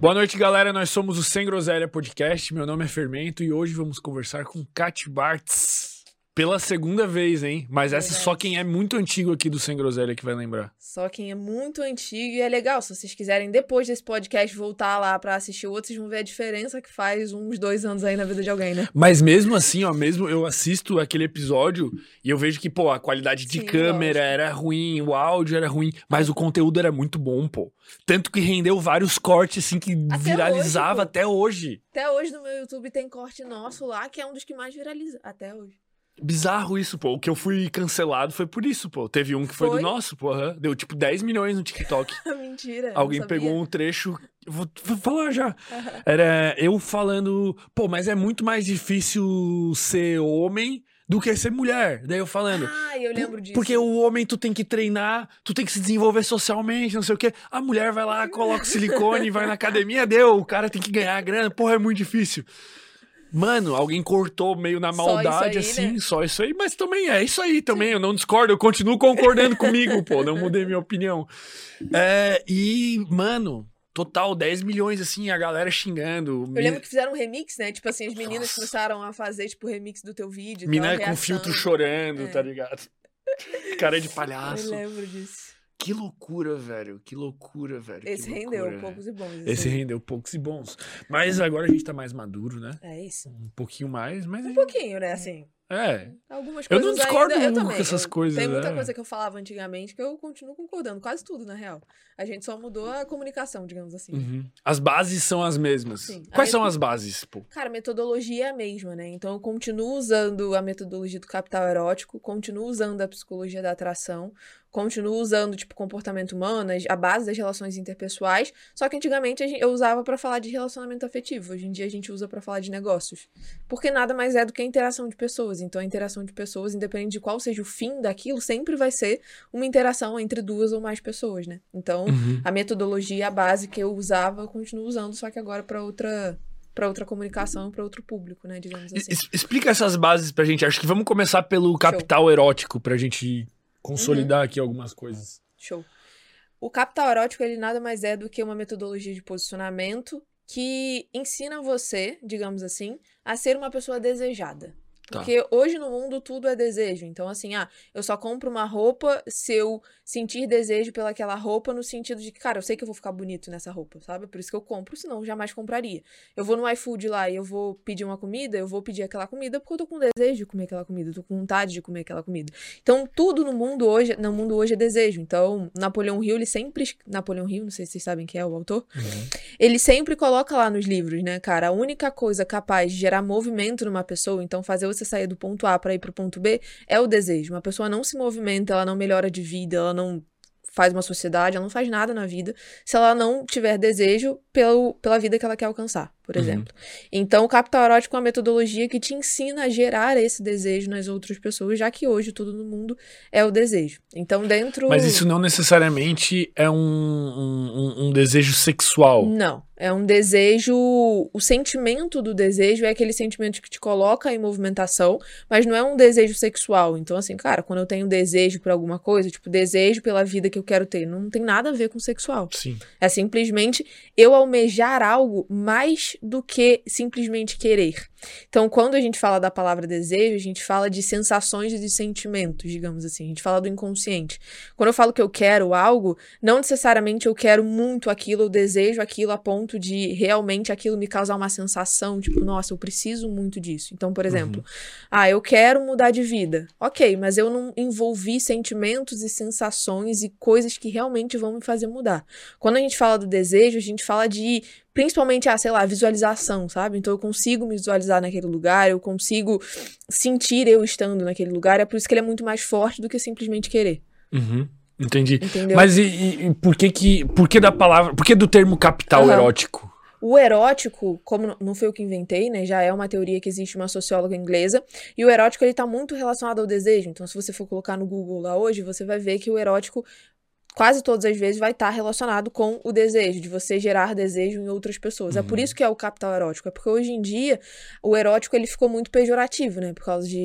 Boa noite, galera. Nós somos o Sem Groselha Podcast. Meu nome é Fermento e hoje vamos conversar com Kati Bartz. Pela segunda vez, hein? Mas essa só quem é muito antigo aqui do Sem Groselha que vai lembrar. Só quem é muito antigo e é legal. Se vocês quiserem, depois desse podcast, voltar lá pra assistir o outro, vocês vão ver a diferença que faz uns 2 anos aí na vida de alguém, né? Mas mesmo assim, mesmo eu assisto aquele episódio e eu vejo que, a qualidade de câmera era ruim, o áudio era ruim, mas o conteúdo era muito bom, Tanto que rendeu vários cortes, assim, que viralizava até hoje. Até hoje no meu YouTube tem corte nosso lá, que é um dos que mais viraliza, até hoje. Bizarro isso, O que eu fui cancelado foi por isso, Teve um que foi do nosso, Deu tipo 10 milhões no TikTok. Mentira. Alguém pegou um trecho. Vou falar já. Era eu falando, mas é muito mais difícil ser homem do que ser mulher. Daí eu falando. Eu lembro disso. Porque o homem tu tem que treinar, tu tem que se desenvolver socialmente, não sei o quê. A mulher vai lá, coloca silicone, vai na academia, o cara tem que ganhar grana. É muito difícil. Mano, alguém cortou meio na maldade, assim, só isso aí, mas também é isso aí também, eu não discordo, eu continuo concordando comigo, não mudei minha opinião. Mano, total, 10 milhões, assim, a galera xingando. Eu lembro que fizeram um remix, né, tipo assim, as meninas começaram a fazer, tipo, o remix do teu vídeo. Mina com filtro chorando, tá ligado? Cara de palhaço. Eu lembro disso. Que loucura, velho. Esse rendeu poucos e bons. Esse rendeu poucos e bons. Mas agora a gente tá mais maduro, né? É isso. Um pouquinho mais, mas... Um pouquinho, né, assim. Algumas coisas eu não discordo ainda, com essas coisas. Tem muita coisa que eu falava antigamente que eu continuo concordando. Quase tudo, na real. A gente só mudou a comunicação, digamos assim. Uhum. As bases são as mesmas. Sim. Quais são as bases, Cara, a metodologia é a mesma, né? Então eu continuo usando a metodologia do capital erótico, continuo usando a psicologia da atração, continuo usando, tipo, comportamento humano, a base das relações interpessoais, só que antigamente eu usava pra falar de relacionamento afetivo. Hoje em dia a gente usa pra falar de negócios. Porque nada mais é do que a interação de pessoas. Então a interação de pessoas, independente de qual seja o fim daquilo, sempre vai ser uma interação entre 2 ou mais pessoas, né? Então, a metodologia, a base que eu usava, eu continuo usando, só que agora pra outra comunicação, para outro público, né, digamos assim. Explica essas bases pra gente. Acho que vamos começar pelo capital erótico, pra gente consolidar aqui algumas coisas. Show. O capital erótico, ele nada mais é do que uma metodologia de posicionamento que ensina você, digamos assim, a ser uma pessoa desejada. Porque hoje no mundo tudo é desejo. Então, assim, eu só compro uma roupa se eu sentir desejo pelaquela roupa, no sentido de que, cara, eu sei que eu vou ficar bonito nessa roupa, sabe? Por isso que eu compro, senão eu jamais compraria. Eu vou no iFood lá e eu vou pedir uma comida, eu vou pedir aquela comida porque eu tô com desejo de comer aquela comida, eu tô com vontade de comer aquela comida. Então, tudo no mundo hoje é desejo. Então, Napoleão Hill, Napoleão Hill, não sei se vocês sabem quem é o autor, ele sempre coloca lá nos livros, né, cara, a única coisa capaz de gerar movimento numa pessoa, então fazer você sair do ponto A para ir pro ponto B, é o desejo. Uma pessoa não se movimenta, ela não melhora de vida, ela não faz uma sociedade, ela não faz nada na vida se ela não tiver desejo pela vida que ela quer alcançar, por exemplo. Então, o capital erótico é uma metodologia que te ensina a gerar esse desejo nas outras pessoas, já que hoje tudo no mundo é o desejo. Então, dentro... Mas isso não necessariamente é um desejo sexual. Não. É um desejo... O sentimento do desejo é aquele sentimento que te coloca em movimentação, mas não é um desejo sexual. Então, assim, cara, quando eu tenho desejo por alguma coisa, tipo, desejo pela vida que eu quero ter, não tem nada a ver com sexual. Sim. É simplesmente eu almejar algo mais do que simplesmente querer. Então, quando a gente fala da palavra desejo, a gente fala de sensações e de sentimentos, digamos assim. A gente fala do inconsciente. Quando eu falo que eu quero algo, não necessariamente eu quero muito aquilo, eu desejo aquilo a ponto de realmente aquilo me causar uma sensação, tipo, nossa, eu preciso muito disso. Então, por exemplo, eu quero mudar de vida. Ok, mas eu não envolvi sentimentos e sensações e coisas que realmente vão me fazer mudar. Quando a gente fala do desejo, a gente fala de... Principalmente, visualização, sabe? Então eu consigo me visualizar naquele lugar, eu consigo sentir eu estando naquele lugar, é por isso que ele é muito mais forte do que simplesmente querer. Entendi. Entendeu? Mas e por que da palavra, por que do termo capital erótico? O erótico, como não foi eu que inventei, né, já é uma teoria que existe, uma socióloga inglesa, e o erótico, ele tá muito relacionado ao desejo. Então, se você for colocar no Google lá hoje, você vai ver que o erótico quase todas as vezes vai estar relacionado com o desejo, de você gerar desejo em outras pessoas. É por isso que é o capital erótico. É porque hoje em dia o erótico ele ficou muito pejorativo, né? Por causa de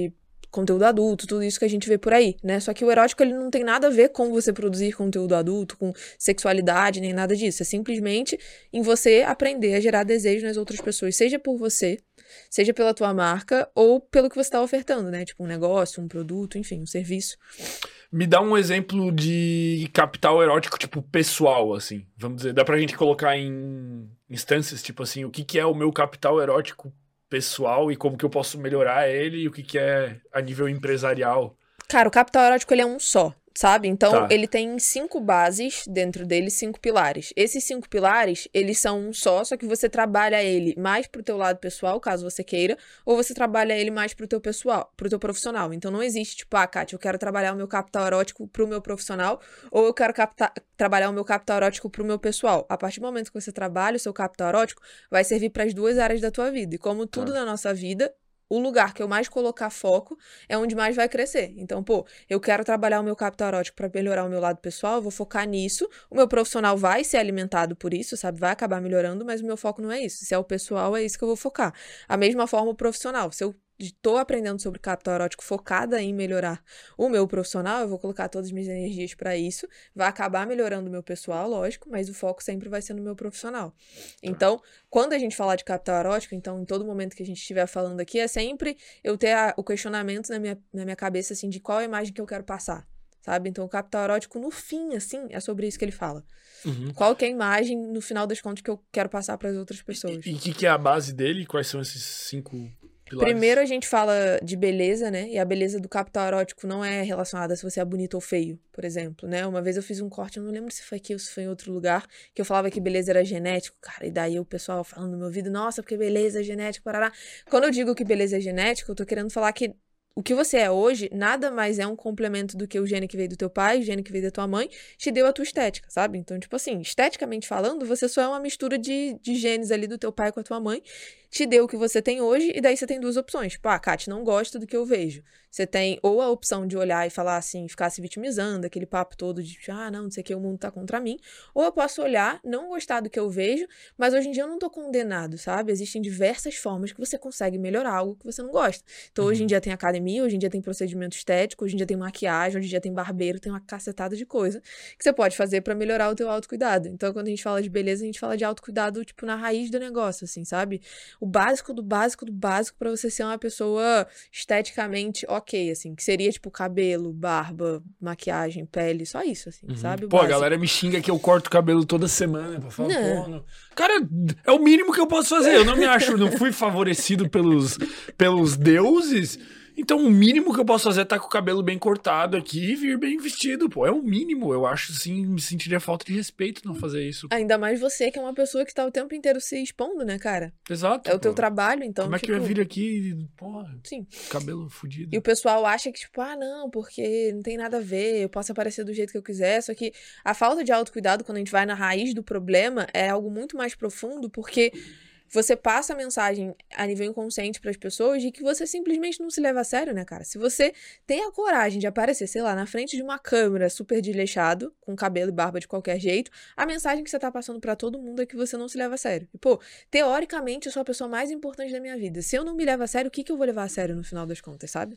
conteúdo adulto, tudo isso que a gente vê por aí, né? Só que o erótico, ele não tem nada a ver com você produzir conteúdo adulto, com sexualidade, nem nada disso. É simplesmente em você aprender a gerar desejo nas outras pessoas, seja por você, seja pela tua marca ou pelo que você tá ofertando, né? Tipo um negócio, um produto, enfim, um serviço. Me dá um exemplo de capital erótico, tipo, pessoal, assim. Vamos dizer, dá pra gente colocar em instâncias, tipo assim, o que é o meu capital erótico pessoal e como que eu posso melhorar ele e o que é a nível empresarial. Cara, o capital erótico, ele é um só, sabe? Então, Tá. ele tem 5 bases, dentro dele, 5 pilares. Esses 5 pilares, eles são um só que você trabalha ele mais pro teu lado pessoal, caso você queira, ou você trabalha ele mais pro teu pessoal, pro teu profissional. Então, não existe, tipo, Kátia, eu quero trabalhar o meu capital erótico pro meu profissional, ou eu quero trabalhar o meu capital erótico pro meu pessoal. A partir do momento que você trabalha o seu capital erótico, vai servir para as 2 áreas da tua vida. E como tudo na nossa vida, o lugar que eu mais colocar foco é onde mais vai crescer. Então, pô, eu quero trabalhar o meu capital erótico para melhorar o meu lado pessoal, eu vou focar nisso. O meu profissional vai ser alimentado por isso, sabe? Vai acabar melhorando, mas o meu foco não é isso. Se é o pessoal, é isso que eu vou focar. A mesma forma o profissional. Se eu estou aprendendo sobre capital erótico focada em melhorar o meu profissional, eu vou colocar todas as minhas energias para isso, vai acabar melhorando o meu pessoal, lógico, mas o foco sempre vai ser no meu profissional. Então, quando a gente falar de capital erótico, então, em todo momento que a gente estiver falando aqui, é sempre eu ter o questionamento na minha cabeça, assim, de qual a imagem que eu quero passar, sabe? Então, o capital erótico, no fim, assim, é sobre isso que ele fala. Uhum. Qual que é a imagem, no final das contas, que eu quero passar para as outras pessoas. E o que é a base dele? Quais são esses 5 pilares? Primeiro a gente fala de beleza, né? E a beleza do capital erótico não é relacionada a se você é bonito ou feio, por exemplo, né? Uma vez eu fiz um corte, eu não lembro se foi aqui ou se foi em outro lugar, que eu falava que beleza era genético, cara. E daí o pessoal falando no meu ouvido, nossa, porque beleza é genético, parará. Quando eu digo que beleza é genético, eu tô querendo falar que o que você é hoje nada mais é um complemento do que o gene que veio do teu pai, o gene que veio da tua mãe, te deu a tua estética, sabe? Então, tipo assim, esteticamente falando, você só é uma mistura de genes ali do teu pai com a tua mãe, te deu o que você tem hoje, e daí você tem 2 opções. Tipo, Kátia, não gosta do que eu vejo. Você tem ou a opção de olhar e falar assim, ficar se vitimizando, aquele papo todo de, não sei o que, o mundo tá contra mim. Ou eu posso olhar, não gostar do que eu vejo, mas hoje em dia eu não tô condenado, sabe? Existem diversas formas que você consegue melhorar algo que você não gosta. Então, hoje em dia tem academia, hoje em dia tem procedimento estético, hoje em dia tem maquiagem, hoje em dia tem barbeiro, tem uma cacetada de coisa que você pode fazer pra melhorar o teu autocuidado. Então, quando a gente fala de beleza, a gente fala de autocuidado, tipo, na raiz do negócio, assim, sabe? O básico do básico do básico pra você ser uma pessoa esteticamente ok, assim, que seria, tipo, cabelo, barba, maquiagem, pele, só isso, assim, sabe? O Pô, a básico. galera me xinga que eu corto o cabelo toda semana pra falar, pô, não. Cara, é o mínimo que eu posso fazer. Eu não me acho, não fui favorecido pelos deuses. Então, o mínimo que eu posso fazer é estar com o cabelo bem cortado aqui e vir bem vestido, pô. É o mínimo. Eu acho, assim, me sentiria falta de respeito não fazer isso. Ainda mais você, que é uma pessoa que tá o tempo inteiro se expondo, né, cara? Exato. É o teu trabalho, então, como é que eu ia vir aqui, pô, sim, cabelo fudido? E o pessoal acha que, tipo, não, porque não tem nada a ver, eu posso aparecer do jeito que eu quiser. Só que a falta de autocuidado, quando a gente vai na raiz do problema, é algo muito mais profundo, porque você passa a mensagem a nível inconsciente para as pessoas de que você simplesmente não se leva a sério, né, cara? Se você tem a coragem de aparecer, sei lá, na frente de uma câmera super desleixado, com cabelo e barba de qualquer jeito, a mensagem que você tá passando para todo mundo é que você não se leva a sério. E, pô, teoricamente, eu sou a pessoa mais importante da minha vida. Se eu não me levo a sério, o que eu vou levar a sério no final das contas, sabe?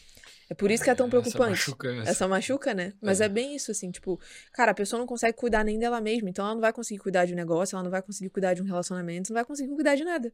É por isso que é tão preocupante. Essa machuca, né? Mas é bem isso, assim, tipo, cara, a pessoa não consegue cuidar nem dela mesma, então ela não vai conseguir cuidar de um negócio, ela não vai conseguir cuidar de um relacionamento, não vai conseguir cuidar de nada.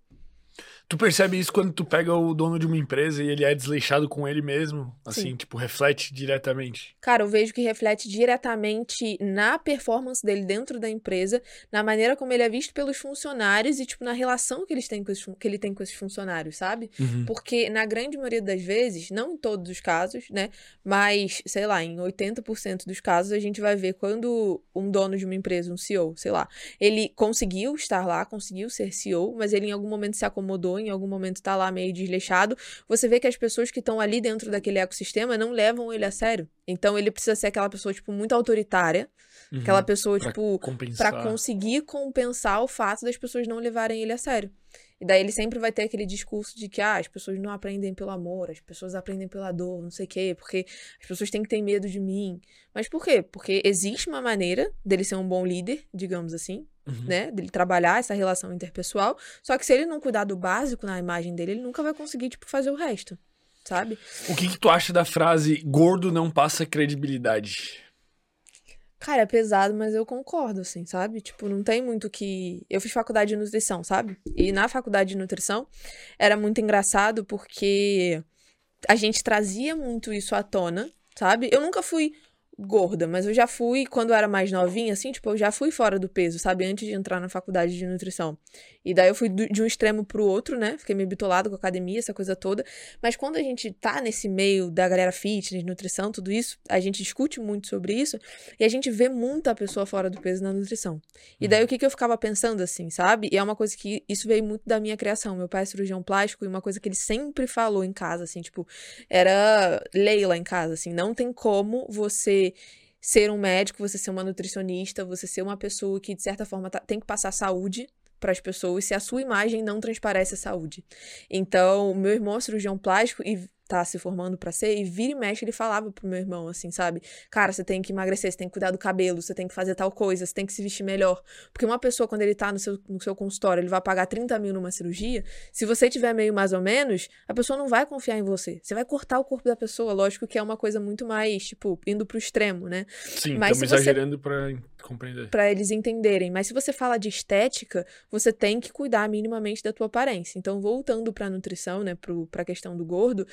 Tu percebe isso quando tu pega o dono de uma empresa e ele é desleixado com ele mesmo? Assim, Sim. tipo, reflete diretamente. Cara, eu vejo que reflete diretamente na performance dele dentro da empresa, na maneira como ele é visto pelos funcionários e, tipo, na relação que ele tem com esses funcionários, sabe? Uhum. Porque, na grande maioria das vezes, não em todos os casos, né? Mas, sei lá, em 80% dos casos, a gente vai ver quando um dono de uma empresa, um CEO, sei lá, ele conseguiu estar lá, conseguiu ser CEO, mas ele em algum momento se acomodou, em algum momento tá lá meio desleixado, você vê que as pessoas que estão ali dentro daquele ecossistema não levam ele a sério. Então ele precisa ser aquela pessoa, tipo, muito autoritária, aquela pessoa, tipo, pra conseguir compensar o fato das pessoas não levarem ele a sério. E daí ele sempre vai ter aquele discurso de que, as pessoas não aprendem pelo amor, as pessoas aprendem pela dor, não sei o quê, porque as pessoas têm que ter medo de mim. Mas por quê? Porque existe uma maneira dele ser um bom líder, digamos assim, né? Dele trabalhar essa relação interpessoal, só que se ele não cuidar do básico na imagem dele, ele nunca vai conseguir, tipo, fazer o resto. sabe? O que tu acha da frase gordo não passa credibilidade? Cara, é pesado, mas eu concordo, assim, sabe? Tipo, não tem muito que... Eu fiz faculdade de nutrição, sabe? E na faculdade de nutrição era muito engraçado porque a gente trazia muito isso à tona, sabe? Eu nunca fui gorda, mas eu já fui, quando eu era mais novinha, assim, tipo, eu já fui fora do peso, sabe? Antes de entrar na faculdade de nutrição. E daí eu fui de um extremo pro outro, né? Fiquei meio bitolado com a academia, essa coisa toda. Mas quando a gente tá nesse meio da galera fitness, nutrição, tudo isso, a gente discute muito sobre isso e a gente vê muita pessoa fora do peso na nutrição. E daí o que eu ficava pensando, assim, sabe? E é uma coisa que isso veio muito da minha criação. Meu pai é cirurgião plástico e uma coisa que ele sempre falou em casa, assim, tipo, era lei lá em casa, assim, não tem como você ser um médico, você ser uma nutricionista, você ser uma pessoa que, de certa forma, tem que passar saúde para as pessoas se a sua imagem não transparece a saúde. Então, meu irmão é cirurgião plástico e tá se formando pra ser, e vira e mexe ele falava pro meu irmão, assim, sabe? Cara, você tem que emagrecer, você tem que cuidar do cabelo, você tem que fazer tal coisa, você tem que se vestir melhor. Porque uma pessoa, quando ele tá no seu consultório, ele vai pagar 30 mil numa cirurgia, se você tiver meio mais ou menos, a pessoa não vai confiar em você. Você vai cortar o corpo da pessoa, lógico que é uma coisa muito mais, tipo, indo pro extremo, né? Sim, estamos exagerando pra compreender. Pra eles entenderem. Mas se você fala de estética, você tem que cuidar minimamente da tua aparência. Então, voltando pra nutrição, né, pra questão do gordo,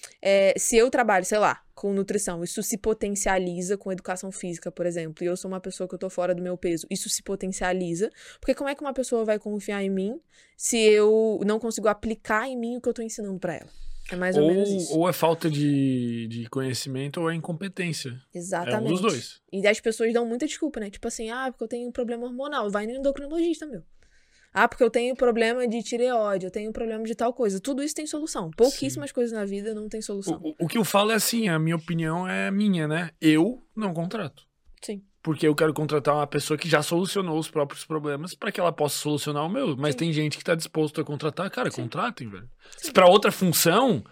se eu trabalho, sei lá, com nutrição, isso se potencializa com educação física, por exemplo, e eu sou uma pessoa que eu tô fora do meu peso, isso se potencializa, porque como é que uma pessoa vai confiar em mim se eu não consigo aplicar em mim o que eu tô ensinando pra ela? É mais ou menos isso. Ou é falta de conhecimento ou é incompetência. Exatamente. É um dos dois. E as pessoas dão muita desculpa, né? Tipo assim, porque eu tenho um problema hormonal. Vai no endocrinologista, meu. Porque eu tenho problema de tireoide, eu tenho problema de tal coisa. Tudo isso tem solução. Pouquíssimas coisas na vida não tem solução. O que eu falo é assim, a minha opinião é minha, né? Eu não contrato. Sim. Porque eu quero contratar uma pessoa que já solucionou os próprios problemas para que ela possa solucionar o meu. Mas tem gente que tá disposto a contratar. Cara, contratem, velho. Se pra outra função,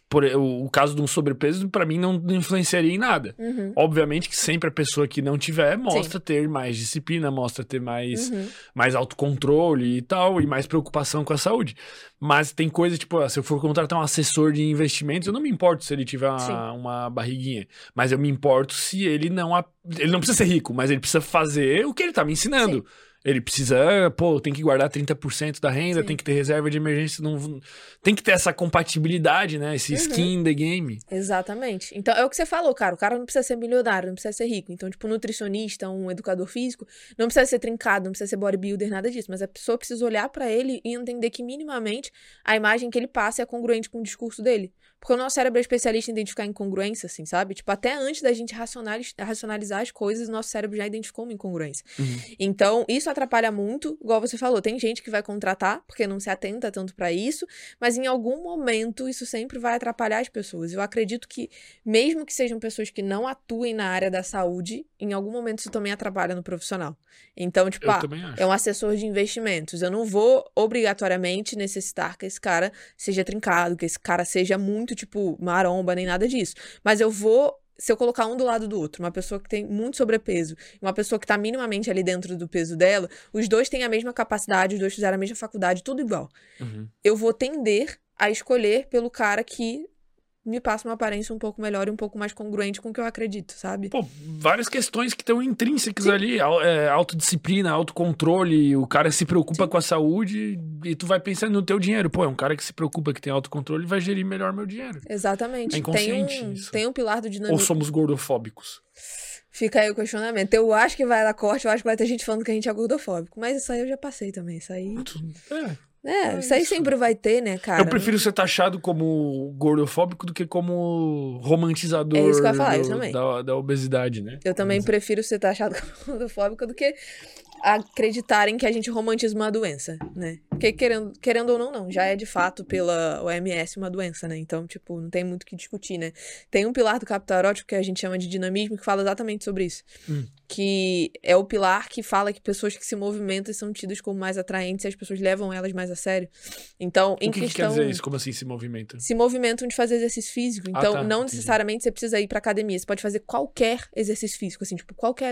o caso de um sobrepeso, pra mim não influenciaria em nada. Obviamente que sempre a pessoa que não tiver mostra ter mais disciplina, mostra ter mais autocontrole e tal, e mais preocupação com a saúde. Mas tem coisa, tipo, se eu for contratar um assessor de investimentos, eu não me importo se ele tiver uma barriguinha. Mas eu me importo se ele não precisa ser rico, mas ele precisa fazer o que ele tá me ensinando. Sim. Ele precisa, tem que guardar 30% da renda, tem que ter reserva de emergência, tem que ter essa compatibilidade, né? Esse skin in the game. Exatamente. Então, é o que você falou, cara. O cara não precisa ser milionário, não precisa ser rico. Então, tipo, um nutricionista, um educador físico, não precisa ser trincado, não precisa ser bodybuilder, nada disso. Mas a pessoa precisa olhar pra ele e entender que, minimamente, a imagem que ele passa é congruente com o discurso dele. Porque o nosso cérebro é especialista em identificar incongruência, assim, sabe? Tipo, até antes da gente racionalizar as coisas, o nosso cérebro já identificou uma incongruência. Então, isso atrapalha muito, igual você falou, tem gente que vai contratar, porque não se atenta tanto pra isso, mas em algum momento isso sempre vai atrapalhar as pessoas. Eu acredito que, mesmo que sejam pessoas que não atuem na área da saúde, em algum momento isso também atrapalha no profissional. Então, tipo, é um assessor de investimentos. Eu não vou, obrigatoriamente, necessitar que esse cara seja trincado, que esse cara seja muito, tipo, maromba, nem nada disso. Mas eu vou... Se eu colocar um do lado do outro, uma pessoa que tem muito sobrepeso e uma pessoa que tá minimamente ali dentro do peso dela, os dois têm a mesma capacidade, os dois fizeram a mesma faculdade, tudo igual. Eu vou tender a escolher pelo cara que me passa uma aparência um pouco melhor e um pouco mais congruente com o que eu acredito, sabe? Várias questões que estão intrínsecas ali. Autodisciplina, autocontrole, o cara se preocupa com a saúde e tu vai pensando no teu dinheiro. É um cara que se preocupa, que tem autocontrole e vai gerir melhor meu dinheiro. Exatamente. É inconsciente tem um pilar do dinamismo. Ou somos gordofóbicos? Fica aí o questionamento. Eu acho que vai dar corte, eu acho que vai ter gente falando que a gente é gordofóbico. Mas isso aí eu já passei também, isso aí... isso aí sempre vai ter, né, cara? Eu prefiro ser taxado como gordofóbico do que como romantizador isso que eu ia falar, eu também. Da obesidade, né? Eu também prefiro ser taxado como gordofóbico do que acreditarem que a gente romantiza uma doença, né? Porque querendo ou não, já é de fato pela OMS uma doença, né? Então, tipo, não tem muito o que discutir, né? Tem um pilar do capital erótico que a gente chama de dinamismo que fala exatamente sobre isso. Que é o pilar que fala que pessoas que se movimentam são tidas como mais atraentes e as pessoas levam elas mais a sério. Então, o que quer dizer isso? Como assim se movimenta? Se movimentam de fazer exercício físico. Então, não necessariamente você precisa ir pra academia. Você pode fazer qualquer exercício físico, assim, tipo, qualquer um.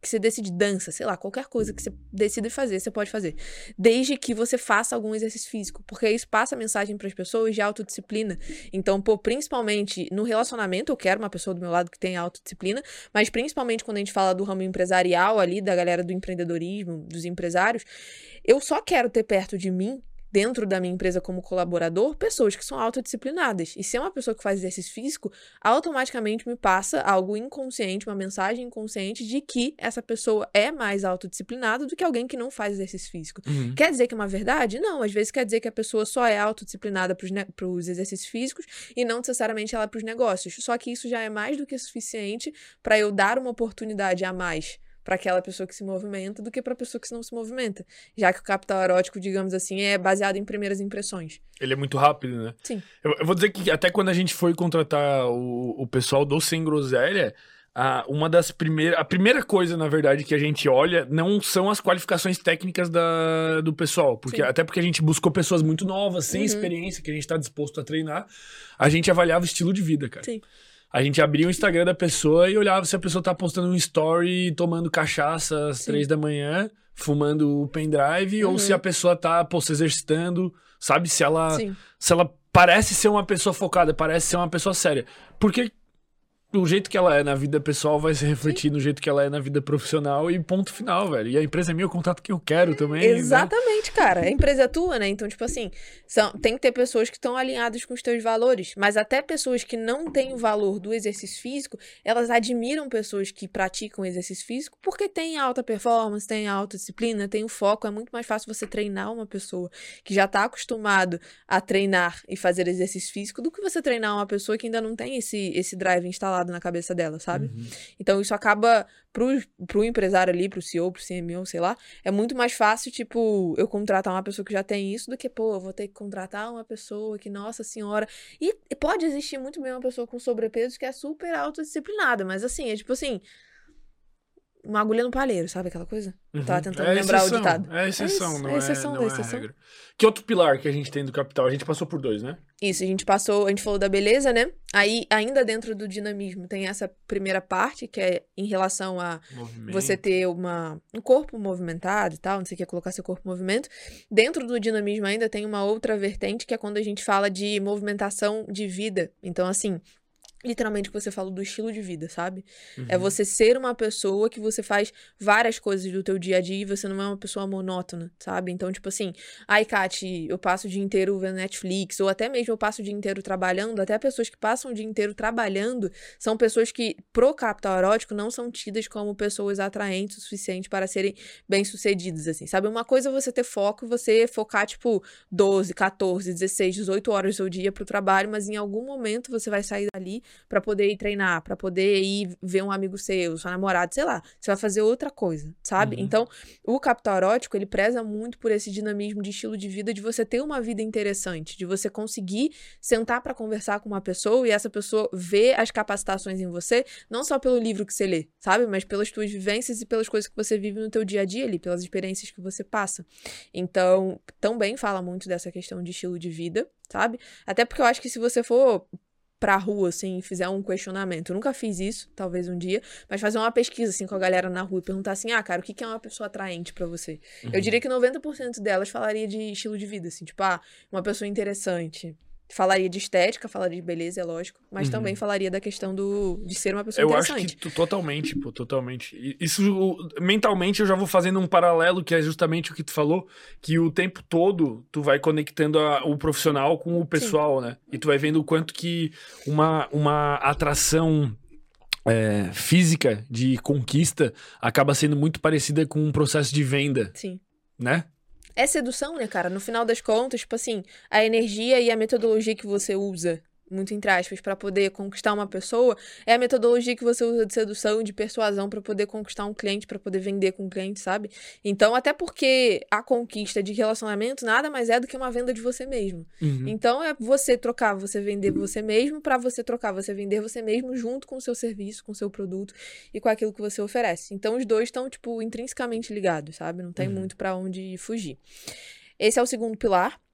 que você decide, dança, sei lá, qualquer coisa que você decida fazer, você pode fazer. Desde que você faça algum exercício físico. Porque isso passa a mensagem para as pessoas de autodisciplina. Então, pô, principalmente no relacionamento, eu quero uma pessoa do meu lado que tenha autodisciplina, mas principalmente quando a gente fala do ramo empresarial ali, da galera do empreendedorismo, dos empresários, eu só quero ter perto de mim, dentro da minha empresa como colaborador, pessoas que são autodisciplinadas. E se é uma pessoa que faz exercício físico, automaticamente me passa algo inconsciente, uma mensagem inconsciente de que essa pessoa é mais autodisciplinada do que alguém que não faz exercício físico. Quer dizer que é uma verdade? Não. Às vezes quer dizer que a pessoa só é autodisciplinada para os exercícios físicos e não necessariamente ela para os negócios. Só que isso já é mais do que suficiente para eu dar uma oportunidade a mais para aquela pessoa que se movimenta do que para a pessoa que não se movimenta. Já que o capital erótico, digamos assim, é baseado em primeiras impressões. Ele é muito rápido, né? Sim. Eu vou dizer que até quando a gente foi contratar o pessoal do Sem Groselha, a primeira coisa, na verdade, que a gente olha não são as qualificações técnicas do pessoal. Até porque a gente buscou pessoas muito novas, sem experiência, que a gente tá disposto a treinar. A gente avaliava o estilo de vida, cara. Sim. A gente abria o Instagram da pessoa e olhava se a pessoa tá postando um story tomando cachaça às 3 da manhã, fumando o pendrive, ou se a pessoa tá, se exercitando, sabe? Se ela parece ser uma pessoa focada, parece ser uma pessoa séria. Porque o jeito que ela é na vida pessoal vai se refletir no jeito que ela é na vida profissional e ponto final, velho. E a empresa é minha, eu contrato quem eu quero também. Exatamente, né? Cara. A empresa é tua, né? Então, tipo assim, tem que ter pessoas que estão alinhadas com os teus valores. Mas até pessoas que não têm o valor do exercício físico, elas admiram pessoas que praticam exercício físico porque tem alta performance, tem autodisciplina, tem o foco. É muito mais fácil você treinar uma pessoa que já tá acostumado a treinar e fazer exercício físico do que você treinar uma pessoa que ainda não tem esse drive instalado na cabeça dela, sabe? Então isso acaba pro empresário ali, pro CEO, pro CMO, sei lá, é muito mais fácil, tipo, eu contratar uma pessoa que já tem isso do que, pô, eu vou ter que contratar uma pessoa que, nossa senhora, e pode existir muito bem uma pessoa com sobrepeso que é super autodisciplinada, mas assim, é tipo assim, uma agulha no palheiro, sabe aquela coisa? Tava tentando lembrar o ditado. É exceção, não é exceção. Regra. Que outro pilar que a gente tem do capital? A gente passou por 2, né? Isso, a gente falou da beleza, né? Aí, ainda dentro do dinamismo, tem essa primeira parte, que é em relação a você ter um corpo movimentado e tal, não sei o que, colocar seu corpo em movimento. Dentro do dinamismo ainda tem uma outra vertente, que é quando a gente fala de movimentação de vida. Então, assim, literalmente o que você falou do estilo de vida, sabe? É você ser uma pessoa que você faz várias coisas do teu dia a dia e você não é uma pessoa monótona, sabe? Então, tipo assim, ai, Kati, eu passo o dia inteiro vendo Netflix, ou até mesmo eu passo o dia inteiro trabalhando, até pessoas que passam o dia inteiro trabalhando são pessoas que, pro capital erótico, não são tidas como pessoas atraentes o suficiente para serem bem-sucedidas, assim, sabe? Uma coisa é você ter foco, você focar, tipo, 12, 14, 16, 18 horas do seu dia pro trabalho, mas em algum momento você vai sair dali pra poder ir treinar, pra poder ir ver um amigo seu, seu namorado, sei lá. Você vai fazer outra coisa, sabe? Então, o capital erótico, ele preza muito por esse dinamismo de estilo de vida, de você ter uma vida interessante, de você conseguir sentar pra conversar com uma pessoa e essa pessoa ver as capacitações em você, não só pelo livro que você lê, sabe? Mas pelas tuas vivências e pelas coisas que você vive no teu dia a dia ali, pelas experiências que você passa. Então, também fala muito dessa questão de estilo de vida, sabe? Até porque eu acho que se você for pra rua, assim, e fizer um questionamento. Eu nunca fiz isso, talvez um dia, mas fazer uma pesquisa, assim, com a galera na rua e perguntar assim, cara, o que é uma pessoa atraente pra você? Eu diria que 90% delas falaria de estilo de vida, assim, tipo, uma pessoa interessante. Falaria de estética, falaria de beleza, é lógico, mas também falaria da questão de ser uma pessoa interessante. Eu acho que totalmente, totalmente. Isso, mentalmente, eu já vou fazendo um paralelo, que é justamente o que tu falou, que o tempo todo tu vai conectando o profissional com o pessoal, né? E tu vai vendo o quanto que uma atração física de conquista acaba sendo muito parecida com um processo de venda. Sim. Né? É sedução, né, cara? No final das contas, tipo assim, a energia e a metodologia que você usa, muito entre aspas, pra poder conquistar uma pessoa, é a metodologia que você usa de sedução, de persuasão pra poder conquistar um cliente, pra poder vender com o cliente, sabe? Então, até porque a conquista de relacionamento nada mais é do que uma venda de você mesmo. Então, é você trocar, você vender você mesmo, pra você trocar, você vender você mesmo junto com o seu serviço, com o seu produto e com aquilo que você oferece. Então, os dois estão, tipo, intrinsecamente ligados, sabe? Não tem muito pra onde fugir. Esse é o segundo pilar.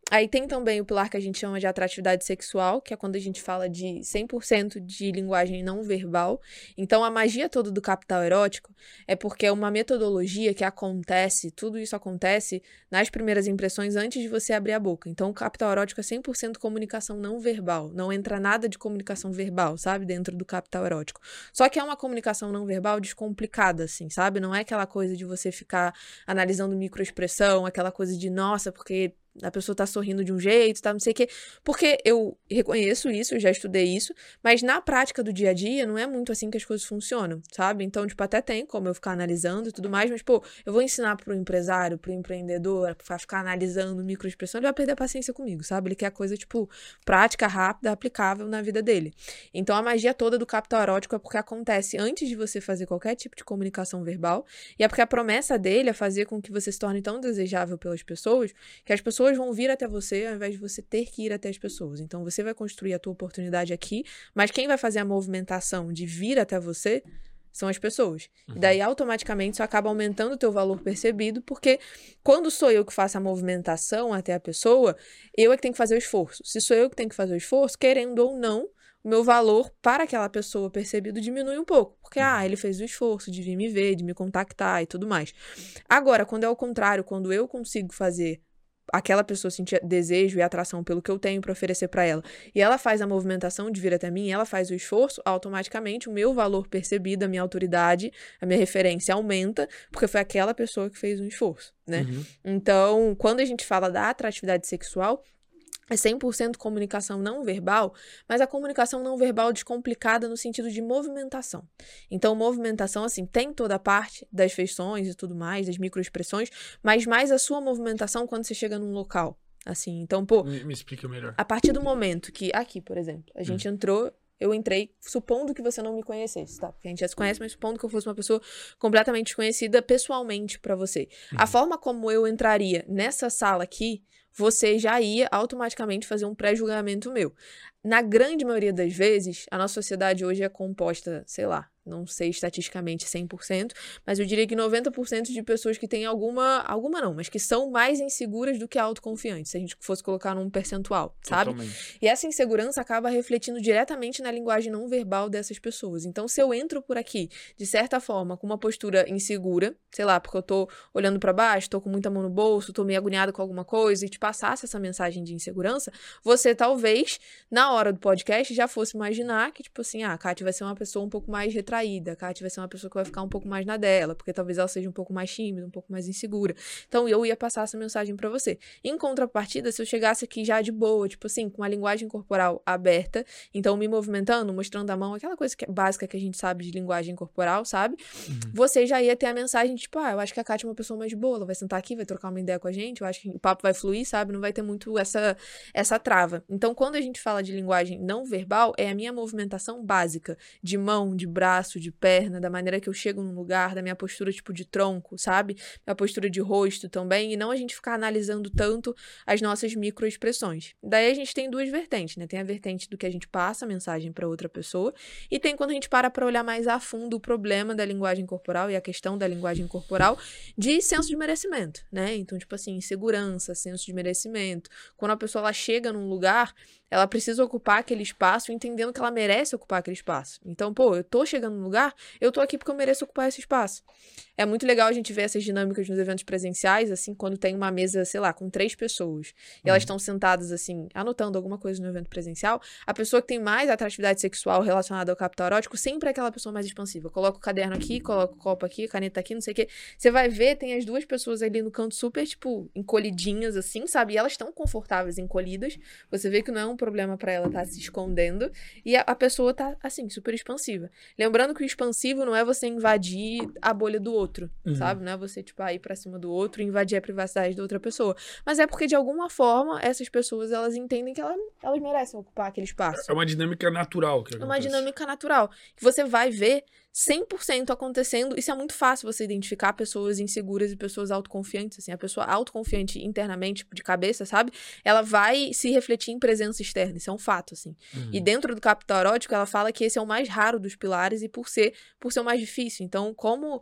Aí tem também o pilar que a gente chama de atratividade sexual, que é quando a gente fala de 100% de linguagem não verbal. Então, a magia toda do capital erótico é porque é uma metodologia que acontece, tudo isso acontece nas primeiras impressões antes de você abrir a boca. Então, o capital erótico é 100% comunicação não verbal. Não entra nada de comunicação verbal, sabe? Dentro do capital erótico. Só que é uma comunicação não verbal descomplicada, assim, sabe? Não é aquela coisa de você ficar analisando microexpressão, aquela coisa de, nossa, porque a pessoa tá sorrindo de um jeito, tá, não sei o quê. Porque eu reconheço isso, eu já estudei isso, mas na prática do dia a dia não é muito assim que as coisas funcionam, sabe? Então, tipo, até tem como eu ficar analisando e tudo mais, mas, pô, eu vou ensinar pro empresário, pro empreendedor, pra ficar analisando microexpressão, ele vai perder a paciência comigo, sabe? Ele quer coisa, tipo, prática, rápida, aplicável na vida dele. Então, a magia toda do capital erótico é porque acontece antes de você fazer qualquer tipo de comunicação verbal, e é porque a promessa dele é fazer com que você se torne tão desejável pelas pessoas, que as pessoas vão vir até você ao invés de você ter que ir até as pessoas. Então, você vai construir a tua oportunidade aqui, mas quem vai fazer a movimentação de vir até você são as pessoas. E daí, automaticamente, isso acaba aumentando o teu valor percebido, porque quando sou eu que faço a movimentação até a pessoa, eu é que tenho que fazer o esforço. Se sou eu que tenho que fazer o esforço, querendo ou não, o meu valor para aquela pessoa percebido diminui um pouco. Porque, ele fez o esforço de vir me ver, de me contactar e tudo mais. Agora, quando é ao contrário, quando eu consigo fazer aquela pessoa sentir desejo e atração pelo que eu tenho para oferecer para ela, e ela faz a movimentação de vir até mim, ela faz o esforço, automaticamente o meu valor percebido, a minha autoridade, a minha referência aumenta, porque foi aquela pessoa que fez um esforço, né? Então, quando a gente fala da atratividade sexual, é 100% comunicação não verbal, mas a comunicação não verbal descomplicada no sentido de movimentação. Então, movimentação, assim, tem toda a parte das feições e tudo mais, das microexpressões, mas mais a sua movimentação quando você chega num local. Assim, então, pô... Me explica melhor. A partir do momento que... Aqui, por exemplo, a gente entrou... Eu entrei supondo que você não me conhecesse, tá? Porque a gente já se conhece, mas supondo que eu fosse uma pessoa completamente desconhecida pessoalmente pra você. A forma como eu entraria nessa sala aqui, você já ia automaticamente fazer um pré-julgamento meu. Na grande maioria das vezes, a nossa sociedade hoje é composta, sei lá, não sei estatisticamente 100%, mas eu diria que 90% de pessoas que têm alguma não, mas que são mais inseguras do que autoconfiantes, se a gente fosse colocar num percentual, sabe? Totalmente. E essa insegurança acaba refletindo diretamente na linguagem não verbal dessas pessoas. Então, se eu entro por aqui, de certa forma, com uma postura insegura, sei lá, porque eu tô olhando pra baixo, tô com muita mão no bolso, tô meio agoniada com alguma coisa, e te passasse essa mensagem de insegurança, você talvez, na hora do podcast, já fosse imaginar que, tipo assim, a Kátia vai ser uma pessoa um pouco mais retraída, a Kátia vai ser uma pessoa que vai ficar um pouco mais na dela, porque talvez ela seja um pouco mais tímida, um pouco mais insegura. Então, eu ia passar essa mensagem pra você. Em contrapartida, se eu chegasse aqui já de boa, tipo assim, com a linguagem corporal aberta, então me movimentando, mostrando a mão, aquela coisa básica que a gente sabe de linguagem corporal, sabe? Você já ia ter a mensagem, tipo, eu acho que a Kátia é uma pessoa mais de boa, ela vai sentar aqui, vai trocar uma ideia com a gente, eu acho que o papo vai fluir, sabe? Não vai ter muito essa trava. Então, quando a gente fala de linguagem não verbal, é a minha movimentação básica, de mão, de braço, de perna, da maneira que eu chego num lugar, da minha postura, tipo, de tronco, sabe? Minha postura de rosto também, e não a gente ficar analisando tanto as nossas microexpressões. Daí a gente tem duas vertentes, né? Tem a vertente do que a gente passa a mensagem para outra pessoa, e tem quando a gente para olhar mais a fundo o problema da linguagem corporal e a questão da linguagem corporal de senso de merecimento, né? Então, tipo assim, insegurança, senso de merecimento. Quando a pessoa ela chega num lugar, ela precisa ocupar aquele espaço, entendendo que ela merece ocupar aquele espaço. Então, pô, eu tô chegando num lugar, eu tô aqui porque eu mereço ocupar esse espaço. É muito legal a gente ver essas dinâmicas nos eventos presenciais, assim, quando tem uma mesa, sei lá, com 3 pessoas, e elas estão sentadas, assim, anotando alguma coisa no evento presencial, a pessoa que tem mais atratividade sexual relacionada ao capital erótico sempre é aquela pessoa mais expansiva. Coloca o caderno aqui, coloca o copo aqui, caneta aqui, não sei o quê. Você vai ver, tem as duas pessoas ali no canto super, tipo, encolhidinhas, assim, sabe? E elas estão confortáveis, encolhidas. Você vê que não é um problema pra ela estar se escondendo. E a pessoa tá, assim, super expansiva. Lembrando que o expansivo não é você invadir a bolha do outro, sabe? Não é você, tipo, ir pra cima do outro e invadir a privacidade da outra pessoa. Mas é porque, de alguma forma, essas pessoas, elas entendem que elas merecem ocupar aquele espaço. É uma dinâmica natural que acontece. É uma dinâmica natural. Que você vai ver 100% acontecendo. Isso é muito fácil você identificar pessoas inseguras e pessoas autoconfiantes, assim. A pessoa autoconfiante internamente, de cabeça, sabe? Ela vai se refletir em presença externa. Isso é um fato, assim. E dentro do capital erótico, ela fala que esse é o mais raro dos pilares e por ser o mais difícil. Então, como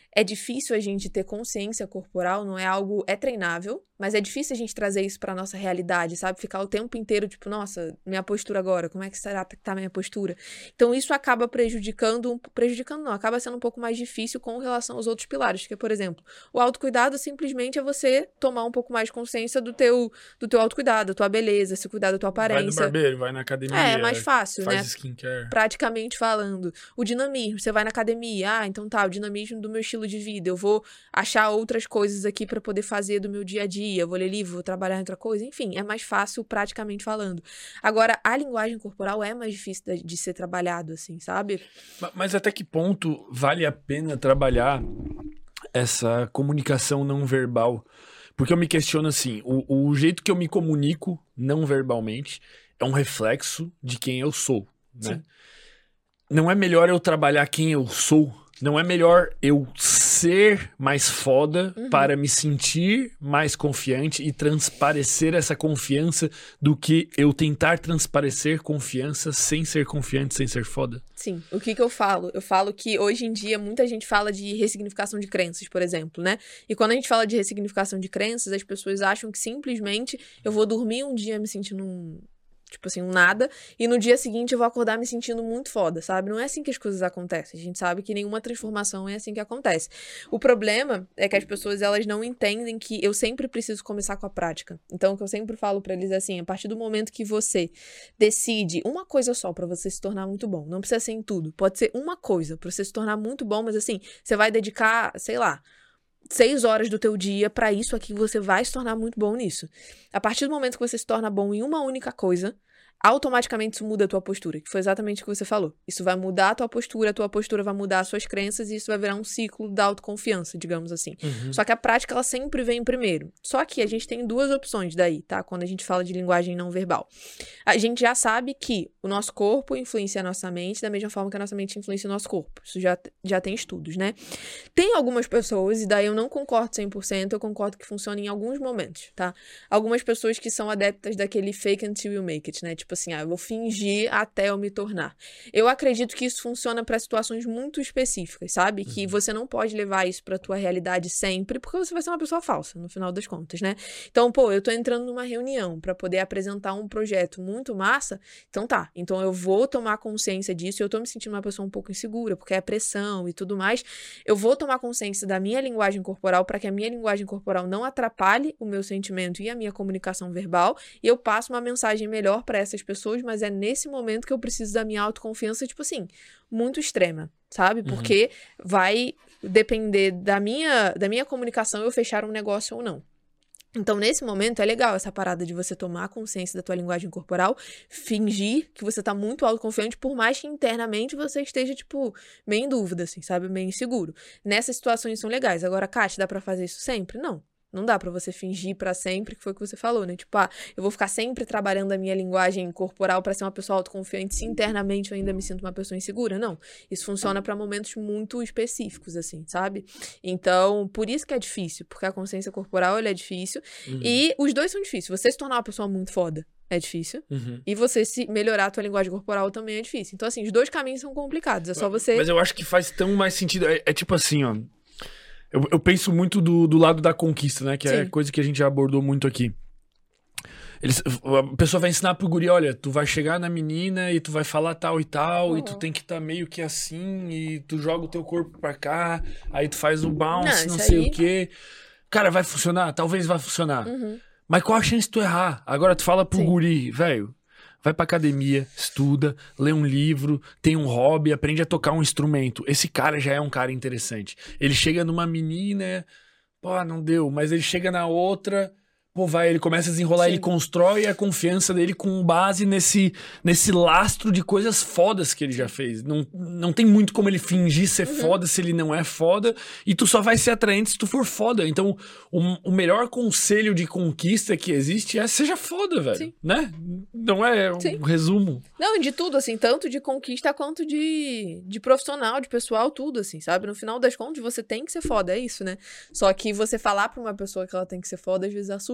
é difícil a gente ter consciência corporal, não é algo... É treinável, mas é difícil a gente trazer isso pra nossa realidade, sabe? Ficar o tempo inteiro, tipo, nossa, minha postura agora, como é que será que tá a minha postura? Então, isso acaba prejudicando não, acaba sendo um pouco mais difícil com relação aos outros pilares, que, por exemplo, o autocuidado simplesmente é você tomar um pouco mais de consciência do teu autocuidado, da tua beleza, se cuidar da tua aparência. Vai no barbeiro, vai na academia. É mais fácil, faz né? Skincare. Praticamente falando. O dinamismo, você vai na academia, então tá, o dinamismo do meu estilo de vida, eu vou achar outras coisas aqui pra poder fazer do meu dia a dia, eu vou ler livro, vou trabalhar em outra coisa, enfim, é mais fácil praticamente falando. Agora, a linguagem corporal é mais difícil de ser trabalhado, assim, sabe? Mas até que ponto vale a pena trabalhar essa comunicação não verbal? Porque eu me questiono assim, o jeito que eu me comunico não verbalmente é um reflexo de quem eu sou, né? Sim. Não é melhor eu trabalhar quem eu sou? Não é melhor eu ser mais foda para me sentir mais confiante e transparecer essa confiança do que eu tentar transparecer confiança sem ser confiante, sem ser foda? Sim. O que eu falo? Eu falo que hoje em dia muita gente fala de ressignificação de crenças, por exemplo, né? E quando a gente fala de ressignificação de crenças, as pessoas acham que simplesmente eu vou dormir um dia me sentindo tipo assim, um nada, e no dia seguinte eu vou acordar me sentindo muito foda, sabe? Não é assim que as coisas acontecem. A gente sabe que nenhuma transformação é assim que acontece. O problema é que as pessoas, elas não entendem que eu sempre preciso começar com a prática. Então, o que eu sempre falo pra eles é assim, a partir do momento que você decide uma coisa só pra você se tornar muito bom, não precisa ser em tudo, pode ser uma coisa pra você se tornar muito bom, mas assim, você vai dedicar, sei lá, 6 horas do teu dia pra isso aqui, você vai se tornar muito bom nisso. A partir do momento que você se torna bom em uma única coisa, automaticamente isso muda a tua postura, que foi exatamente o que você falou. Isso vai mudar a tua postura vai mudar as suas crenças e isso vai virar um ciclo da autoconfiança, digamos assim. Só que a prática, ela sempre vem primeiro. Só que a gente tem duas opções daí, tá? Quando a gente fala de linguagem não verbal. A gente já sabe que o nosso corpo influencia a nossa mente da mesma forma que a nossa mente influencia o nosso corpo. Isso já tem estudos, né? Tem algumas pessoas, e daí eu não concordo 100%, eu concordo que funciona em alguns momentos, tá? Algumas pessoas que são adeptas daquele fake until you make it, né? Tipo assim, eu vou fingir até eu me tornar. Eu acredito que isso funciona para situações muito específicas, sabe? Que você não pode levar isso pra tua realidade sempre, porque você vai ser uma pessoa falsa, no final das contas, né? Então, pô, eu tô entrando numa reunião pra poder apresentar um projeto muito massa, então tá. Então eu vou tomar consciência disso, eu tô me sentindo uma pessoa um pouco insegura, porque é pressão e tudo mais. Eu vou tomar consciência da minha linguagem corporal para que a minha linguagem corporal não atrapalhe o meu sentimento e a minha comunicação verbal, e eu passo uma mensagem melhor para essas pessoas, mas é nesse momento que eu preciso da minha autoconfiança, tipo assim, muito extrema, sabe? Porque vai depender da minha comunicação eu fechar um negócio ou não. Então, nesse momento, é legal essa parada de você tomar consciência da tua linguagem corporal, fingir que você tá muito autoconfiante, por mais que internamente você esteja, tipo, meio em dúvida, assim, sabe? Meio inseguro. Nessas situações são legais. Agora, Kátia, dá pra fazer isso sempre? Não. Não dá pra você fingir pra sempre, que foi o que você falou, né? Tipo, eu vou ficar sempre trabalhando a minha linguagem corporal pra ser uma pessoa autoconfiante se internamente eu ainda me sinto uma pessoa insegura. Não. Isso funciona pra momentos muito específicos, assim, sabe? Então, por isso que é difícil, porque a consciência corporal, ela é difícil. E os dois são difíceis. Você se tornar uma pessoa muito foda é difícil. E você se melhorar a tua linguagem corporal também é difícil. Então, assim, os dois caminhos são complicados. É só você... Mas eu acho que faz tão mais sentido. É tipo assim, ó... Eu penso muito do lado da conquista, né? Que é coisa que a gente já abordou muito aqui. A pessoa vai ensinar pro guri, olha, tu vai chegar na menina e tu vai falar tal e tal, e tu tem que estar meio que assim, e tu joga o teu corpo pra cá, aí tu faz o bounce, não sei o quê. Cara, vai funcionar? Talvez vai funcionar. Mas qual a chance de tu errar? Agora tu fala pro guri, velho, vai pra academia, estuda, lê um livro, tem um hobby, aprende a tocar um instrumento. Esse cara já é um cara interessante. Ele chega numa menina, pô, não deu, mas ele chega na outra, pô, ele começa a desenrolar, ele constrói a confiança dele com base nesse lastro de coisas fodas que ele já fez. Não tem muito como ele fingir ser foda se ele não é foda, e tu só vai ser atraente se tu for foda. Então, o melhor conselho de conquista que existe é seja foda, velho. Né? Não é um resumo. Não, de tudo, assim, tanto de conquista quanto de profissional, de pessoal, tudo, assim, sabe? No final das contas, você tem que ser foda, é isso, né? Só que você falar pra uma pessoa que ela tem que ser foda, às vezes assusta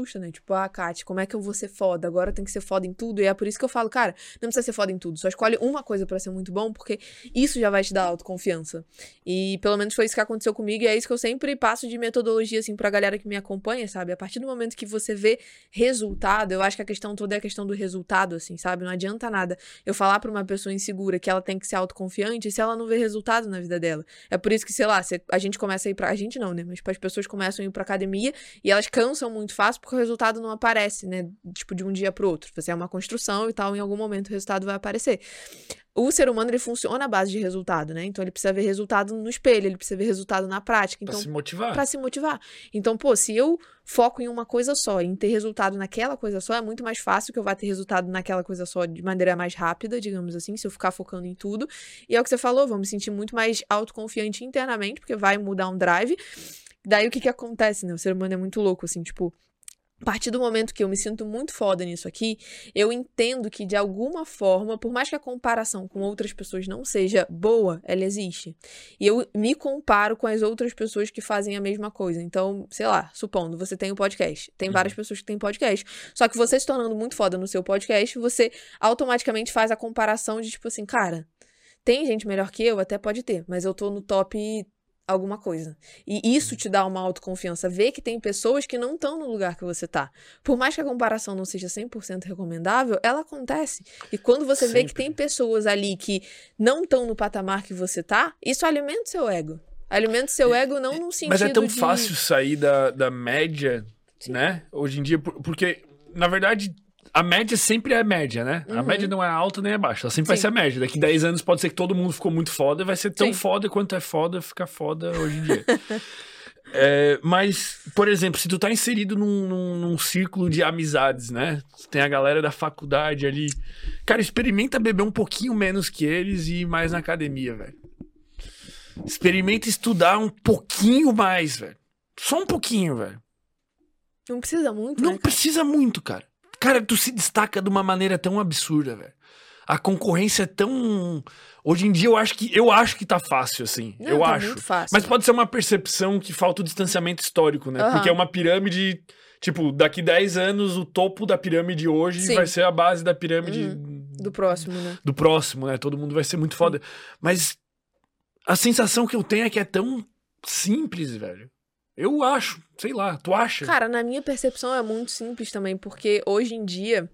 frustra, né? Tipo, Kátia, como é que eu vou ser foda? Agora tem que ser foda em tudo. E é por isso que eu falo, cara, não precisa ser foda em tudo. Só escolhe uma coisa pra ser muito bom, porque isso já vai te dar autoconfiança. E pelo menos foi isso que aconteceu comigo. E é isso que eu sempre passo de metodologia, assim, pra galera que me acompanha, sabe? A partir do momento que você vê resultado, eu acho que a questão toda é a questão do resultado, assim, sabe? Não adianta nada eu falar pra uma pessoa insegura que ela tem que ser autoconfiante se ela não vê resultado na vida dela. É por isso que, sei lá, a gente começa a ir pra... A gente não, né? Mas as pessoas começam a ir pra academia e elas cansam muito fácil porque o resultado não aparece, né? Tipo, de um dia pro outro. Você é uma construção e tal, em algum momento o resultado vai aparecer. O ser humano, ele funciona à base de resultado, né? Então, ele precisa ver resultado no espelho, ele precisa ver resultado na prática. Então, pra se motivar. Pra se motivar. Então, pô, se eu foco em uma coisa só, em ter resultado naquela coisa só, é muito mais fácil que eu vá ter resultado naquela coisa só de maneira mais rápida, digamos assim, se eu ficar focando em tudo. E é o que você falou, vou me sentir muito mais autoconfiante internamente, porque vai mudar um drive. Daí, o que acontece, né? O ser humano é muito louco, assim, tipo... A partir do momento que eu me sinto muito foda nisso aqui, eu entendo que, de alguma forma, por mais que a comparação com outras pessoas não seja boa, ela existe. E eu me comparo com as outras pessoas que fazem a mesma coisa. Então, sei lá, supondo, você tem um podcast. Tem várias pessoas que têm podcast. Só que você se tornando muito foda no seu podcast, você automaticamente faz a comparação de, tipo assim, cara, tem gente melhor que eu? Até pode ter, mas eu tô no top... alguma coisa. E isso te dá uma autoconfiança. Ver que tem pessoas que não estão no lugar que você tá. Por mais que a comparação não seja 100% recomendável, ela acontece. E quando você vê que tem pessoas ali que não estão no patamar que você tá, isso alimenta o seu ego. Alimenta o seu ego não num sentido Mas é tão fácil sair da média, Sim. né? Hoje em dia, porque, na verdade... A média sempre é média, né? A média não é alta nem é baixa. Ela sempre vai ser a média. Daqui 10 anos pode ser que todo mundo ficou muito foda e vai ser tão foda quanto é foda ficar foda hoje em dia. Mas, por exemplo, se tu tá inserido num círculo de amizades, né? Tem a galera da faculdade ali. Cara, experimenta beber um pouquinho menos que eles e ir mais na academia, velho. Experimenta estudar um pouquinho mais, velho. Só um pouquinho, velho. Não precisa muito, Não precisa muito, cara. Cara, tu se destaca de uma maneira tão absurda, velho. A concorrência é tão... Hoje em dia eu acho que tá fácil, assim. Não, eu tá acho. Muito fácil. Mas pode ser uma percepção que falta o distanciamento histórico, né? Porque é uma pirâmide... Tipo, daqui 10 anos, o topo da pirâmide hoje vai ser a base da pirâmide... Do próximo, né? Do próximo, né? Todo mundo vai ser muito foda. Mas a sensação que eu tenho é que é tão simples, velho. Eu acho, sei lá, tu acha? Cara, na minha percepção é muito simples também, porque hoje em dia...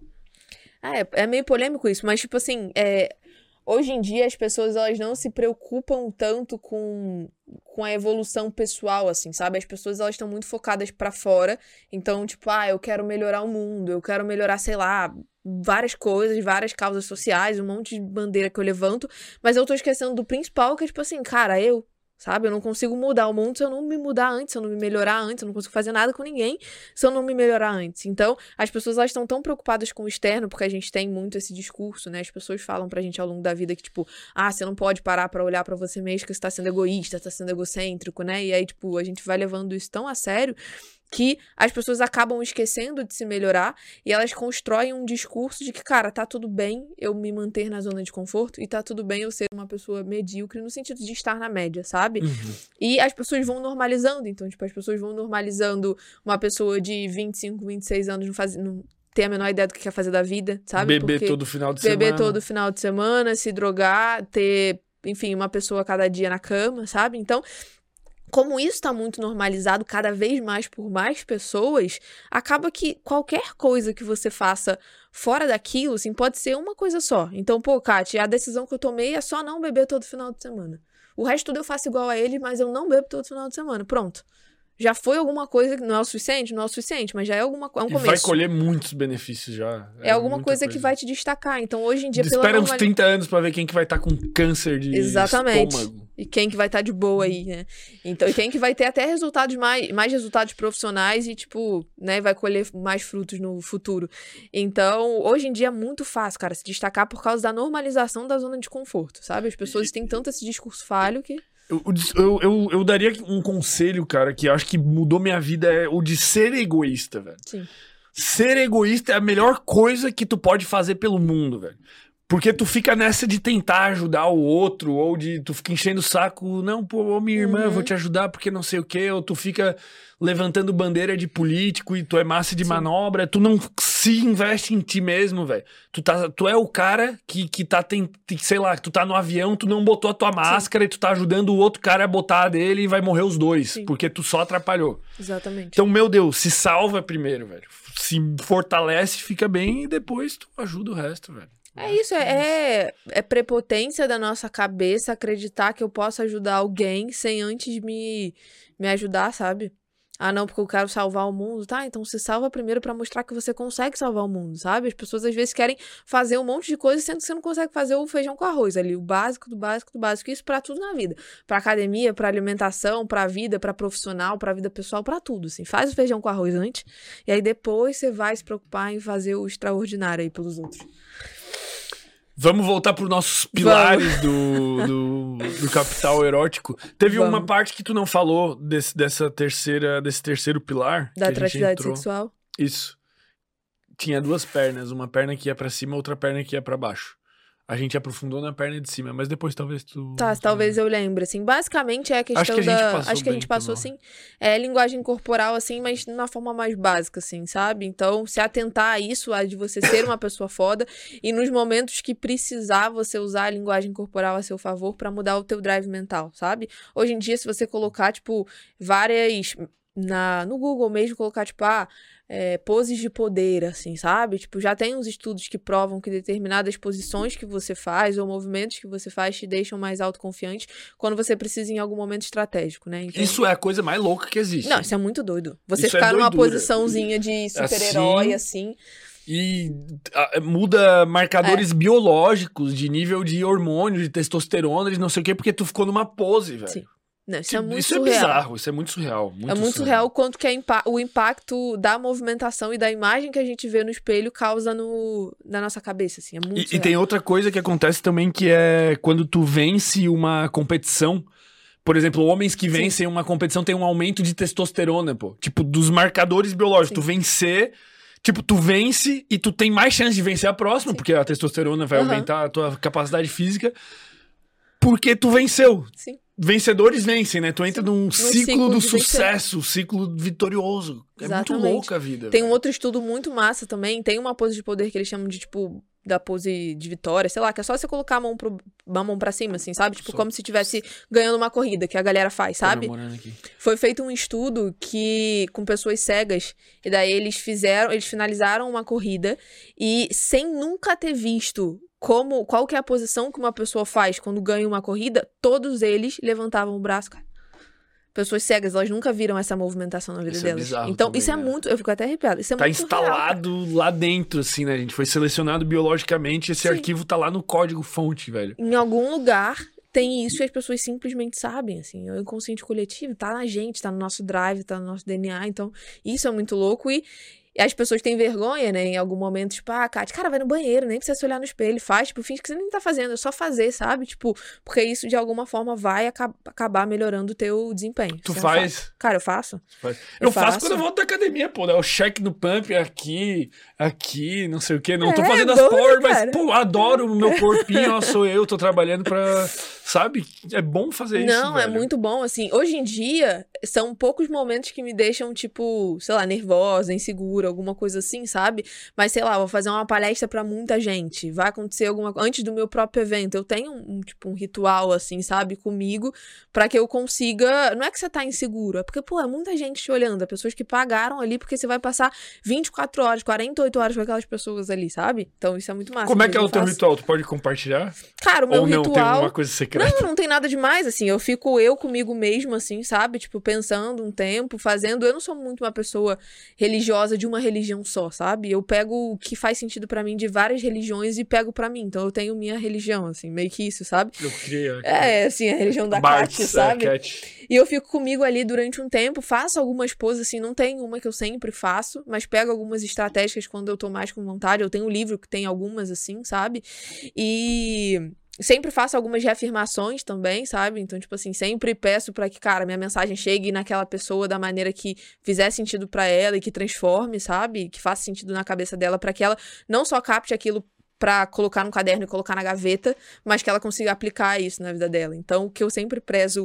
É meio polêmico isso, mas tipo assim, hoje em dia as pessoas elas não se preocupam tanto com a evolução pessoal, assim, sabe? As pessoas elas estão muito focadas pra fora, então tipo, eu quero melhorar o mundo, eu quero melhorar, sei lá... várias coisas, várias causas sociais, um monte de bandeira que eu levanto, mas eu tô esquecendo do principal, que é tipo assim, cara, sabe? Eu não consigo mudar o mundo se eu não me mudar antes, se eu não me melhorar antes, eu não consigo fazer nada com ninguém se eu não me melhorar antes. Então, as pessoas elas estão tão preocupadas com o externo, porque a gente tem muito esse discurso, né? As pessoas falam pra gente ao longo da vida que, tipo, você não pode parar pra olhar pra você mesmo, que você tá sendo egoísta, tá sendo egocêntrico, né? E aí, tipo, a gente vai levando isso tão a sério que as pessoas acabam esquecendo de se melhorar e elas constroem um discurso de que, cara, tá tudo bem eu me manter na zona de conforto e tá tudo bem eu ser uma pessoa medíocre no sentido de estar na média, sabe? E as pessoas vão normalizando, então, tipo, as pessoas vão normalizando uma pessoa de 25, 26 anos não ter a menor ideia do que quer fazer da vida, sabe? Beber todo final de semana. Beber todo final de semana, se drogar, ter, enfim, uma pessoa cada dia na cama, sabe? Então... como isso tá muito normalizado cada vez mais por mais pessoas, acaba que qualquer coisa que você faça fora daquilo, assim, pode ser uma coisa só. Então, pô, Kátia, a decisão que eu tomei é só não beber todo final de semana. O resto tudo eu faço igual a ele, mas eu não bebo todo final de semana. Pronto. Já foi alguma coisa que não é o suficiente? Não é o suficiente, mas já é um começo. E vai colher muitos benefícios já. É alguma coisa que vai te destacar. Então, hoje em dia... Espera uns 30 anos pra ver quem que vai estar com câncer de estômago. E quem que vai estar de boa aí, né? Então, e quem que vai ter até resultados mais resultados profissionais e, tipo, né, vai colher mais frutos no futuro. Então, hoje em dia é muito fácil, cara, se destacar por causa da normalização da zona de conforto, sabe? As pessoas têm tanto esse discurso falho que... Eu daria um conselho, cara, que eu acho que mudou minha vida, é o de ser egoísta, velho. Sim. Ser egoísta é a melhor coisa que tu pode fazer pelo mundo, velho. Porque tu fica nessa de tentar ajudar o outro, ou de tu fica enchendo o saco, não, pô, ô, minha irmã, eu vou te ajudar porque não sei o quê, ou tu fica levantando bandeira de político e tu é massa de manobra, tu não se investe em ti mesmo, velho. Tu é o cara que tá, sei lá, tu tá no avião, tu não botou a tua máscara e tu tá ajudando o outro cara a botar a dele e vai morrer os dois, porque tu só atrapalhou. Exatamente. Então, meu Deus, se salva primeiro, velho. Se fortalece, fica bem e depois tu ajuda o resto, velho. É isso, é prepotência da nossa cabeça acreditar que eu posso ajudar alguém sem antes me ajudar, sabe? Ah, não, porque eu quero salvar o mundo. Tá, então se salva primeiro pra mostrar que você consegue salvar o mundo, sabe? As pessoas às vezes querem fazer um monte de coisa sendo que você não consegue fazer o feijão com arroz ali, o básico do básico do básico. Isso pra tudo na vida. Pra academia, pra alimentação, pra vida, pra profissional, pra vida pessoal, pra tudo, assim. Faz o feijão com arroz antes e aí depois você vai se preocupar em fazer o extraordinário aí pelos outros. Vamos voltar para os nossos pilares do capital erótico. Teve uma parte que tu não falou desse terceiro pilar. Da atratividade sexual? Isso. Tinha duas pernas, uma perna que ia para cima, outra perna que ia para baixo. A gente aprofundou na perna de cima, mas depois talvez tu... Tá, talvez eu lembre, assim. Basicamente é a questão Acho que a gente passou, assim, linguagem corporal, assim, mas de uma forma mais básica, assim, sabe? Então, se atentar a isso, a de você ser uma pessoa foda, e nos momentos que precisar, você usar a linguagem corporal a seu favor pra mudar o teu drive mental, sabe? Hoje em dia, se você colocar, tipo, várias... no Google mesmo, colocar, tipo, poses de poder, assim, sabe? Tipo, já tem uns estudos que provam que determinadas posições que você faz ou movimentos que você faz te deixam mais autoconfiante quando você precisa em algum momento estratégico, né? Então... Isso é a coisa mais louca que existe. Não, isso é muito doido. Você ficar numa posiçãozinha de super-herói, assim... E muda marcadores biológicos de nível de hormônio, de testosterona, de não sei o quê, porque tu ficou numa pose, velho. Sim. Não, isso é muito surreal. Bizarro, isso é muito surreal. Muito surreal quanto que o impacto da movimentação e da imagem que a gente vê no espelho causa na nossa cabeça, assim, é muito surreal. E tem outra coisa que acontece também, que é quando tu vence uma competição. Por exemplo, homens que vencem uma competição têm um aumento de testosterona, pô. Tipo, dos marcadores biológicos. Tu tu vence e tu tem mais chance de vencer a próxima, porque a testosterona vai aumentar a tua capacidade física, porque tu venceu. Sim. Vencedores vencem, né? Tu entra num ciclo do sucesso, ciclo vitorioso. Exatamente. É muito louca a vida. Tem um outro estudo muito massa também. Tem uma pose de poder que eles chamam de, tipo, da pose de vitória, sei lá, que é só você colocar a mão pra cima, assim, sabe? Tipo, como se estivesse ganhando uma corrida, que a galera faz, sabe? Foi feito um estudo com pessoas cegas, e daí eles finalizaram uma corrida, e sem nunca ter visto qual que é a posição que uma pessoa faz quando ganha uma corrida, todos eles levantavam o braço, cara. Pessoas cegas, elas nunca viram essa movimentação na vida delas. Então, também, isso é muito... Eu fico até arrepiada. Isso é muito instalado real, lá dentro, assim, né, gente? Foi selecionado biologicamente, esse arquivo tá lá no código-fonte, velho. Em algum lugar tem isso e as pessoas simplesmente sabem, assim. É o inconsciente coletivo, tá na gente, tá no nosso drive, tá no nosso DNA. Então, isso é muito louco e as pessoas têm vergonha, né, em algum momento, tipo, Kátia, cara, vai no banheiro, nem precisa se olhar no espelho, faz, tipo, finge que você nem tá fazendo, é só fazer, sabe? Tipo, porque isso, de alguma forma, vai acabar melhorando o teu desempenho. Tu faz? Cara, eu faço. Eu faço quando eu volto da academia, pô, dá o check no pump aqui, não sei o quê, não tô fazendo as power, mas, pô, adoro o meu corpinho, ó, sou eu, tô trabalhando pra, sabe? É bom fazer isso, Não, velho. É muito bom, assim, hoje em dia, são poucos momentos que me deixam, tipo, sei lá, nervosa, insegura, alguma coisa assim, sabe? Mas, sei lá, vou fazer uma palestra pra muita gente, vai acontecer alguma coisa, antes do meu próprio evento, eu tenho um ritual, assim, sabe, comigo, pra que eu consiga, não é que você tá inseguro, é porque, pô, é muita gente te olhando, é pessoas que pagaram ali, porque você vai passar 24 horas, 48 horas com aquelas pessoas ali, sabe? Então, isso é muito massa. Como é que é o teu ritual? Tu pode compartilhar? Cara, o meu ritual... Ou não, tem alguma coisa secreta? Não tem nada demais, assim, eu fico comigo mesmo, assim, sabe? Tipo, pensando um tempo, fazendo, eu não sou muito uma pessoa religiosa de uma religião só, sabe? Eu pego o que faz sentido pra mim de várias religiões e pego pra mim. Então eu tenho minha religião, assim, meio que isso, sabe? Eu criei. Assim, a religião da Kátia, sabe? E eu fico comigo ali durante um tempo, faço algumas poses, assim, não tem uma que eu sempre faço, mas pego algumas estratégicas quando eu tô mais com vontade. Eu tenho um livro que tem algumas, assim, sabe? E sempre faço algumas reafirmações também, sabe? Então, tipo assim, sempre peço pra que, cara, minha mensagem chegue naquela pessoa da maneira que fizer sentido pra ela e que transforme, sabe? Que faça sentido na cabeça dela, pra que ela não só capte aquilo pra colocar num caderno e colocar na gaveta, mas que ela consiga aplicar isso na vida dela. Então, o que eu sempre prezo,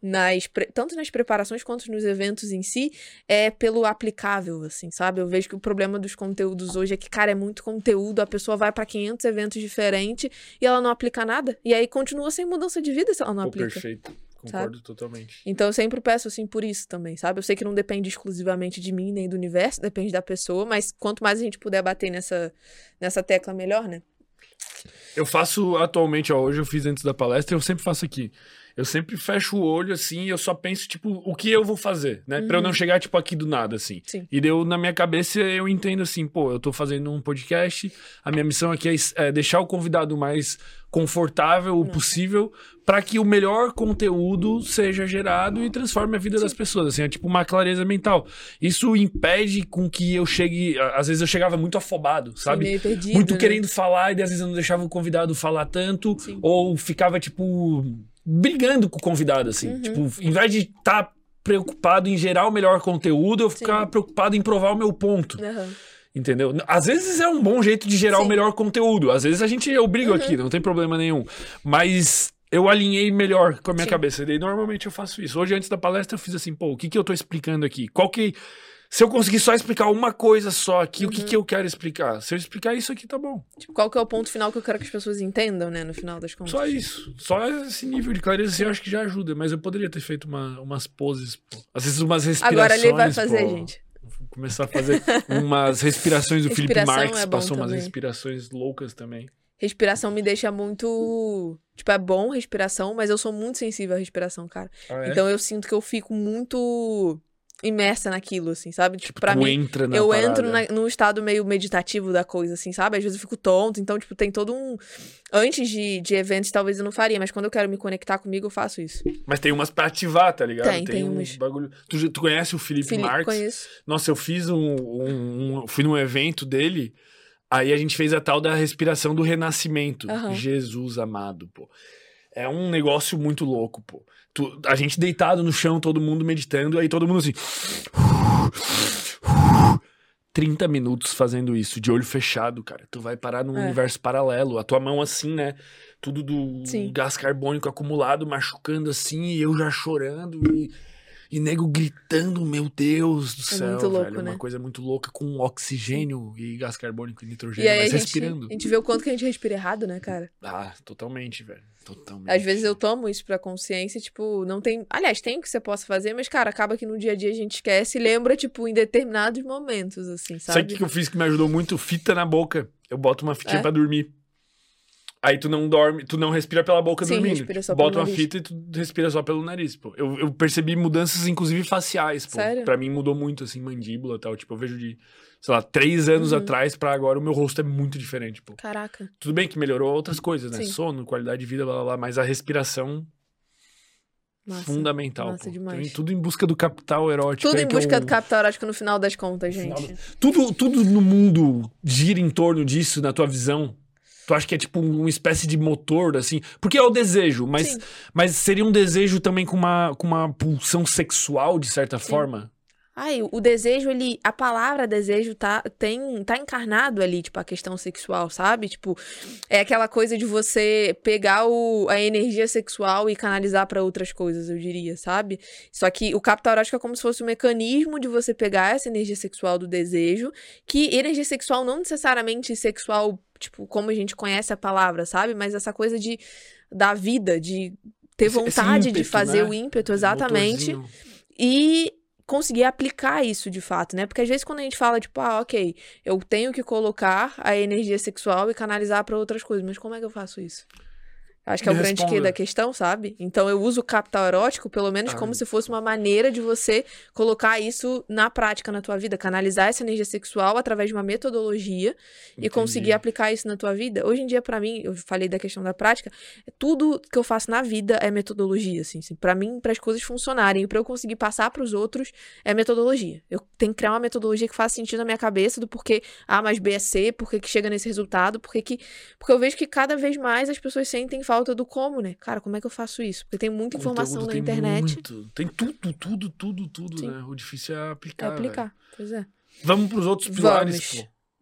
tanto nas preparações quanto nos eventos em si, é pelo aplicável, assim, sabe? Eu vejo que o problema dos conteúdos hoje é que, cara, é muito conteúdo, a pessoa vai pra 500 eventos diferentes e ela não aplica nada, e aí continua sem mudança de vida se ela não aplica. Perfeito. Concordo totalmente. Então eu sempre peço, assim, por isso também, sabe? Eu sei que não depende exclusivamente de mim, nem do universo, depende da pessoa, mas quanto mais a gente puder bater nessa tecla, melhor, né? Eu faço atualmente, hoje eu fiz antes da palestra, eu sempre faço aqui. Eu sempre fecho o olho, assim, e eu só penso, tipo, o que eu vou fazer, né? Pra eu não chegar, tipo, aqui do nada, assim. Sim. E daí, na minha cabeça, eu entendo assim, pô, eu tô fazendo um podcast, a minha missão aqui é deixar o convidado mais confortável possível para que o melhor conteúdo seja gerado e transforme a vida das pessoas, assim, é tipo uma clareza mental. Isso impede com que eu chegue, às vezes eu chegava muito afobado, sabe? Meio perdido, muito né? querendo falar e às vezes eu não deixava o convidado falar tanto, ou ficava, tipo, brigando com o convidado, assim. Tipo, em vez de estar preocupado em gerar o melhor conteúdo, eu ficava preocupado em provar o meu ponto. Entendeu? Às vezes é um bom jeito de gerar o melhor conteúdo. Às vezes eu brigo aqui, não tem problema nenhum. Mas eu alinhei melhor com a minha cabeça. E daí, normalmente eu faço isso. Hoje, antes da palestra, eu fiz assim, pô, o que eu tô explicando aqui? Se eu conseguir só explicar uma coisa só aqui, o que eu quero explicar? Se eu explicar isso aqui, tá bom. Tipo, qual que é o ponto final que eu quero que as pessoas entendam, né? No final das contas. Só isso. Só esse nível de clareza, assim, eu acho que já ajuda. Mas eu poderia ter feito umas poses, pô. Às vezes umas respirações. Agora ele vai fazer, gente. Vou começar a fazer umas respirações do Felipe Marques. Passou umas também. Respirações loucas também. Respiração me deixa muito... Tipo, é bom respiração, mas eu sou muito sensível à respiração, cara. Ah, é? Então eu sinto que eu fico muito imersa naquilo, assim, sabe? Tipo, pra mim, entra na eu parada. entro num estado meio meditativo da coisa, assim, sabe? Às vezes eu fico tonto, então, tipo, tem todo um... Antes de eventos, talvez eu não faria, mas quando eu quero me conectar comigo, eu faço isso. Mas tem umas pra ativar, tá ligado? Tem uns umas. bagulho... Tu conhece o Felipe Marques? Conheço. Nossa, eu fiz fui num evento dele, aí a gente fez a tal da respiração do renascimento. Jesus amado, pô. É um negócio muito louco, pô. A gente deitado no chão, todo mundo meditando, aí todo mundo assim... 30 minutos fazendo isso, de olho fechado, cara. Tu vai parar num universo paralelo. A tua mão assim, né? Tudo do gás carbônico acumulado, machucando assim, e eu já chorando, e nego gritando, meu Deus do céu, muito louco, velho. né? Uma coisa muito louca, com oxigênio e gás carbônico e nitrogênio, E aí mas respirando. A gente vê o quanto que a gente respira errado, né, cara? Ah, totalmente, velho. Totalmente. Às vezes eu tomo isso pra consciência, tipo, não tem... Aliás, tem o que você possa fazer, mas, cara, acaba que no dia a dia a gente esquece e lembra, tipo, em determinados momentos, assim, sabe? Sabe o que eu fiz que me ajudou muito? Fita na boca. Eu boto uma fitinha pra dormir. Aí tu não dorme, tu não respira pela boca dormindo. Respira só Bota pelo uma nariz. fita e tu respira só pelo nariz, pô. Eu percebi mudanças, inclusive, faciais, pô. Sério? Pra mim mudou muito, assim, mandíbula e tal. Tipo, eu vejo de, sei lá, 3 anos atrás pra agora, o meu rosto é muito diferente, pô. Caraca. Tudo bem que melhorou outras coisas, né? Sim. Sono, qualidade de vida, blá, blá, blá. Mas a respiração, fundamental, massa pô. demais. Então, tudo em busca do capital erótico. Tudo aí, em que é busca o- do capital erótico no final das contas, gente. Tudo no mundo gira em torno disso, na tua visão? Tu acha que é tipo uma espécie de motor, assim? Porque é o desejo, mas seria um desejo também com uma pulsão sexual, de certa forma? Ai, o desejo, a palavra desejo tá encarnado ali, tipo, a questão sexual, sabe? Tipo, é aquela coisa de você pegar a energia sexual e canalizar pra outras coisas, eu diria, sabe? Só que o capital erótico é como se fosse um mecanismo de você pegar essa energia sexual do desejo, que energia sexual não necessariamente sexual, tipo, como a gente conhece a palavra, sabe? Mas essa coisa da vida, de ter vontade de fazer, né? O ímpeto, exatamente. Motorzinho. E conseguir aplicar isso de fato, né? Porque às vezes quando a gente fala, tipo, ok, eu tenho que colocar a energia sexual e canalizar pra outras coisas, mas como é que eu faço isso? Acho que é o grande quê da questão, sabe? Então eu uso o capital erótico, pelo menos como se fosse uma maneira de você colocar isso na prática na tua vida, canalizar essa energia sexual através de uma metodologia e conseguir aplicar isso na tua vida. Hoje em dia, pra mim, eu falei da questão da prática, tudo que eu faço na vida é metodologia, assim. Pra mim, para as coisas funcionarem e pra eu conseguir passar pros outros, é metodologia. Eu tenho que criar uma metodologia que faça sentido na minha cabeça do porquê A mais B é C, porquê que chega nesse resultado, porque eu vejo que cada vez mais as pessoas sentem falta do como, né? Cara, como é que eu faço isso? Porque tem muita informação na internet. Tem tudo, Sim. né? O difícil é aplicar. É aplicar, pois é. Vamos pros outros pilares, pô.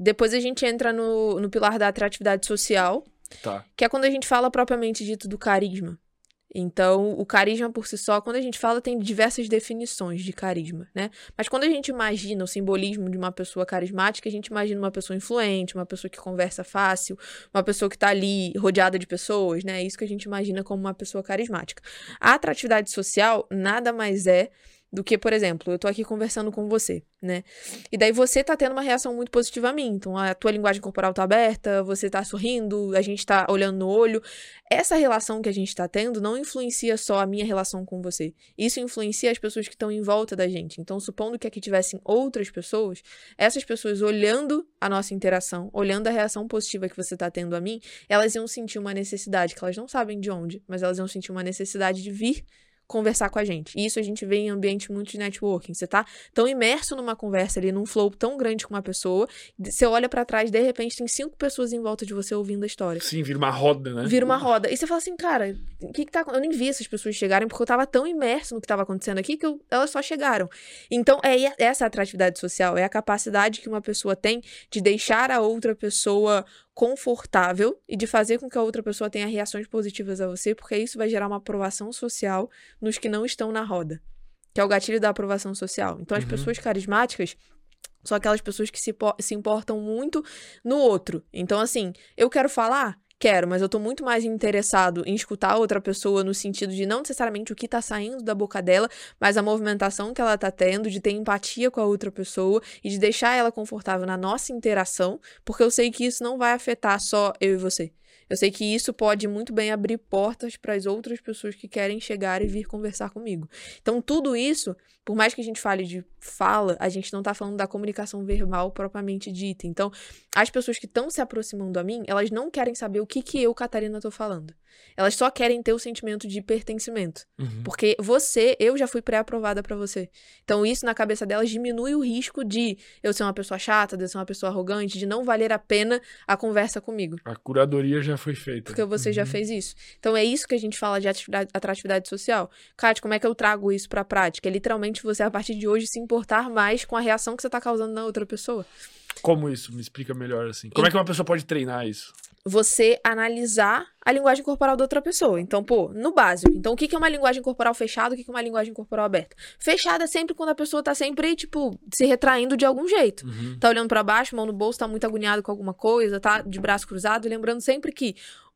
Depois a gente entra no pilar da atratividade social, que é quando a gente fala propriamente dito do carisma. Então, o carisma por si só, quando a gente fala, tem diversas definições de carisma, né? Mas quando a gente imagina o simbolismo de uma pessoa carismática, a gente imagina uma pessoa influente, uma pessoa que conversa fácil, uma pessoa que tá ali rodeada de pessoas, né? É isso que a gente imagina como uma pessoa carismática. A atratividade social nada mais é do que, por exemplo, eu tô aqui conversando com você, né? E daí você tá tendo uma reação muito positiva a mim. Então, a tua linguagem corporal tá aberta, você tá sorrindo, a gente tá olhando no olho. Essa relação que a gente tá tendo não influencia só a minha relação com você. Isso influencia as pessoas que estão em volta da gente. Então, supondo que aqui tivessem outras pessoas, essas pessoas olhando a nossa interação, olhando a reação positiva que você tá tendo a mim, elas iam sentir uma necessidade, que elas não sabem de onde, mas elas iam sentir uma necessidade de vir conversar com a gente. E isso a gente vê em ambiente muito de networking. Você tá tão imerso numa conversa ali, num flow tão grande com uma pessoa, você olha pra trás, de repente tem 5 pessoas em volta de você ouvindo a história. Sim, vira uma roda, né? Vira uma roda. E você fala assim, cara, o que tá... Eu nem vi essas pessoas chegarem, porque eu tava tão imerso no que tava acontecendo aqui, que elas só chegaram. Então, essa atratividade social, é a capacidade que uma pessoa tem de deixar a outra pessoa confortável e de fazer com que a outra pessoa tenha reações positivas a você, porque isso vai gerar uma aprovação social nos que não estão na roda, que é o gatilho da aprovação social. Então, as pessoas carismáticas são aquelas pessoas que se importam muito no outro. Então, assim, eu quero falar? Quero, mas eu tô muito mais interessado em escutar a outra pessoa no sentido de não necessariamente o que tá saindo da boca dela, mas a movimentação que ela tá tendo, de ter empatia com a outra pessoa e de deixar ela confortável na nossa interação, porque eu sei que isso não vai afetar só eu e você. Eu sei que isso pode muito bem abrir portas para as outras pessoas que querem chegar e vir conversar comigo. Então, tudo isso, por mais que a gente fale de fala, a gente não tá falando da comunicação verbal propriamente dita. Então, as pessoas que estão se aproximando a mim, elas não querem saber o que eu, Catarina, tô falando. Elas só querem ter o sentimento de pertencimento. Porque eu já fui pré-aprovada pra você. Então, isso na cabeça delas diminui o risco de eu ser uma pessoa chata, de eu ser uma pessoa arrogante, de não valer a pena a conversa comigo. A curadoria já foi feita. Porque você já fez isso. Então, é isso que a gente fala de atratividade social. Kátia, como é que eu trago isso pra prática? É literalmente você, a partir de hoje, se importar mais com a reação que você tá causando na outra pessoa. Como isso? Me explica melhor, assim. Como é que uma pessoa pode treinar isso? Você analisar a linguagem corporal da outra pessoa. Então, no básico. Então, o que é uma linguagem corporal fechada? O que é uma linguagem corporal aberta? Fechada é sempre quando a pessoa tá sempre, se retraindo de algum jeito. Tá olhando pra baixo, mão no bolso, tá muito agoniado com alguma coisa, tá de braço cruzado. Lembrando sempre que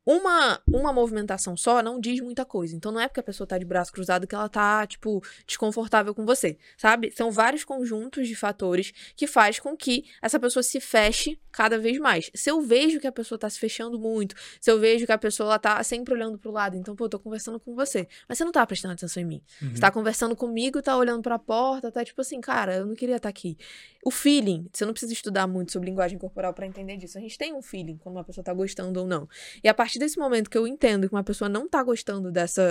uma movimentação só não diz muita coisa. Então, não é porque a pessoa tá de braço cruzado que ela tá, desconfortável com você, sabe? São vários conjuntos de fatores que faz com que essa pessoa se feche cada vez mais. Se eu vejo que a pessoa tá se fechando muito, se eu vejo que a pessoa ela tá sempre olhando pro lado, então, eu tô conversando com você, mas você não tá prestando atenção em mim. Você tá conversando comigo, tá olhando pra porta, tá assim, cara, eu não queria estar aqui. O feeling, você não precisa estudar muito sobre linguagem corporal pra entender disso. A gente tem um feeling quando uma pessoa tá gostando ou não. E a partir desse momento que eu entendo que uma pessoa não tá gostando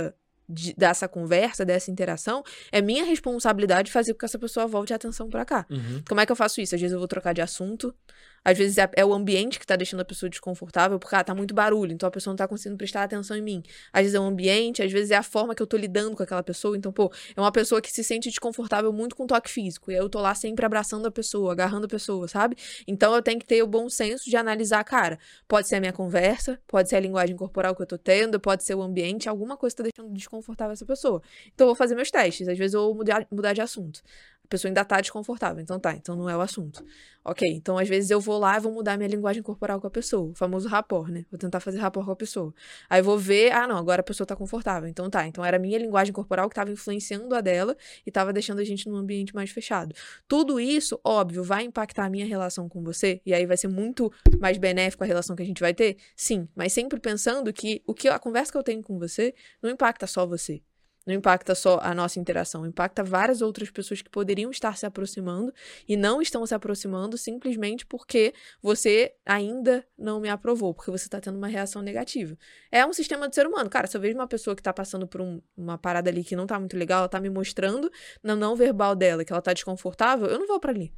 dessa conversa, dessa interação, é minha responsabilidade fazer com que essa pessoa volte a atenção pra cá. Como é que eu faço isso? Às vezes eu vou trocar de assunto, às vezes é o ambiente que tá deixando a pessoa desconfortável, porque tá muito barulho, então a pessoa não tá conseguindo prestar atenção em mim. Às vezes é o ambiente, às vezes é a forma que eu tô lidando com aquela pessoa, então, é uma pessoa que se sente desconfortável muito com toque físico, e aí eu tô lá sempre abraçando a pessoa, agarrando a pessoa, sabe? Então eu tenho que ter o bom senso de analisar, cara, pode ser a minha conversa, pode ser a linguagem corporal que eu tô tendo, pode ser o ambiente, alguma coisa tá deixando desconfortável essa pessoa. Então eu vou fazer meus testes, às vezes eu vou mudar de assunto. A pessoa ainda tá desconfortável, então não é o assunto. Ok, então às vezes eu vou lá e vou mudar minha linguagem corporal com a pessoa, o famoso rapport, né? Vou tentar fazer rapport com a pessoa. Aí eu vou ver, não, agora a pessoa tá confortável, então era a minha linguagem corporal que tava influenciando a dela e tava deixando a gente num ambiente mais fechado. Tudo isso, óbvio, vai impactar a minha relação com você, e aí vai ser muito mais benéfico a relação que a gente vai ter? Sim, mas sempre pensando que a conversa que eu tenho com você não impacta só você. Não impacta só a nossa interação, impacta várias outras pessoas que poderiam estar se aproximando e não estão se aproximando simplesmente porque você ainda não me aprovou, porque você está tendo uma reação negativa. É um sistema do ser humano. Cara, se eu vejo uma pessoa que está passando por uma parada ali que não está muito legal, ela está me mostrando no não verbal dela que ela está desconfortável, eu não vou para ali.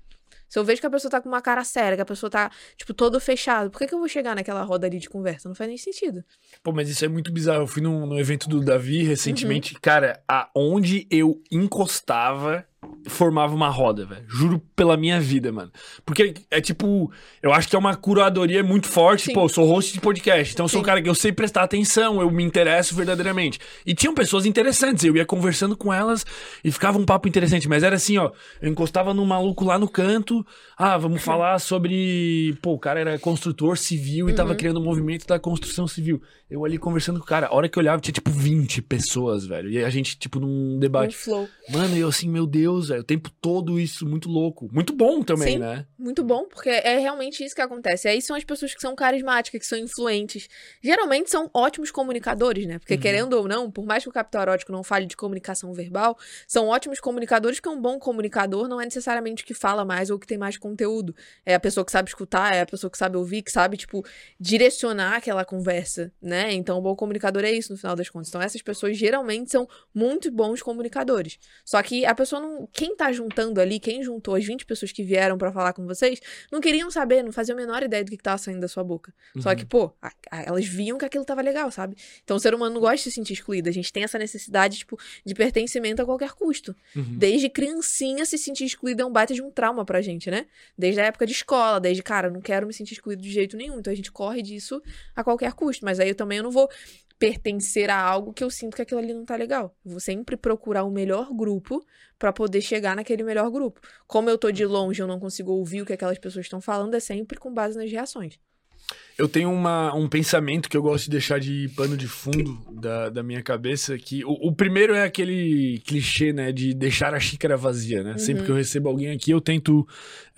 Se eu vejo que a pessoa tá com uma cara séria, que a pessoa tá, tipo, todo fechado, por que eu vou chegar naquela roda ali de conversa? Não faz nem sentido. Pô, mas isso é muito bizarro. Eu fui no evento do Davi recentemente. Cara, aonde eu encostava, formava uma roda, velho. Juro pela minha vida, mano. Porque é tipo, eu acho que é uma curadoria muito forte. Sim. Pô, eu sou host de podcast, então eu sou um Sim. cara que eu sei prestar atenção, eu me interesso verdadeiramente. E tinham pessoas interessantes, eu ia conversando com elas e ficava um papo interessante. Mas era assim, ó, eu encostava num maluco lá no canto. Vamos falar sobre... Pô, o cara era construtor civil e tava criando um movimento da construção civil. Eu ali conversando com o cara, a hora que eu olhava tinha tipo 20 pessoas, velho. E a gente tipo num debate. Um flow. Mano, eu assim, meu Deus, velho, o tempo todo isso, muito louco. Muito bom também, Sim, né? muito bom, porque é realmente isso que acontece. Aí são as pessoas que são carismáticas, que são influentes. Geralmente são ótimos comunicadores, né? Porque querendo ou não, por mais que o Capital Erótico não fale de comunicação verbal, são ótimos comunicadores, porque um bom comunicador não é necessariamente o que fala mais ou que tem mais conteúdo. É a pessoa que sabe escutar, é a pessoa que sabe ouvir, que sabe, tipo, direcionar aquela conversa, né? Então, o bom comunicador é isso, no final das contas. Então, essas pessoas geralmente são muito bons comunicadores. Só que a pessoa não... Quem tá juntando ali, quem juntou as 20 pessoas que vieram pra falar com vocês, não queriam saber, não faziam a menor ideia do que tava saindo da sua boca. Só que, pô, elas viam que aquilo tava legal, sabe? Então, o ser humano não gosta de se sentir excluído. A gente tem essa necessidade, tipo, de pertencimento a qualquer custo. Desde criancinha, se sentir excluído é um baita de um trauma pra gente, né? Desde a época de escola, desde, cara, eu não quero me sentir excluído de jeito nenhum. Então, a gente corre disso a qualquer custo. Mas aí eu não vou pertencer a algo que eu sinto que aquilo ali não tá legal. Eu vou sempre procurar o melhor grupo pra poder chegar naquele melhor grupo. Como eu tô de longe, eu não consigo ouvir o que aquelas pessoas estão falando, é sempre com base nas reações. Eu tenho um pensamento que eu gosto de deixar de pano de fundo da minha cabeça, que o primeiro é aquele clichê, né, de deixar a xícara vazia, né? Sempre que eu recebo alguém aqui, eu tento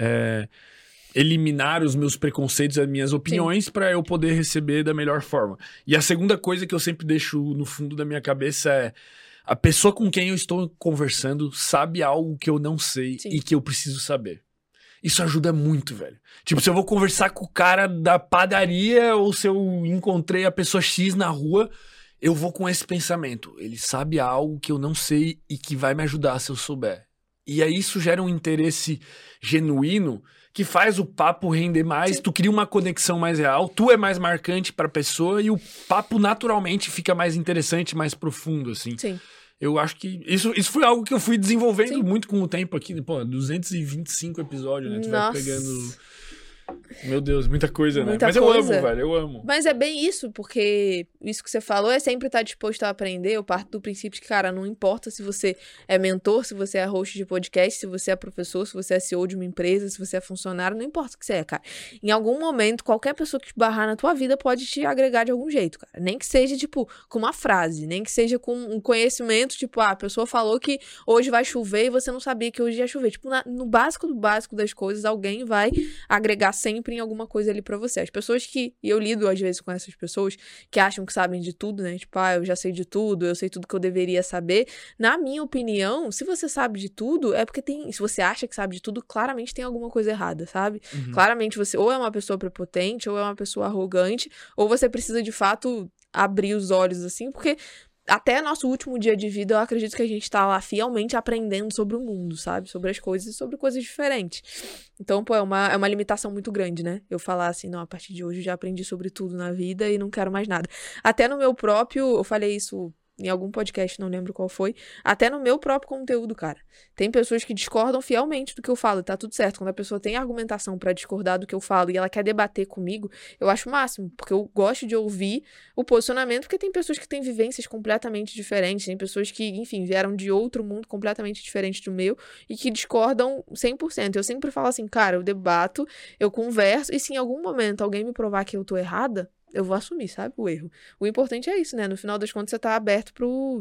eliminar os meus preconceitos, as minhas opiniões, para eu poder receber da melhor forma. E a segunda coisa que eu sempre deixo no fundo da minha cabeça é: a pessoa com quem eu estou conversando sabe algo que eu não sei e que eu preciso saber. Isso ajuda muito, velho. Tipo, se eu vou conversar com o cara da padaria ou se eu encontrei a pessoa X na rua, eu vou com esse pensamento. Ele sabe algo que eu não sei e que vai me ajudar se eu souber. E aí isso gera um interesse genuíno que faz o papo render mais, tu cria uma conexão mais real, tu é mais marcante pra pessoa e o papo naturalmente fica mais interessante, mais profundo, assim. Sim. Eu acho que isso foi algo que eu fui desenvolvendo muito com o tempo aqui. Pô, 225 episódios, né? Tu vai pegando... Meu Deus, muita coisa, né? Mas eu amo, velho, eu amo. Mas é bem isso, porque isso que você falou é sempre estar disposto a aprender. Eu parto do princípio que, cara, não importa se você é mentor, se você é host de podcast, se você é professor, se você é CEO de uma empresa, se você é funcionário, não importa o que você é, cara. Em algum momento, qualquer pessoa que te barrar na tua vida pode te agregar de algum jeito, cara. Nem que seja, tipo, com uma frase, nem que seja com um conhecimento, tipo, a pessoa falou que hoje vai chover e você não sabia que hoje ia chover. Tipo, no básico do básico das coisas, alguém vai agregar sempre em alguma coisa ali pra você. As pessoas que... E eu lido às vezes com essas pessoas que acham que sabem de tudo, né? Tipo, eu já sei de tudo, eu sei tudo que eu deveria saber. Na minha opinião, se você sabe de tudo, é porque tem... Se você acha que sabe de tudo, claramente tem alguma coisa errada, sabe? Claramente você ou é uma pessoa prepotente, ou é uma pessoa arrogante, ou você precisa de fato abrir os olhos, assim, porque... Até nosso último dia de vida, eu acredito que a gente tá lá fielmente aprendendo sobre o mundo, sabe? Sobre as coisas e sobre coisas diferentes. Então, pô, é uma limitação muito grande, né? Eu falar assim, não, a partir de hoje eu já aprendi sobre tudo na vida e não quero mais nada. Até no meu próprio, eu falei isso em algum podcast, não lembro qual foi, até no meu próprio conteúdo, cara. Tem pessoas que discordam fielmente do que eu falo, e tá tudo certo. Quando a pessoa tem argumentação pra discordar do que eu falo e ela quer debater comigo, eu acho o máximo, porque eu gosto de ouvir o posicionamento, porque tem pessoas que têm vivências completamente diferentes, tem pessoas que, enfim, vieram de outro mundo completamente diferente do meu e que discordam 100%. Eu sempre falo assim, cara, eu debato, eu converso, e se em algum momento alguém me provar que eu tô errada, eu vou assumir, sabe, o erro. O importante é isso, né? No final das contas, você tá aberto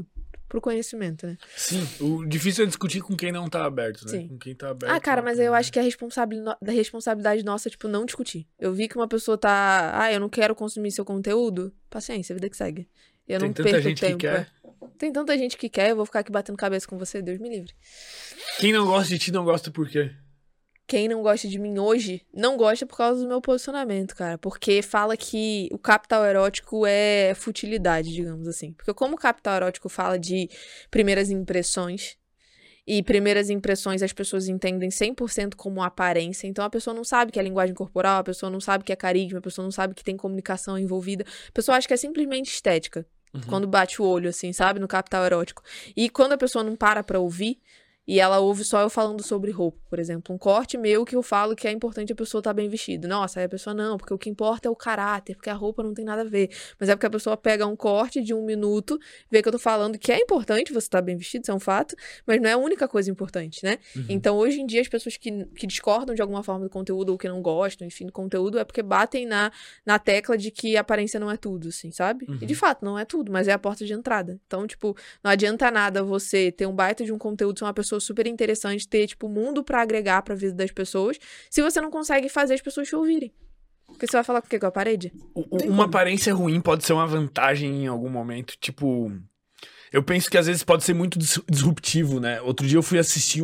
pro conhecimento, né? Sim, o difícil é discutir com quem não tá aberto, né? Sim. Com quem tá aberto. Cara, mas eu acho que é responsabilidade nossa, tipo, não discutir. Eu vi que uma pessoa tá... eu não quero consumir seu conteúdo. Paciência, vida que segue. Eu não perco tempo. Tem tanta gente que quer. Tem tanta gente que quer, eu vou ficar aqui batendo cabeça com você, Deus me livre. Quem não gosta de ti não gosta por quê? Quem não gosta de mim hoje, não gosta por causa do meu posicionamento, cara. Porque fala que o capital erótico é futilidade, digamos assim. Porque como o capital erótico fala de primeiras impressões, E primeiras impressões as pessoas entendem 100% como aparência. Então a pessoa não sabe que é linguagem corporal, a pessoa não sabe que é carisma, a pessoa não sabe que tem comunicação envolvida. A pessoa acha que é simplesmente estética. Quando bate o olho, assim, sabe? No capital erótico. E quando a pessoa não para pra ouvir, e ela ouve só eu falando sobre roupa, por exemplo. Um corte meu que eu falo que é importante a pessoa estar bem vestida. Nossa, aí a pessoa não, porque o que importa é o caráter, porque a roupa não tem nada a ver. Mas é porque a pessoa pega um corte de 1 minuto, vê que eu tô falando que é importante você estar bem vestido, isso é um fato, mas não é a única coisa importante, né? Então, hoje em dia, as pessoas que discordam de alguma forma do conteúdo ou que não gostam, enfim, do conteúdo, é porque batem na tecla de que a aparência não é tudo, assim, sabe? E de fato, não é tudo, mas é a porta de entrada. Então, tipo, não adianta nada você ter um baita de um conteúdo, ser uma pessoa super interessante, ter, tipo, mundo pra agregar pra vida das pessoas, se você não consegue fazer as pessoas te ouvirem. Porque você vai falar com o quê? Com a parede? Uma aparência ruim pode ser uma vantagem em algum momento. Tipo, eu penso que às vezes pode ser muito disruptivo, né? Outro dia eu fui assistir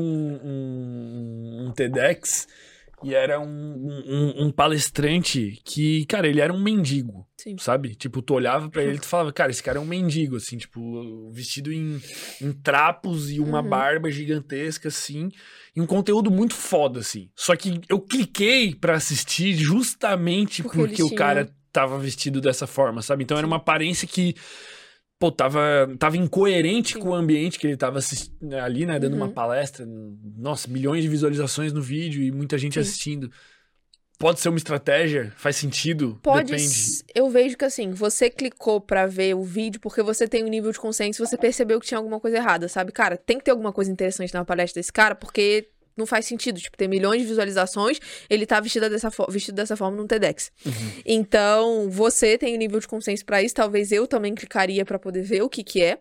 um TEDx e era um palestrante que, cara, ele era um mendigo. Sim. Sabe? Tipo, tu olhava pra ele e tu falava, cara, esse cara é um mendigo, assim, tipo, vestido em trapos e uma barba gigantesca, assim, e um conteúdo muito foda, assim. Só que eu cliquei pra assistir justamente porque o cara tava vestido dessa forma, sabe? Então era uma aparência que, pô, tava incoerente com o ambiente que ele tava ali, né, dando uma palestra. Nossa, milhões de visualizações no vídeo e muita gente assistindo. Pode ser uma estratégia? Faz sentido? Pode. Depende. Eu vejo que, assim, você clicou pra ver o vídeo porque você tem um nível de consciência e você percebeu que tinha alguma coisa errada, sabe? Cara, tem que ter alguma coisa interessante na palestra desse cara, porque não faz sentido. Tipo, tem milhões de visualizações, ele tá vestido dessa forma num TEDx. Então, você tem um nível de consciência pra isso, talvez eu também clicaria pra poder ver o que é.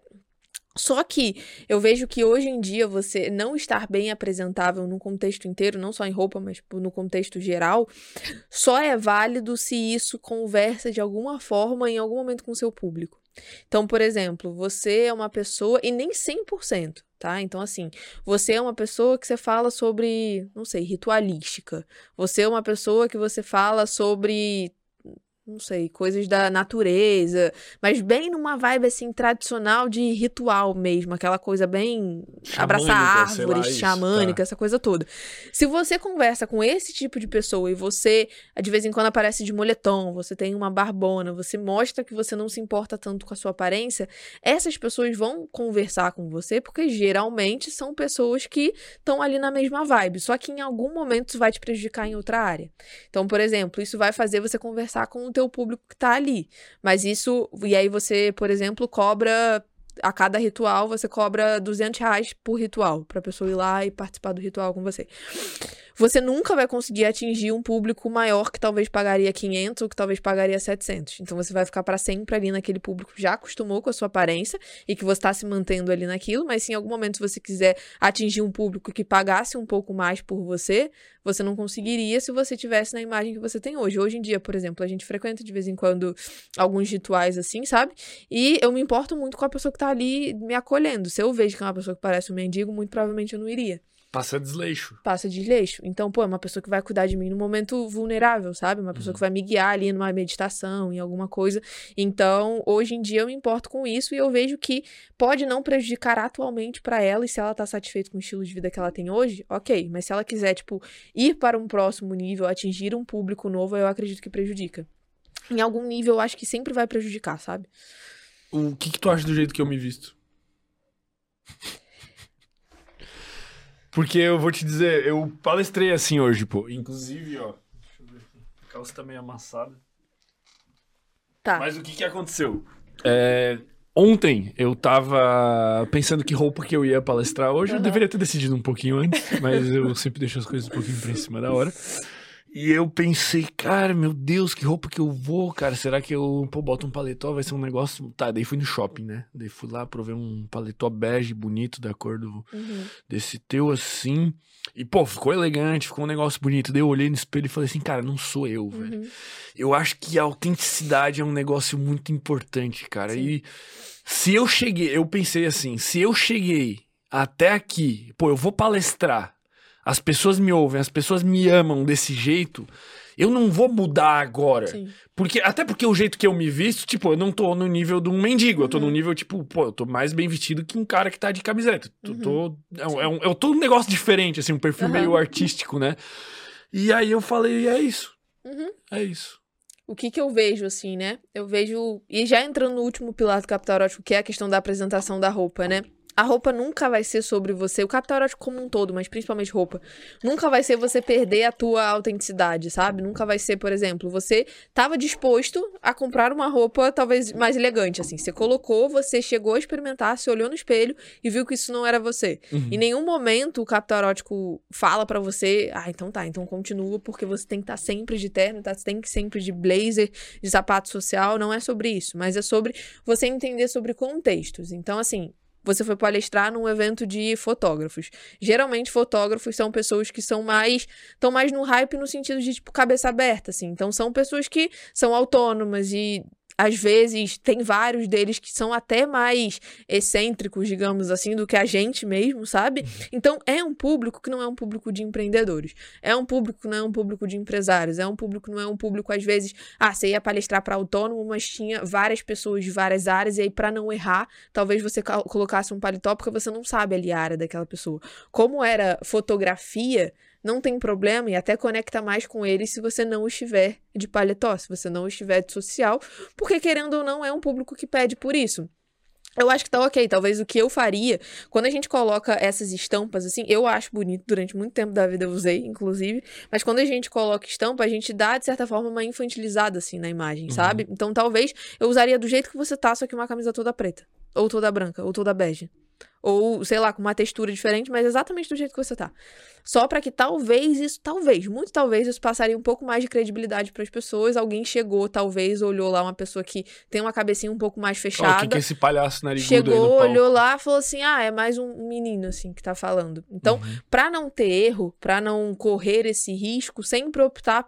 Só que eu vejo que hoje em dia você não estar bem apresentável no contexto inteiro, não só em roupa, mas no contexto geral, só é válido se isso conversa de alguma forma em algum momento com o seu público. Então, por exemplo, você é uma pessoa, e nem 100%, tá? Então, assim, você é uma pessoa que você fala sobre, não sei, ritualística. Você é uma pessoa que você fala sobre, não sei, coisas da natureza, mas bem numa vibe, assim, tradicional de ritual mesmo, aquela coisa bem xamânica, abraçar árvores, xamânica, essa coisa toda. Se você conversa com esse tipo de pessoa e você, de vez em quando, aparece de moletom, você tem uma barbona, você mostra que você não se importa tanto com a sua aparência, essas pessoas vão conversar com você, porque geralmente são pessoas que estão ali na mesma vibe, só que em algum momento isso vai te prejudicar em outra área. Então, por exemplo, isso vai fazer você conversar com o teu público que tá ali, mas isso, e aí você, por exemplo, cobra, a cada ritual, você cobra R$200 por ritual, pra pessoa ir lá e participar do ritual com você. Você nunca vai conseguir atingir um público maior que talvez pagaria 500 ou que talvez pagaria 700. Então você vai ficar pra sempre ali naquele público que já acostumou com a sua aparência e que você tá se mantendo ali naquilo, mas se em algum momento você quiser atingir um público que pagasse um pouco mais por você, você não conseguiria se você tivesse na imagem que você tem hoje. Hoje em dia, por exemplo, a gente frequenta de vez em quando alguns rituais assim, sabe? E eu me importo muito com a pessoa que tá ali me acolhendo. Se eu vejo que é uma pessoa que parece um mendigo, muito provavelmente eu não iria. Passa desleixo. Passa desleixo. Então, pô, é uma pessoa que vai cuidar de mim num momento vulnerável, sabe? Uma pessoa que vai me guiar ali numa meditação, em alguma coisa. Então, hoje em dia eu me importo com isso e eu vejo que pode não prejudicar atualmente pra ela, e se ela tá satisfeita com o estilo de vida que ela tem hoje, ok. Mas se ela quiser, tipo, ir para um próximo nível, atingir um público novo, eu acredito que prejudica. Em algum nível, eu acho que sempre vai prejudicar, sabe? O que tu acha do jeito que eu me visto? Porque eu vou te dizer, eu palestrei assim hoje, pô. Inclusive, ó, deixa eu ver aqui. A calça tá meio amassada. Tá. Mas o que aconteceu? Ontem eu tava pensando que roupa que eu ia palestrar hoje. Eu deveria ter decidido um pouquinho antes, mas eu sempre deixo as coisas um pouquinho pra cima da hora. E eu pensei, cara, meu Deus, que roupa que eu vou, cara? Será que eu, boto um paletó, vai ser um negócio... Tá, daí fui no shopping, né? Daí fui lá, provei um paletó bege, bonito, da cor desse teu, assim. E, pô, ficou elegante, ficou um negócio bonito. Daí eu olhei no espelho e falei assim, cara, não sou eu, velho. Eu acho que a autenticidade é um negócio muito importante, cara. Sim. E se eu cheguei, eu pensei assim, se eu cheguei até aqui, pô, eu vou palestrar, as pessoas me ouvem, as pessoas me amam desse jeito, Eu não vou mudar agora. Sim. Até porque o jeito que eu me visto, tipo, eu não tô no nível de um mendigo. Eu tô no nível, tipo, pô, eu tô mais bem vestido que um cara que tá de camiseta. Eu tô num negócio diferente, assim, um perfil meio artístico, né? E aí eu falei, é isso. É isso. O que eu vejo, assim, né? Eu vejo... E já entrando no último pilar do capital erótico, que é a questão da apresentação da roupa, né? A roupa nunca vai ser sobre você, o capital erótico como um todo, mas principalmente roupa, nunca vai ser você perder a tua autenticidade, sabe? Nunca vai ser, por exemplo, você tava disposto a comprar uma roupa talvez mais elegante, assim. Você colocou, você chegou a experimentar, você olhou no espelho e viu que isso não era você. Em nenhum momento o capital erótico fala pra você, então continua, porque você tem que estar sempre de terno, tem que sempre de blazer, de sapato social, não é sobre isso, mas é sobre você entender sobre contextos. Então, assim, você foi palestrar num evento de fotógrafos. Geralmente, fotógrafos são pessoas que estão mais no hype no sentido de, tipo, cabeça aberta, assim. Então, são pessoas que são autônomas e, às vezes, tem vários deles que são até mais excêntricos, digamos assim, do que a gente mesmo, sabe? Então, é um público que não é um público de empreendedores. É um público que não é um público de empresários. É um público que não é um público, às vezes, você ia palestrar para autônomo, mas tinha várias pessoas de várias áreas, e aí, para não errar, talvez você colocasse um paletó, porque você não sabe ali a área daquela pessoa. Como era fotografia, não tem problema e até conecta mais com eles se você não estiver de paletó, se você não estiver de social, porque querendo ou não é um público que pede por isso. Eu acho que tá ok, talvez o que eu faria, quando a gente coloca essas estampas, assim, eu acho bonito, durante muito tempo da vida eu usei, inclusive, mas quando a gente coloca estampa, a gente dá, de certa forma, uma infantilizada, assim, na imagem, sabe? Então talvez eu usaria do jeito que você tá, só que uma camisa toda preta, ou toda branca, ou toda bege. Ou, sei lá, com uma textura diferente, mas exatamente do jeito que você tá. Só pra que muito talvez, isso passaria um pouco mais de credibilidade pras pessoas. Alguém chegou, talvez, olhou lá uma pessoa que tem uma cabecinha um pouco mais fechada. O que é esse palhaço narigudo chegou, aí no palco? Olhou lá, falou assim, é mais um menino, assim, que tá falando. Então, pra não ter erro, pra não correr esse risco, sempre optar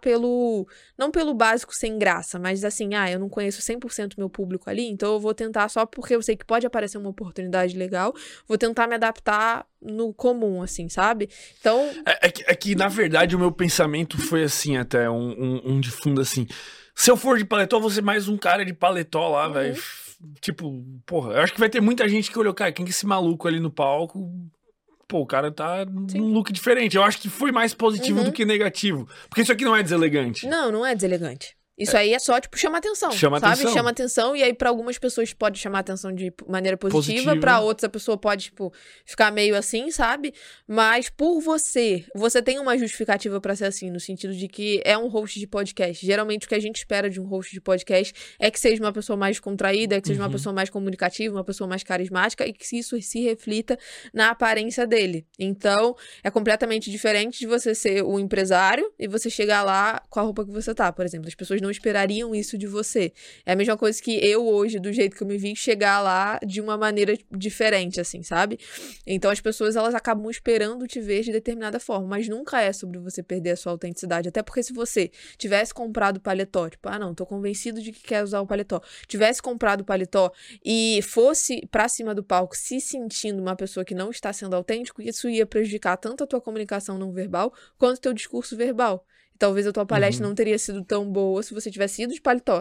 não pelo básico sem graça, mas assim, eu não conheço 100% meu público ali, então eu vou tentar só porque eu sei que pode aparecer uma oportunidade legal, vou tentar me adaptar no comum, assim, sabe? Então... É que, na verdade, o meu pensamento foi assim, até um de fundo assim. Se eu for de paletó, eu vou ser mais um cara de paletó lá, velho. Tipo, porra, eu acho que vai ter muita gente que olhou, cara, quem que é esse maluco ali no palco? Pô, o cara tá num look diferente. Eu acho que foi mais positivo do que negativo. Porque isso aqui não é deselegante. Não é deselegante. Isso aí é só, tipo, chama atenção, Chama atenção, e aí pra algumas pessoas pode chamar atenção de maneira positiva, pra outras a pessoa pode, tipo, ficar meio assim, sabe? Mas por você tem uma justificativa pra ser assim, no sentido de que é um host de podcast. Geralmente o que a gente espera de um host de podcast é que seja uma pessoa mais contraída, é que seja uma pessoa mais comunicativa, uma pessoa mais carismática, e que isso se reflita na aparência dele. Então, é completamente diferente de você ser o empresário e você chegar lá com a roupa que você tá, por exemplo. As pessoas não esperariam isso de você. É a mesma coisa que eu hoje, do jeito que eu me vi, chegar lá de uma maneira diferente, assim, sabe? Então as pessoas, elas acabam esperando te ver de determinada forma, mas nunca é sobre você perder a sua autenticidade, até porque se você tivesse comprado o paletó, tipo, não, tô convencido de que quer usar o paletó, tivesse comprado o paletó e fosse pra cima do palco se sentindo uma pessoa que não está sendo autêntico, isso ia prejudicar tanto a tua comunicação não verbal, quanto o teu discurso verbal. Talvez a tua palestra não teria sido tão boa se você tivesse ido de paletó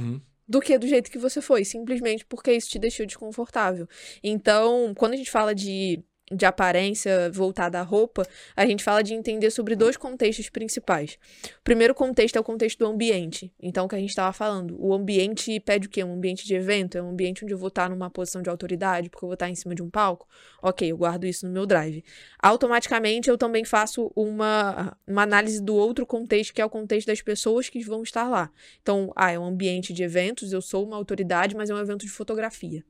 do que do jeito que você foi, simplesmente porque isso te deixou desconfortável. Então, quando a gente fala de aparência voltada à roupa, a gente fala de entender sobre 2 contextos principais. O primeiro contexto é o contexto do ambiente. Então, o que a gente estava falando, o ambiente pede o quê? Um ambiente de evento? É um ambiente onde eu vou estar numa posição de autoridade, porque eu vou estar em cima de um palco? Ok, eu guardo isso no meu drive. Automaticamente, eu também faço uma análise do outro contexto, que é o contexto das pessoas que vão estar lá. Então, é um ambiente de eventos, eu sou uma autoridade, mas é um evento de fotografia.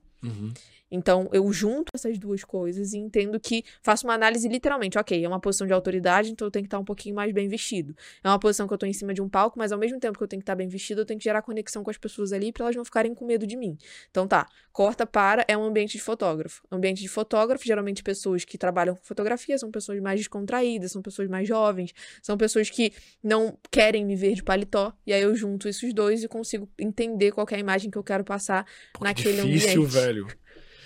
Então, eu junto essas 2 coisas e entendo que faço uma análise literalmente. Ok, é uma posição de autoridade, então eu tenho que estar um pouquinho mais bem vestido. É uma posição que eu tô em cima de um palco, mas ao mesmo tempo que eu tenho que estar bem vestido, eu tenho que gerar conexão com as pessoas ali pra elas não ficarem com medo de mim. Então corta para, é um ambiente de fotógrafo. Ambiente de fotógrafo, geralmente pessoas que trabalham com fotografia, são pessoas mais descontraídas, são pessoas mais jovens, são pessoas que não querem me ver de paletó, e aí eu junto esses 2 e consigo entender qual que é a imagem que eu quero passar naquele ambiente. Difícil, velho.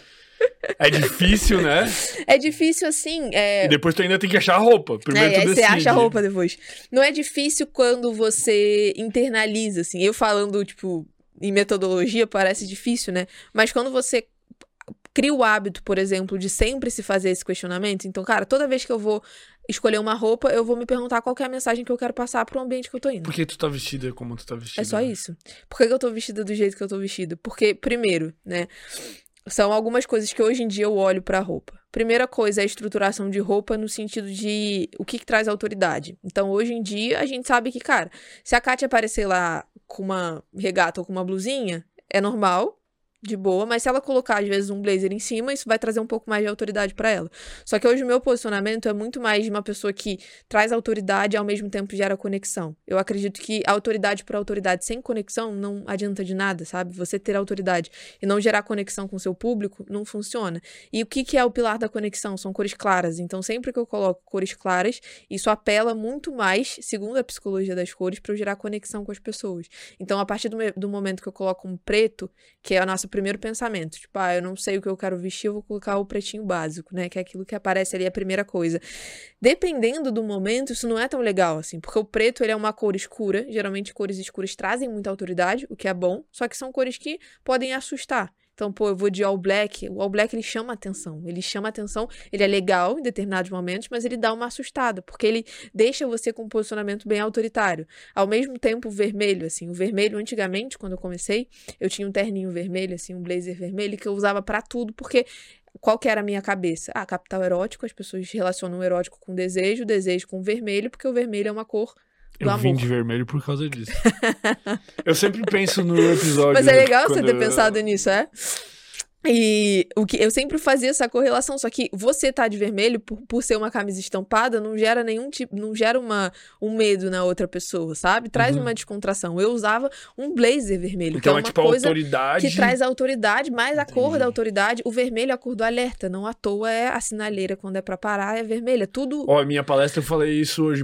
É difícil, né? É difícil, assim... E depois tu ainda tem que achar a roupa. Primeiro tu aí decide. você acha a roupa depois. Não é difícil quando você internaliza, assim. Eu falando, tipo, em metodologia parece difícil, né? Mas quando você cria o hábito, por exemplo, de sempre se fazer esse questionamento. Então, cara, toda vez que eu vou escolher uma roupa, eu vou me perguntar qual que é a mensagem que eu quero passar pro ambiente que eu tô indo. Por que tu tá vestida como tu tá vestida? É só isso. Por que eu tô vestida do jeito que eu tô vestida? Porque, primeiro, né, são algumas coisas que hoje em dia eu olho pra roupa. Primeira coisa é a estruturação de roupa no sentido de o que traz autoridade. Então, hoje em dia, a gente sabe que, cara, se a Kátia aparecer lá com uma regata ou com uma blusinha, é normal, de boa, mas se ela colocar, às vezes, um blazer em cima, isso vai trazer um pouco mais de autoridade pra ela. Só que hoje o meu posicionamento é muito mais de uma pessoa que traz autoridade e ao mesmo tempo gera conexão. Eu acredito que autoridade por autoridade sem conexão não adianta de nada, sabe? Você ter autoridade e não gerar conexão com o seu público não funciona. E o que é o pilar da conexão? São cores claras. Então, sempre que eu coloco cores claras, isso apela muito mais, segundo a psicologia das cores, para eu gerar conexão com as pessoas. Então, a partir do momento que eu coloco um preto, que é a nossa primeiro pensamento, tipo, eu não sei o que eu quero vestir, eu vou colocar o pretinho básico, né, que é aquilo que aparece ali, a primeira coisa. Dependendo do momento, isso não é tão legal, assim, porque o preto, ele é uma cor escura, geralmente cores escuras trazem muita autoridade, o que é bom, só que são cores que podem assustar. Então, eu vou de All Black. O All Black, ele chama atenção. Ele é legal em determinados momentos, mas ele dá uma assustada, porque ele deixa você com um posicionamento bem autoritário. Ao mesmo tempo, o vermelho, assim. O vermelho, antigamente, quando eu comecei, eu tinha um terninho vermelho, assim, um blazer vermelho, que eu usava pra tudo, porque... Qual que era a minha cabeça? Capital erótico, as pessoas relacionam o erótico com o desejo com o vermelho, porque o vermelho é uma cor... Eu vim de vermelho por causa disso. Eu sempre penso no episódio... Mas é legal você ter pensado nisso, é? E eu sempre fazia essa correlação, só que você tá de vermelho por ser uma camisa estampada não gera nenhum tipo, não gera um medo na outra pessoa, sabe? Traz uma descontração. Eu usava um blazer vermelho, então, que é uma tipo, coisa autoridade... que traz autoridade, mas a cor da autoridade, o vermelho é a cor do alerta, não à toa é a sinaleira quando é pra parar, é vermelha, tudo... Minha palestra eu falei isso hoje,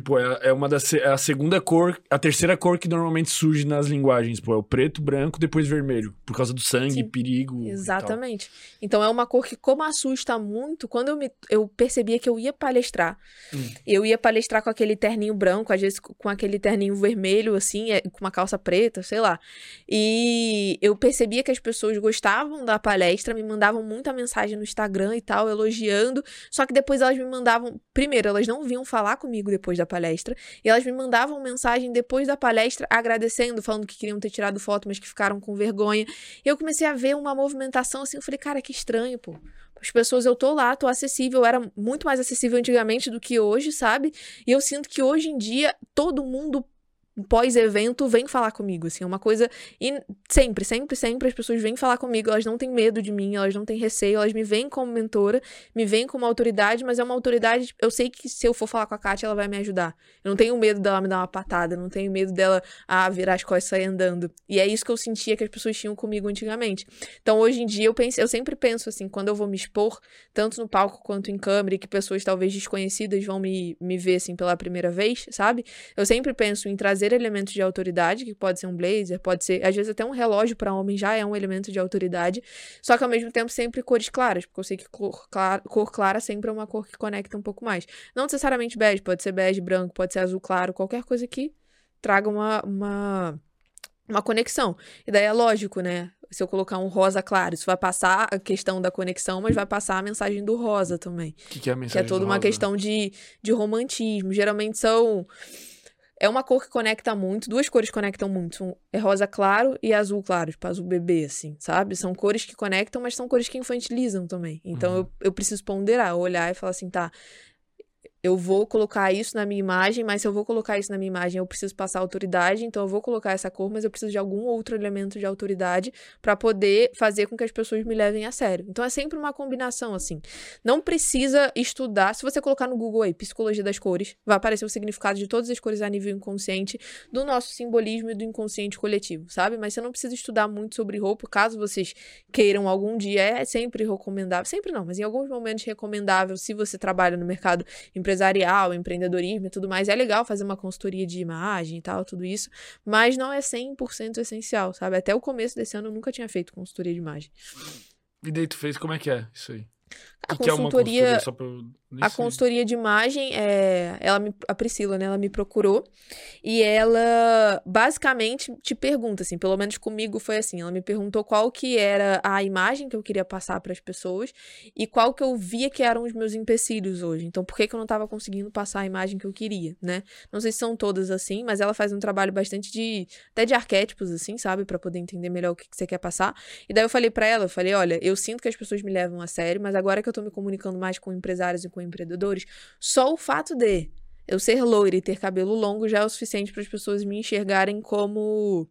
é a segunda cor, a terceira cor que normalmente surge nas linguagens, é o preto, branco, depois vermelho, por causa do sangue, Sim, perigo. exatamente. Então é uma cor que, como assusta muito, quando eu percebia que eu ia palestrar, eu ia palestrar com aquele terninho branco, às vezes com aquele terninho vermelho, assim, com uma calça preta, sei lá. E eu percebia que as pessoas gostavam da palestra, me mandavam muita mensagem no Instagram e tal, elogiando, só que depois elas me mandavam, primeiro, elas não vinham falar comigo depois da palestra, e elas me mandavam mensagem depois da palestra, agradecendo, falando que queriam ter tirado foto, mas que ficaram com vergonha. E eu comecei a ver uma movimentação assim, eu falei, cara, que estranho, pô. As pessoas, eu tô lá, tô acessível, eu era muito mais acessível antigamente do que hoje, sabe? E eu sinto que hoje em dia, todo mundo pós-evento vem falar comigo, assim, é uma coisa, e sempre as pessoas vêm falar comigo, elas não têm medo de mim, elas não têm receio, elas me veem como mentora, me veem como autoridade, mas é uma autoridade, eu sei que se eu for falar com a Kátia, ela vai me ajudar, eu não tenho medo dela me dar uma patada, eu não tenho medo dela, virar as costas e sair andando, e é isso que eu sentia que as pessoas tinham comigo antigamente. Então, hoje em dia, eu sempre penso, assim, quando eu vou me expor, tanto no palco quanto em câmera, e que pessoas talvez desconhecidas vão me ver, assim, pela primeira vez, sabe? Eu sempre penso em trazer elementos de autoridade, que pode ser um blazer, pode ser, às vezes até um relógio para homem já é um elemento de autoridade, só que ao mesmo tempo sempre cores claras, porque eu sei que cor clara sempre é uma cor que conecta um pouco mais. Não necessariamente bege, pode ser bege, branco, pode ser azul claro, qualquer coisa que traga uma conexão. E daí é lógico, né? Se eu colocar um rosa claro, isso vai passar a questão da conexão, mas vai passar a mensagem do rosa também. O que é a mensagem do rosa? Que é toda uma questão de romantismo. Geralmente é uma cor que conecta muito, duas cores conectam muito, é rosa claro e azul claro, tipo azul bebê, assim, sabe? São cores que conectam, mas são cores que infantilizam também. Então eu preciso ponderar, olhar e falar assim, tá, eu vou colocar isso na minha imagem, mas se eu vou colocar isso na minha imagem, eu preciso passar autoridade, então eu vou colocar essa cor, mas eu preciso de algum outro elemento de autoridade pra poder fazer com que as pessoas me levem a sério. Então é sempre uma combinação, assim. Não precisa estudar, se você colocar no Google aí, psicologia das cores, vai aparecer o significado de todas as cores a nível inconsciente, do nosso simbolismo e do inconsciente coletivo, sabe? Mas você não precisa estudar muito sobre roupa, caso vocês queiram algum dia, é sempre recomendável, sempre não, mas em alguns momentos recomendável, se você trabalha no mercado empresarial, empreendedorismo e tudo mais, é legal fazer uma consultoria de imagem e tal, tudo isso, mas não é 100% essencial, sabe? Até o começo desse ano eu nunca tinha feito consultoria de imagem. E daí tu fez, como é que é isso aí? A que é uma consultoria? Só pra eu... A consultoria de imagem, a Priscila, né, ela me procurou e ela basicamente te pergunta, assim, pelo menos comigo foi assim, ela me perguntou qual que era a imagem que eu queria passar para as pessoas e qual que eu via que eram os meus empecilhos hoje. Então, por que eu não estava conseguindo passar a imagem que eu queria, né? Não sei se são todas assim, mas ela faz um trabalho bastante até de arquétipos, assim, sabe? Para poder entender melhor o que você quer passar. E daí eu falei para ela, olha, eu sinto que as pessoas me levam a sério, mas agora que eu tô me comunicando mais com empresários e com empreendedores, só o fato de eu ser loira e ter cabelo longo já é o suficiente para as pessoas me enxergarem como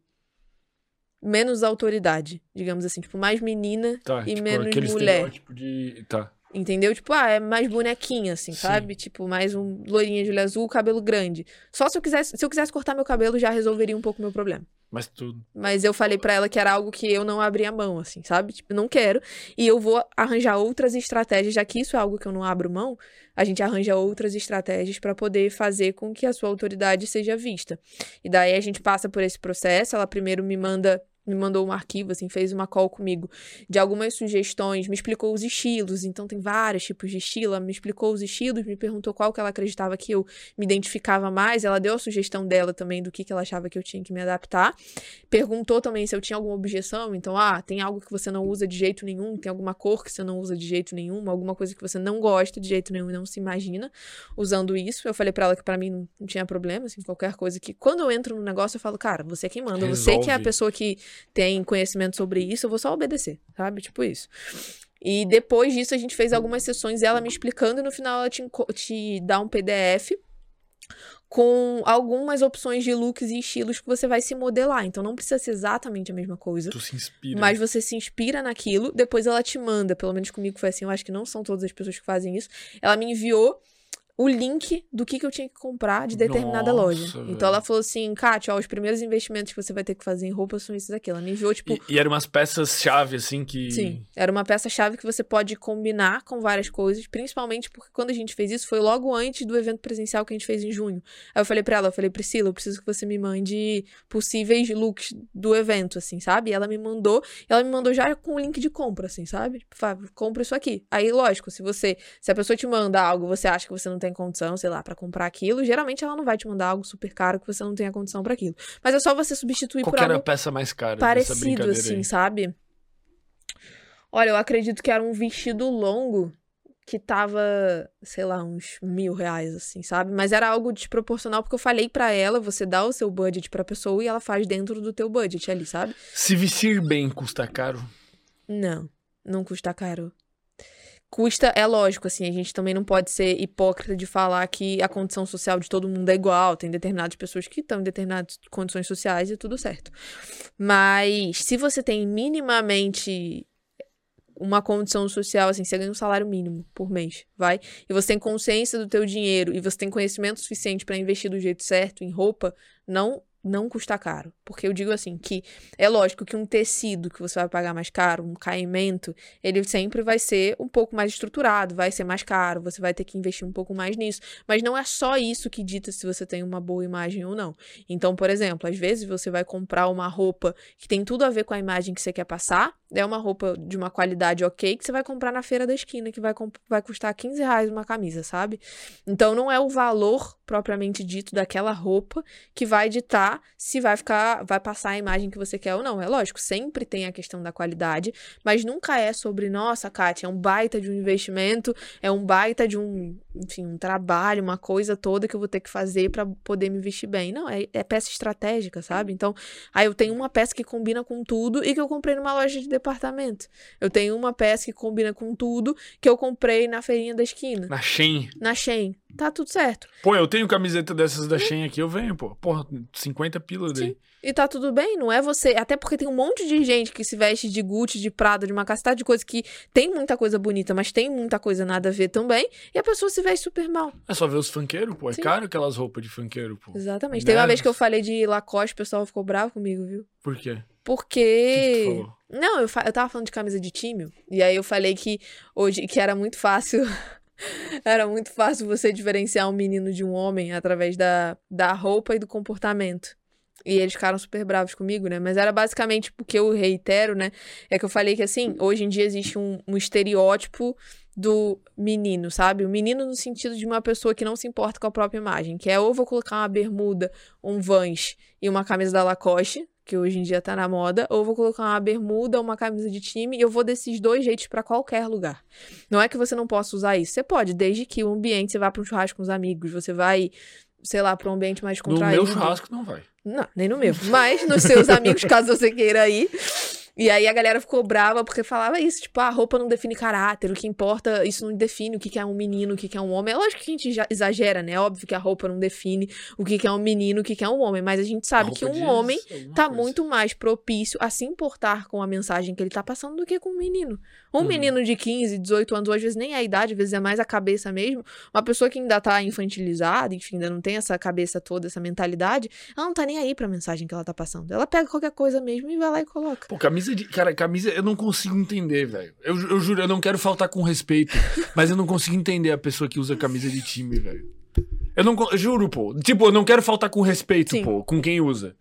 menos autoridade, digamos assim, tipo, mais menina e tipo, menos aquele mulher. Estereótipo de... Tá. Entendeu? Tipo, é mais bonequinha, assim, sabe? Tipo, mais um loirinha de olho azul, cabelo grande. Só se eu quisesse cortar meu cabelo, já resolveria um pouco o meu problema. Mas eu falei pra ela que era algo que eu não abria mão, assim, sabe? Tipo, não quero. E eu vou arranjar outras estratégias, já que isso é algo que eu não abro mão, a gente arranja outras estratégias pra poder fazer com que a sua autoridade seja vista. E daí a gente passa por esse processo, ela primeiro me mandou um arquivo, assim, fez uma call comigo de algumas sugestões, me explicou os estilos, então tem vários tipos de estilo, ela me explicou os estilos, me perguntou qual que ela acreditava que eu me identificava mais, ela deu a sugestão dela também do que ela achava que eu tinha que me adaptar, perguntou também se eu tinha alguma objeção, então, tem algo que você não usa de jeito nenhum, tem alguma cor que você não usa de jeito nenhum, alguma coisa que você não gosta de jeito nenhum e não se imagina usando isso, eu falei pra ela que pra mim não tinha problema, assim, qualquer coisa que, quando eu entro no negócio eu falo, cara, você é quem manda, você que é a pessoa que tem conhecimento sobre isso, eu vou só obedecer, sabe? Tipo isso. E depois disso, a gente fez algumas sessões, ela me explicando, e no final ela te dá um PDF com algumas opções de looks e estilos que você vai se modelar. Então, não precisa ser exatamente a mesma coisa. Tu se inspira. Mas você se inspira naquilo, depois ela te manda. Pelo menos comigo foi assim, eu acho que não são todas as pessoas que fazem isso. Ela me enviou o link do que eu tinha que comprar de determinada loja. Velho. Então ela falou assim, Kátia, os primeiros investimentos que você vai ter que fazer em roupa são esses aqui. Ela me enviou, tipo... E eram umas peças-chave, assim, que... Sim, era uma peça-chave que você pode combinar com várias coisas, principalmente porque quando a gente fez isso, foi logo antes do evento presencial que a gente fez em junho. Aí eu falei pra ela, Priscila, eu preciso que você me mande possíveis looks do evento, assim, sabe? E ela me mandou já com o link de compra, assim, sabe? Tipo, Fábio, compra isso aqui. Aí, lógico, se a pessoa te manda algo, você acha que você não tem condição, sei lá, pra comprar aquilo, geralmente ela não vai te mandar algo super caro que você não tenha condição pra aquilo. Mas é só você substituir por algo... Qual era a peça mais cara parecido, assim, aí? Sabe? Olha, eu acredito que era um vestido longo que tava, sei lá, uns R$1.000, assim, sabe? Mas era algo desproporcional, porque eu falei pra ela, você dá o seu budget pra pessoa e ela faz dentro do teu budget ali, sabe? Se vestir bem custa caro? Não custa caro. Custa, é lógico, assim, a gente também não pode ser hipócrita de falar que a condição social de todo mundo é igual, tem determinadas pessoas que estão em determinadas condições sociais e tudo certo. Mas se você tem minimamente uma condição social, assim, você ganha um salário mínimo por mês, vai? E você tem consciência do teu dinheiro e você tem conhecimento suficiente pra investir do jeito certo em roupa, não custa caro. Porque eu digo assim, que é lógico que um tecido que você vai pagar mais caro, um caimento, ele sempre vai ser um pouco mais estruturado, vai ser mais caro, você vai ter que investir um pouco mais nisso. Mas não é só isso que dita se você tem uma boa imagem ou não. Então, por exemplo, às vezes você vai comprar uma roupa que tem tudo a ver com a imagem que você quer passar, é uma roupa de uma qualidade ok, que você vai comprar na feira da esquina, que vai custar R$15 uma camisa, sabe? Então, não é o valor propriamente dito daquela roupa que vai ditar se vai passar a imagem que você quer ou não. É lógico, sempre tem a questão da qualidade, mas nunca é sobre, nossa, Kátia, é um baita de um investimento, é um baita de um trabalho, uma coisa toda que eu vou ter que fazer pra poder me vestir bem. Não, é peça estratégica, sabe? Então, aí eu tenho uma peça que combina com tudo e que eu comprei numa loja de departamento. Eu tenho uma peça que combina com tudo que eu comprei na feirinha da esquina. Na Shein. Tá tudo certo. Pô, eu tenho camiseta dessas da Shein aqui, eu venho, pô. Porra, 50 pila daí. Sim. E tá tudo bem, não é você... Até porque tem um monte de gente que se veste de Gucci, de Prada, de uma cacetada de coisa que tem muita coisa bonita, mas tem muita coisa nada a ver também, e a pessoa se veste super mal. É só ver os funkeiros, pô. É Sim. caro aquelas roupas de funkeiro, pô. Exatamente. Teve uma vez que eu falei de Lacoste, o pessoal ficou bravo comigo, viu? Por quê? Porque... O que tu falou? Não, eu tava falando de camisa de time, e aí eu falei que hoje, que era muito fácil... Era muito fácil você diferenciar um menino de um homem através da roupa e do comportamento. E eles ficaram super bravos comigo, né? Mas era basicamente porque eu reitero, né? É que eu falei que, assim, hoje em dia existe um estereótipo do menino, sabe? O menino no sentido de uma pessoa que não se importa com a própria imagem, que é ou vou colocar uma bermuda, um Vans e uma camisa da Lacoste, que hoje em dia tá na moda, ou vou colocar uma bermuda, uma camisa de time, e eu vou desses 2 jeitos pra qualquer lugar. Não é que você não possa usar isso. Você pode, desde que o ambiente, você vá pra um churrasco com os amigos, você vai, sei lá, pra um ambiente mais contraído. No meu churrasco não vai. Não, nem no meu. Mas nos seus amigos, caso você queira ir. E aí a galera ficou brava porque falava isso, tipo, a roupa não define caráter, o que importa, isso não define o que é um menino, o que é um homem. É lógico que a gente já exagera, né? É óbvio que a roupa não define o que é um menino, o que é um homem, mas a gente sabe que um homem tá muito mais propício a se importar com a mensagem que ele tá passando do que com um menino. Um menino de 15, 18 anos, ou às vezes nem é a idade, às vezes é mais a cabeça mesmo. Uma pessoa que ainda tá infantilizada, enfim, ainda não tem essa cabeça toda, essa mentalidade, ela não tá nem aí pra mensagem que ela tá passando. Ela pega qualquer coisa mesmo e vai lá e coloca. Pô, camisa eu não consigo entender, velho. Eu juro, eu não quero faltar com respeito, mas eu não consigo entender a pessoa que usa camisa de time, velho. Eu juro, pô. Tipo, eu não quero faltar com respeito, Sim. pô, com quem usa.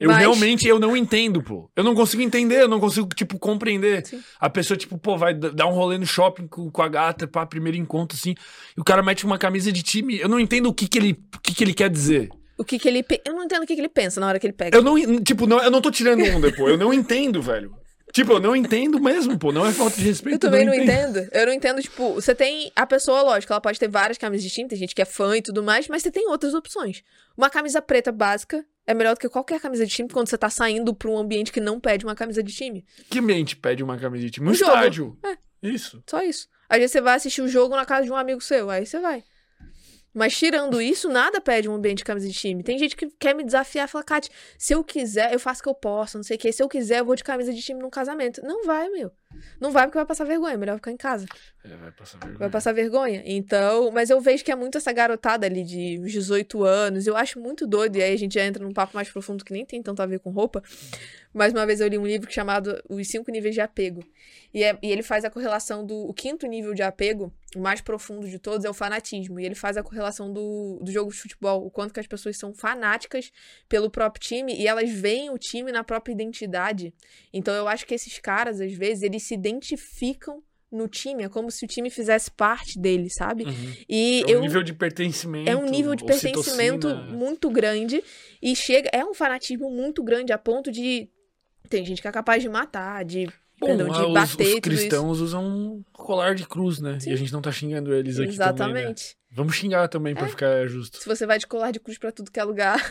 Eu não entendo, pô. Eu não consigo entender, eu não consigo, tipo, compreender. Sim. A pessoa, tipo, pô, vai dar um rolê no shopping com a gata, pá, primeiro encontro, assim, e o cara mete uma camisa de time. Eu não entendo o que ele quer dizer. Eu não entendo o que ele pensa na hora que ele pega. Eu não tô tirando onda, pô. Eu não entendo, velho. Tipo, eu não entendo mesmo, pô. Não é falta de respeito. Eu também não entendo. Eu não entendo, tipo, você tem a pessoa, lógico, ela pode ter várias camisas de time, tem gente que é fã e tudo mais, mas você tem outras opções. Uma camisa preta básica é melhor do que qualquer camisa de time quando você tá saindo pra um ambiente que não pede uma camisa de time. Que ambiente pede uma camisa de time? Um jogo. estádio. É. Isso. Só isso. Às vezes você vai assistir o jogo na casa de um amigo seu, aí você vai. Mas tirando isso, nada pede um ambiente de camisa de time. Tem gente que quer me desafiar e fala, Kátia, se eu quiser, eu faço o que eu posso, não sei o que. Se eu quiser, eu vou de camisa de time num casamento. Não vai, meu. Não vai porque vai passar vergonha. Melhor ficar em casa. Vai passar vergonha. Vai passar vergonha. Então, mas eu vejo que é muito essa garotada ali de 18 anos. Eu acho muito doido. E aí a gente já entra num papo mais profundo que nem tem tanto a ver com roupa. Mais uma vez eu li um livro chamado Os 5 Níveis de Apego. E ele faz a correlação o 5º nível de apego, o mais profundo de todos, é o fanatismo. E ele faz a correlação do jogo de futebol, o quanto que as pessoas são fanáticas pelo próprio time e elas veem o time na própria identidade. Então eu acho que esses caras, às vezes, eles se identificam no time, é como se o time fizesse parte dele, sabe? Uhum. E é um nível de pertencimento. É um nível de pertencimento muito grande e é um fanatismo muito grande a ponto de tem gente que é capaz de matar, de bater. Os cristãos usam colar de cruz, né? Sim. E a gente não tá xingando eles aqui. Exatamente. Também, né? Vamos xingar também pra ficar justo. Se você vai de colar de cruz pra tudo que é lugar.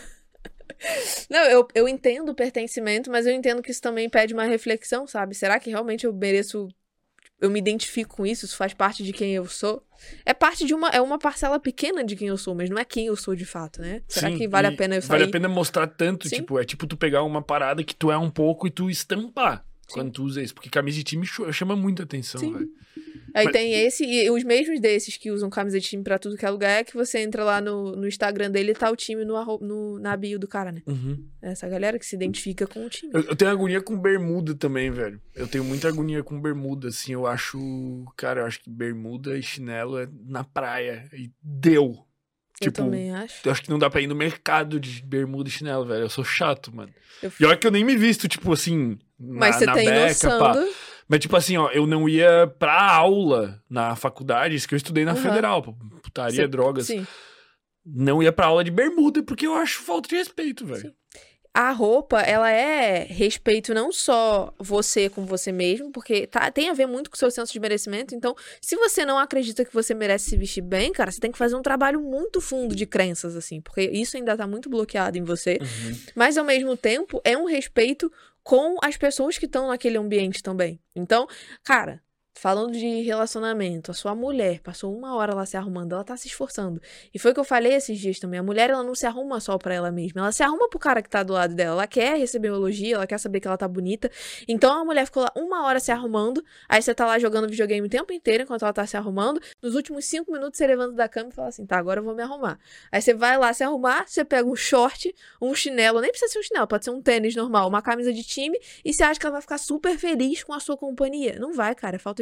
Não, eu entendo o pertencimento, mas eu entendo que isso também pede uma reflexão, sabe? Será que realmente eu mereço... Eu me identifico com isso? Isso faz parte de quem eu sou? É parte de uma parcela pequena de quem eu sou, mas não é quem eu sou de fato, né? Será que vale a pena eu sair? Vale a pena mostrar tanto, tipo, é tipo tu pegar uma parada que tu é um pouco e tu estampar. Sim. Quando tu usa isso, porque camisa de time chama muita atenção, velho. Aí tem esse, e os mesmos desses que usam camisa de time pra tudo que é lugar, é que você entra lá no Instagram dele e tá o time na bio do cara, né? Uhum. Essa galera que se identifica com o time. Eu tenho agonia com bermuda também, velho. Eu tenho muita agonia com bermuda, assim, eu acho que bermuda e chinelo é na praia, e deu. Tipo, eu também acho. Eu acho que não dá pra ir no mercado de bermuda e chinelo, velho. Eu sou chato, mano. E olha que eu nem me visto, tipo assim, mas você tem noção pá. Mas, tipo assim, ó, eu não ia pra aula na faculdade, isso que eu estudei na Federal, putaria, drogas. Sim. Não ia pra aula de bermuda, porque eu acho falta de respeito, velho. A roupa, ela é respeito não só você com você mesmo, porque tem a ver muito com o seu senso de merecimento. Então, se você não acredita que você merece se vestir bem, cara, você tem que fazer um trabalho muito fundo de crenças, assim, porque isso ainda tá muito bloqueado em você. Uhum. Mas, ao mesmo tempo, é um respeito com as pessoas que estão naquele ambiente também. Então, cara, falando de relacionamento, a sua mulher passou 1 hora lá se arrumando, ela tá se esforçando. E foi o que eu falei esses dias também, a mulher, ela não se arruma só pra ela mesma, ela se arruma pro cara que tá do lado dela, ela quer receber elogio, ela quer saber que ela tá bonita. Então a mulher ficou lá 1 hora se arrumando, aí você tá lá jogando videogame o tempo inteiro enquanto ela tá se arrumando, nos últimos 5 minutos você levanta da cama e fala assim, tá, agora eu vou me arrumar. Aí você vai lá se arrumar, você pega um short, um chinelo, nem precisa ser um chinelo, pode ser um tênis normal, uma camisa de time, e você acha que ela vai ficar super feliz com a sua companhia. Não vai, cara, é falta de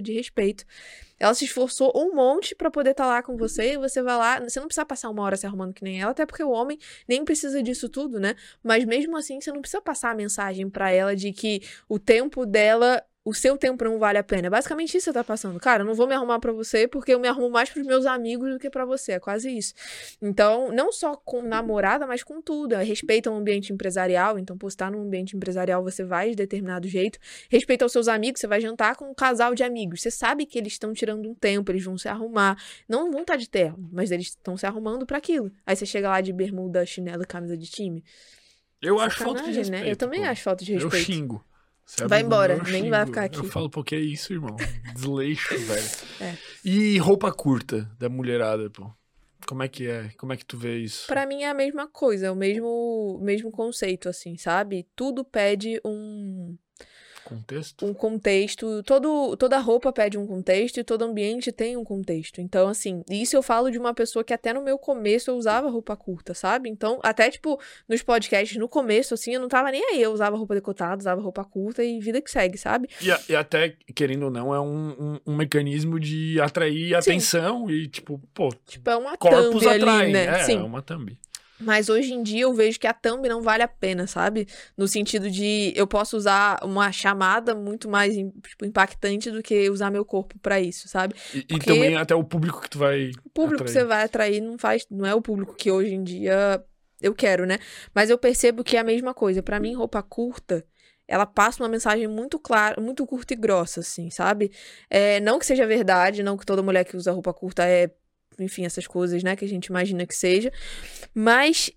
de respeito. Ela se esforçou um monte pra poder estar lá com você, e você vai lá, você não precisa passar 1 hora se arrumando que nem ela, até porque o homem nem precisa disso tudo, né? Mas mesmo assim, você não precisa passar a mensagem pra ela de que o tempo dela, o seu tempo não vale a pena. É basicamente isso que você tá passando. Cara, eu não vou me arrumar pra você porque eu me arrumo mais pros meus amigos do que pra você. É quase isso. Então, não só com namorada, mas com tudo. Respeita o ambiente empresarial. Então, pô, você tá num ambiente empresarial, você vai de determinado jeito. Respeita os seus amigos. Você vai jantar com um casal de amigos. Você sabe que eles estão tirando um tempo, eles vão se arrumar. Não vão estar de terno, mas eles estão se arrumando pra aquilo. Aí você chega lá de bermuda, chinelo e camisa de time. Eu acho falta de respeito. Né? Eu também acho falta de respeito. Eu xingo. Vai embora, nem vai ficar aqui. Eu falo, pô, que é isso, irmão? Desleixo, velho. E roupa curta da mulherada, pô? Como é que é? Como é que tu vê isso? Pra mim é a mesma coisa, é o mesmo conceito, assim, sabe? Tudo pede um contexto. Toda roupa pede um contexto e todo ambiente tem um contexto. Então, assim, isso eu falo de uma pessoa que até no meu começo eu usava roupa curta, sabe? Então, até, tipo, nos podcasts, no começo, assim, eu não tava nem aí. Eu usava roupa decotada, usava roupa curta e vida que segue, sabe? E até, querendo ou não, é um mecanismo de atrair atenção e, tipo, pô... Tipo, é uma corpos thumb atraem, ali, né? Sim. É uma thumb. Mas hoje em dia eu vejo que a thumb não vale a pena, sabe? No sentido de eu posso usar uma chamada muito mais impactante do que usar meu corpo pra isso, sabe? E também até o público que tu vai O público que você vai atrair não é o público que hoje em dia eu quero, né? Mas eu percebo que é a mesma coisa. Pra mim, roupa curta, ela passa uma mensagem muito clara, muito curta e grossa, assim, sabe? Não que seja verdade, não que toda mulher que usa roupa curta enfim, essas coisas, né, que a gente imagina que seja, mas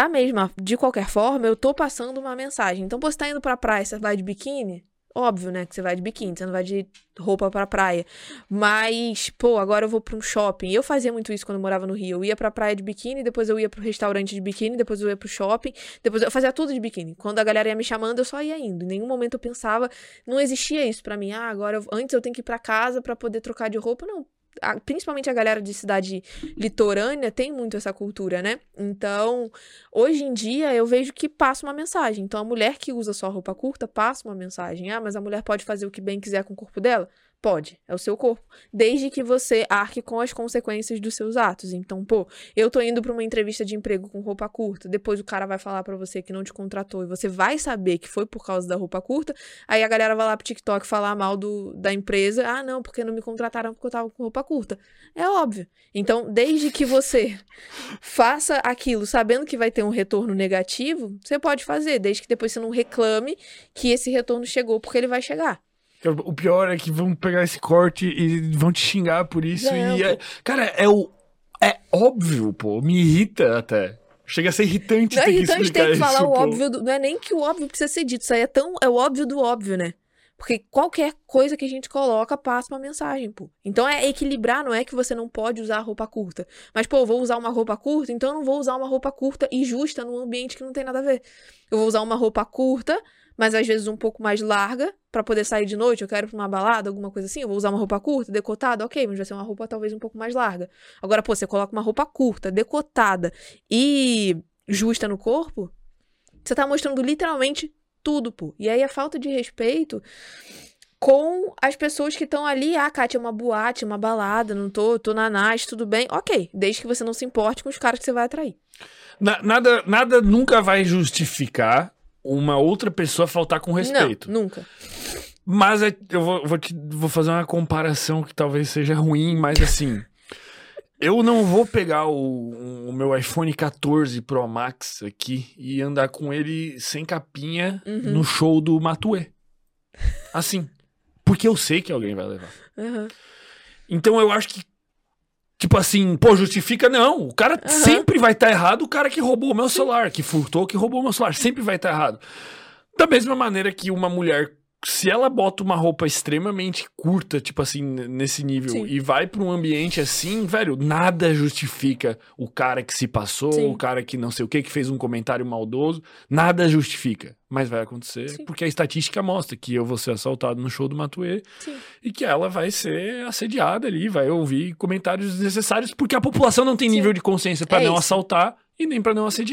de qualquer forma, eu tô passando uma mensagem. Então, você tá indo pra praia, você vai de biquíni? Óbvio, né, que você vai de biquíni, você não vai de roupa pra praia. Mas, pô, agora eu vou pra um shopping. Eu fazia muito isso quando eu morava no Rio. Eu ia pra praia de biquíni, depois eu ia pro restaurante de biquíni, depois eu ia pro shopping, depois eu fazia tudo de biquíni. Quando a galera ia me chamando, eu só ia indo. Em nenhum momento eu pensava, não existia isso pra mim. Antes eu tenho que ir pra casa pra poder trocar de roupa. Não. Principalmente a galera de cidade litorânea tem muito essa cultura, né? Então, hoje em dia, eu vejo que passa uma mensagem. Então, a mulher que usa só roupa curta passa uma mensagem. Mas a mulher pode fazer o que bem quiser com o corpo dela? Pode, é o seu corpo. Desde que você arque com as consequências dos seus atos. Então, pô, eu tô indo pra uma entrevista de emprego com roupa curta, depois o cara vai falar pra você que não te contratou e você vai saber que foi por causa da roupa curta, aí a galera vai lá pro TikTok falar mal da empresa, não, porque não me contrataram porque eu tava com roupa curta. É óbvio. Então, desde que você faça aquilo sabendo que vai ter um retorno negativo, você pode fazer, desde que depois você não reclame que esse retorno chegou, porque ele vai chegar. O pior é que vão pegar esse corte e vão te xingar por isso. Cara, é óbvio, pô. Me irrita até. Chega a ser irritante ter que explicar isso. Tem que falar o óbvio. Não é nem que o óbvio precisa ser dito. Isso aí é o óbvio do óbvio, né? Porque qualquer coisa que a gente coloca passa uma mensagem, pô. Então é equilibrar, não é que você não pode usar roupa curta. Mas, pô, eu vou usar uma roupa curta, então eu não vou usar uma roupa curta e justa num ambiente que não tem nada a ver. Eu vou usar uma roupa curta, mas às vezes um pouco mais larga, pra poder sair de noite, eu quero ir pra uma balada, alguma coisa assim, eu vou usar uma roupa curta, decotada, ok, mas vai ser uma roupa talvez um pouco mais larga. Agora, pô, você coloca uma roupa curta, decotada e justa no corpo, você tá mostrando literalmente tudo, pô. E aí a falta de respeito com as pessoas que estão ali, Kátia, é uma boate, uma balada, não tô na Nash, tudo bem, ok, desde que você não se importe com os caras que você vai atrair. Nada nunca vai justificar uma outra pessoa faltar com respeito. Não, nunca. Mas eu vou fazer uma comparação que talvez seja ruim, mas assim, eu não vou pegar o meu iPhone 14 Pro Max aqui e andar com ele sem capinha no show do Matuê. Assim, porque eu sei que alguém vai levar. Então eu acho que, tipo assim, pô, justifica? Não, o cara sempre vai estar errado, o cara que roubou o meu celular, que furtou, que roubou o meu celular, sempre vai estar errado. Da mesma maneira que uma mulher, se ela bota uma roupa extremamente curta, tipo assim, nesse nível, e vai pra um ambiente assim, velho, nada justifica o cara que se passou, o cara que não sei o que fez um comentário maldoso, nada justifica. Mas vai acontecer porque a estatística mostra que eu vou ser assaltado no show do Matuê e que ela vai ser assediada ali, vai ouvir comentários desnecessários, porque a população não tem nível de consciência pra não assaltar e nem pra não assediar.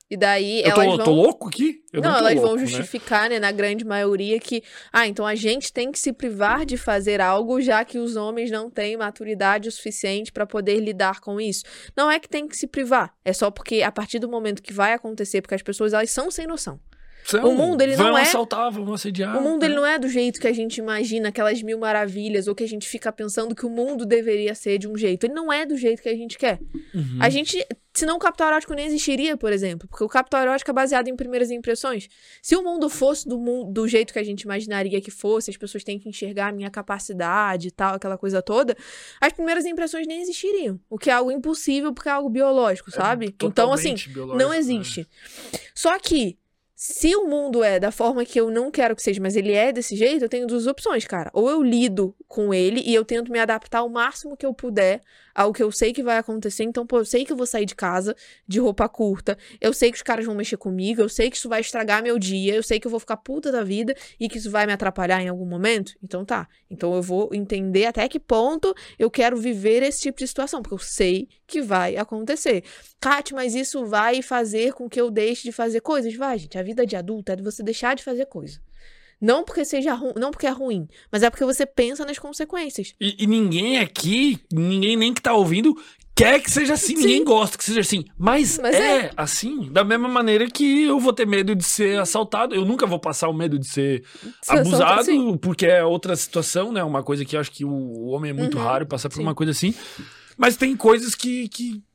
E daí eu elas tô louco aqui? Não, elas vão justificar, né, na grande maioria que, então a gente tem que se privar de fazer algo, já que os homens não têm maturidade o suficiente pra poder lidar com isso. Não é que tem que se privar, é só porque a partir do momento que vai acontecer, porque as pessoas, elas são sem noção. O mundo, ele não é... assaltar, vão assediar. O mundo, ele não é do jeito que a gente imagina, aquelas 1000 maravilhas, ou que a gente fica pensando que o mundo deveria ser de um jeito. Ele não é do jeito que a gente quer. Uhum. A gente... Senão o capital erótico nem existiria, por exemplo. Porque o capital erótico é baseado em primeiras impressões. Se o mundo fosse do jeito que a gente imaginaria que fosse, as pessoas têm que enxergar a minha capacidade e tal, aquela coisa toda, as primeiras impressões nem existiriam. O que é algo impossível, porque é algo biológico, sabe? Então, assim, não existe. Só que, se o mundo é da forma que eu não quero que seja, mas ele é desse jeito, eu tenho duas opções, cara. Ou eu lido com ele e eu tento me adaptar ao máximo que eu puder ao que eu sei que vai acontecer. Então, pô, eu sei que eu vou sair de casa de roupa curta, eu sei que os caras vão mexer comigo, eu sei que isso vai estragar meu dia, eu sei que eu vou ficar puta da vida e que isso vai me atrapalhar em algum momento. Então tá. Então eu vou entender até que ponto eu quero viver esse tipo de situação, porque eu sei que vai acontecer. Kátia, mas isso vai fazer com que eu deixe de fazer coisas? Vai, gente. A vida de adulto é de você deixar de fazer coisa. Não porque não porque é ruim, mas é porque você pensa nas consequências. E ninguém aqui, ninguém nem que tá ouvindo, quer que seja assim. Sim. Ninguém gosta que seja assim. Mas é assim. Da mesma maneira que eu vou ter medo de ser assaltado. Eu nunca vou passar o medo de ser abusado, porque é outra situação, né? Uma coisa que eu acho que o homem é muito raro passar por uma coisa assim. Mas tem coisas que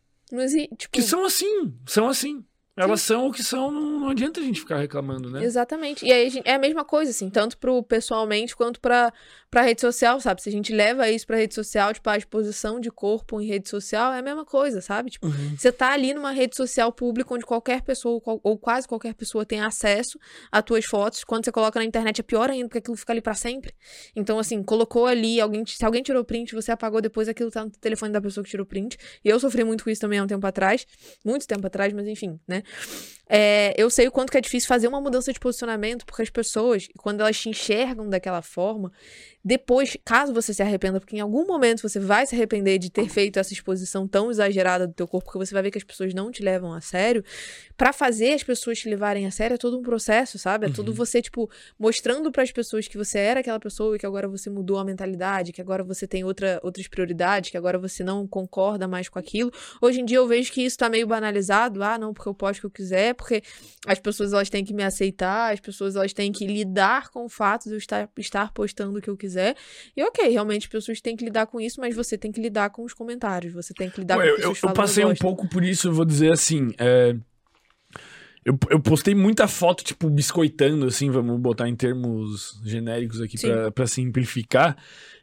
são assim. São assim. Elas são o que são, não adianta a gente ficar reclamando, né? Exatamente. E aí é a mesma coisa, assim, tanto pro pessoalmente quanto pra rede social, sabe? Se a gente leva isso pra rede social, tipo, a exposição de corpo em rede social é a mesma coisa, sabe? Tipo, você tá ali numa rede social pública onde qualquer pessoa, ou quase qualquer pessoa tem acesso às tuas fotos. Quando você coloca na internet é pior ainda, porque aquilo fica ali pra sempre. Então, assim, colocou ali, se alguém tirou print, você apagou depois, aquilo tá no telefone da pessoa que tirou print. E eu sofri muito com isso também há um tempo atrás. Muito tempo atrás, mas enfim, né? Eu sei o quanto que é difícil fazer uma mudança de posicionamento, porque as pessoas, quando elas te enxergam daquela forma, depois, caso você se arrependa, porque em algum momento você vai se arrepender de ter feito essa exposição tão exagerada do teu corpo, porque você vai ver que as pessoas não te levam a sério, pra fazer as pessoas te levarem a sério é todo um processo, sabe? É tudo você, tipo, mostrando pras pessoas que você era aquela pessoa e que agora você mudou a mentalidade, que agora você tem outras prioridades, que agora você não concorda mais com aquilo. Hoje em dia eu vejo que isso tá meio banalizado. Não, porque eu posto o que eu quiser, porque as pessoas, elas têm que me aceitar, as pessoas, elas têm que lidar com o fato de eu estar postando o que eu quiser. E ok, realmente as pessoas têm que lidar com isso, mas você tem que lidar com os comentários, você tem que lidar com as pessoas falando. Eu passei um pouco por isso, eu vou dizer assim, eu postei muita foto, tipo, biscoitando, assim, vamos botar em termos genéricos aqui pra simplificar,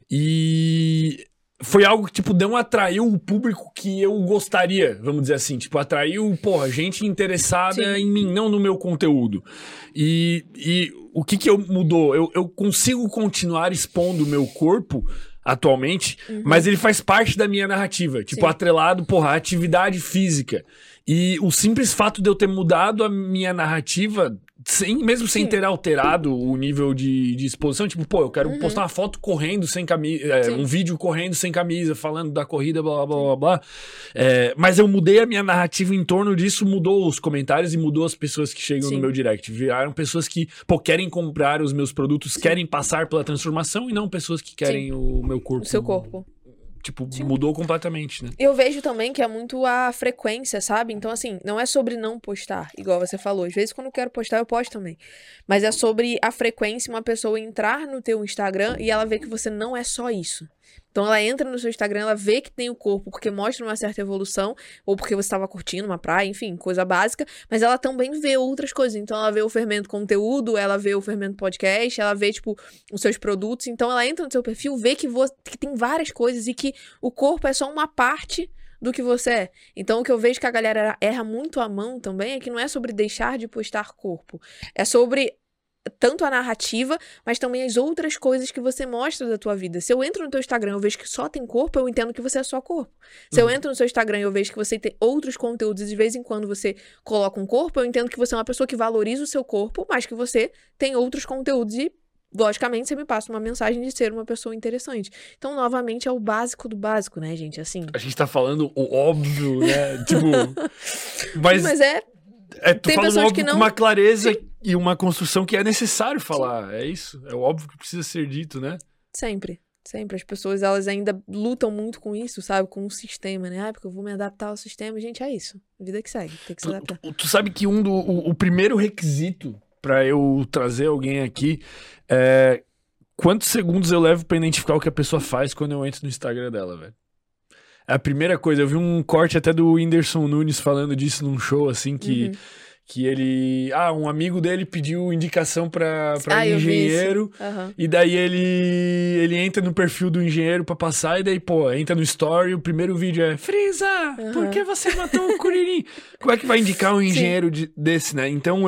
e foi algo que, tipo, não atraiu o público que eu gostaria, vamos dizer assim. Tipo, atraiu, gente interessada em mim, não no meu conteúdo. E o que mudou? Eu consigo continuar expondo o meu corpo atualmente, mas ele faz parte da minha narrativa. Tipo, atrelado, à atividade física. E o simples fato de eu ter mudado a minha narrativa, mesmo sem ter alterado o nível de exposição, tipo, eu quero postar uma foto correndo sem camisa, um vídeo correndo sem camisa, falando da corrida, blá, blá, blá, blá. Mas eu mudei a minha narrativa em torno disso, mudou os comentários e mudou as pessoas que chegam no meu direct. Viraram pessoas que, querem comprar os meus produtos, querem passar pela transformação e não pessoas que querem o meu corpo. O seu corpo. Tipo, mudou completamente, né? Eu vejo também que é muito a frequência, sabe? Então, assim, não é sobre não postar, igual você falou. Às vezes, quando eu quero postar, eu posto também. Mas é sobre a frequência, uma pessoa entrar no teu Instagram e ela vê que você não é só isso. Então ela entra no seu Instagram, ela vê que tem o corpo porque mostra uma certa evolução, ou porque você estava curtindo uma praia, enfim, coisa básica, mas ela também vê outras coisas. Então ela vê o Fermento Conteúdo, ela vê o Fermento Podcast, ela vê, tipo, os seus produtos. Então ela entra no seu perfil, vê que tem várias coisas e que o corpo é só uma parte do que você é. Então o que eu vejo que a galera erra muito a mão também é que não é sobre deixar de postar corpo, é sobre tanto a narrativa, mas também as outras coisas que você mostra da tua vida. Se eu entro no teu Instagram e eu vejo que só tem corpo, eu entendo que você é só corpo. Se eu entro no seu Instagram e eu vejo que você tem outros conteúdos e de vez em quando você coloca um corpo, eu entendo que você é uma pessoa que valoriza o seu corpo, mas que você tem outros conteúdos e, logicamente, você me passa uma mensagem de ser uma pessoa interessante. Então, novamente, é o básico do básico, né, gente? Assim. A gente tá falando o óbvio, né? Tipo. Mas é Tu fala um óbvio com uma clareza e uma construção que é necessário falar. É isso. É óbvio que precisa ser dito, né? Sempre. As pessoas, elas ainda lutam muito com isso, sabe? Com o sistema, né? Porque eu vou me adaptar ao sistema. Gente, é isso. Vida que segue. Tem que se adaptar. Tu sabe que o primeiro requisito pra eu trazer alguém aqui é quantos segundos eu levo pra identificar o que a pessoa faz quando eu entro no Instagram dela, velho. É a primeira coisa. Eu vi um corte até do Whindersson Nunes falando disso num show, assim, que ele... um amigo dele pediu indicação pra engenheiro. E daí ele entra no perfil do engenheiro pra passar. E daí, entra no story. O primeiro vídeo é: Frieza, por que você matou o Kuririn? Como é que vai indicar um engenheiro desse, né? Então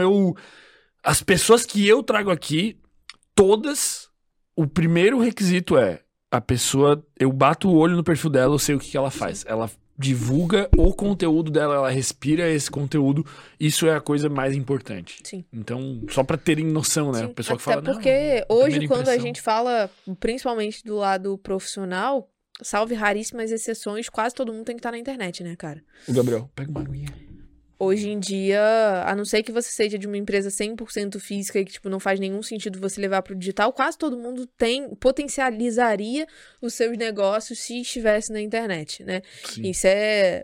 as pessoas que eu trago aqui, todas, o primeiro requisito é a pessoa, eu bato o olho no perfil dela, eu sei o que ela faz. Ela divulga o conteúdo dela, ela respira esse conteúdo. Isso é a coisa mais importante. Sim. Então, só pra terem noção, né? Sim. O pessoal que Até fala... porque hoje, quando a gente fala, principalmente do lado profissional, salve raríssimas exceções, quase todo mundo tem que estar na internet, né, cara? O Gabriel, pega uma aguinha. Hoje em dia, a não ser que você seja de uma empresa 100% física e que, tipo, não faz nenhum sentido você levar pro digital, quase todo mundo potencializaria os seus negócios se estivesse na internet, né? Sim. Isso é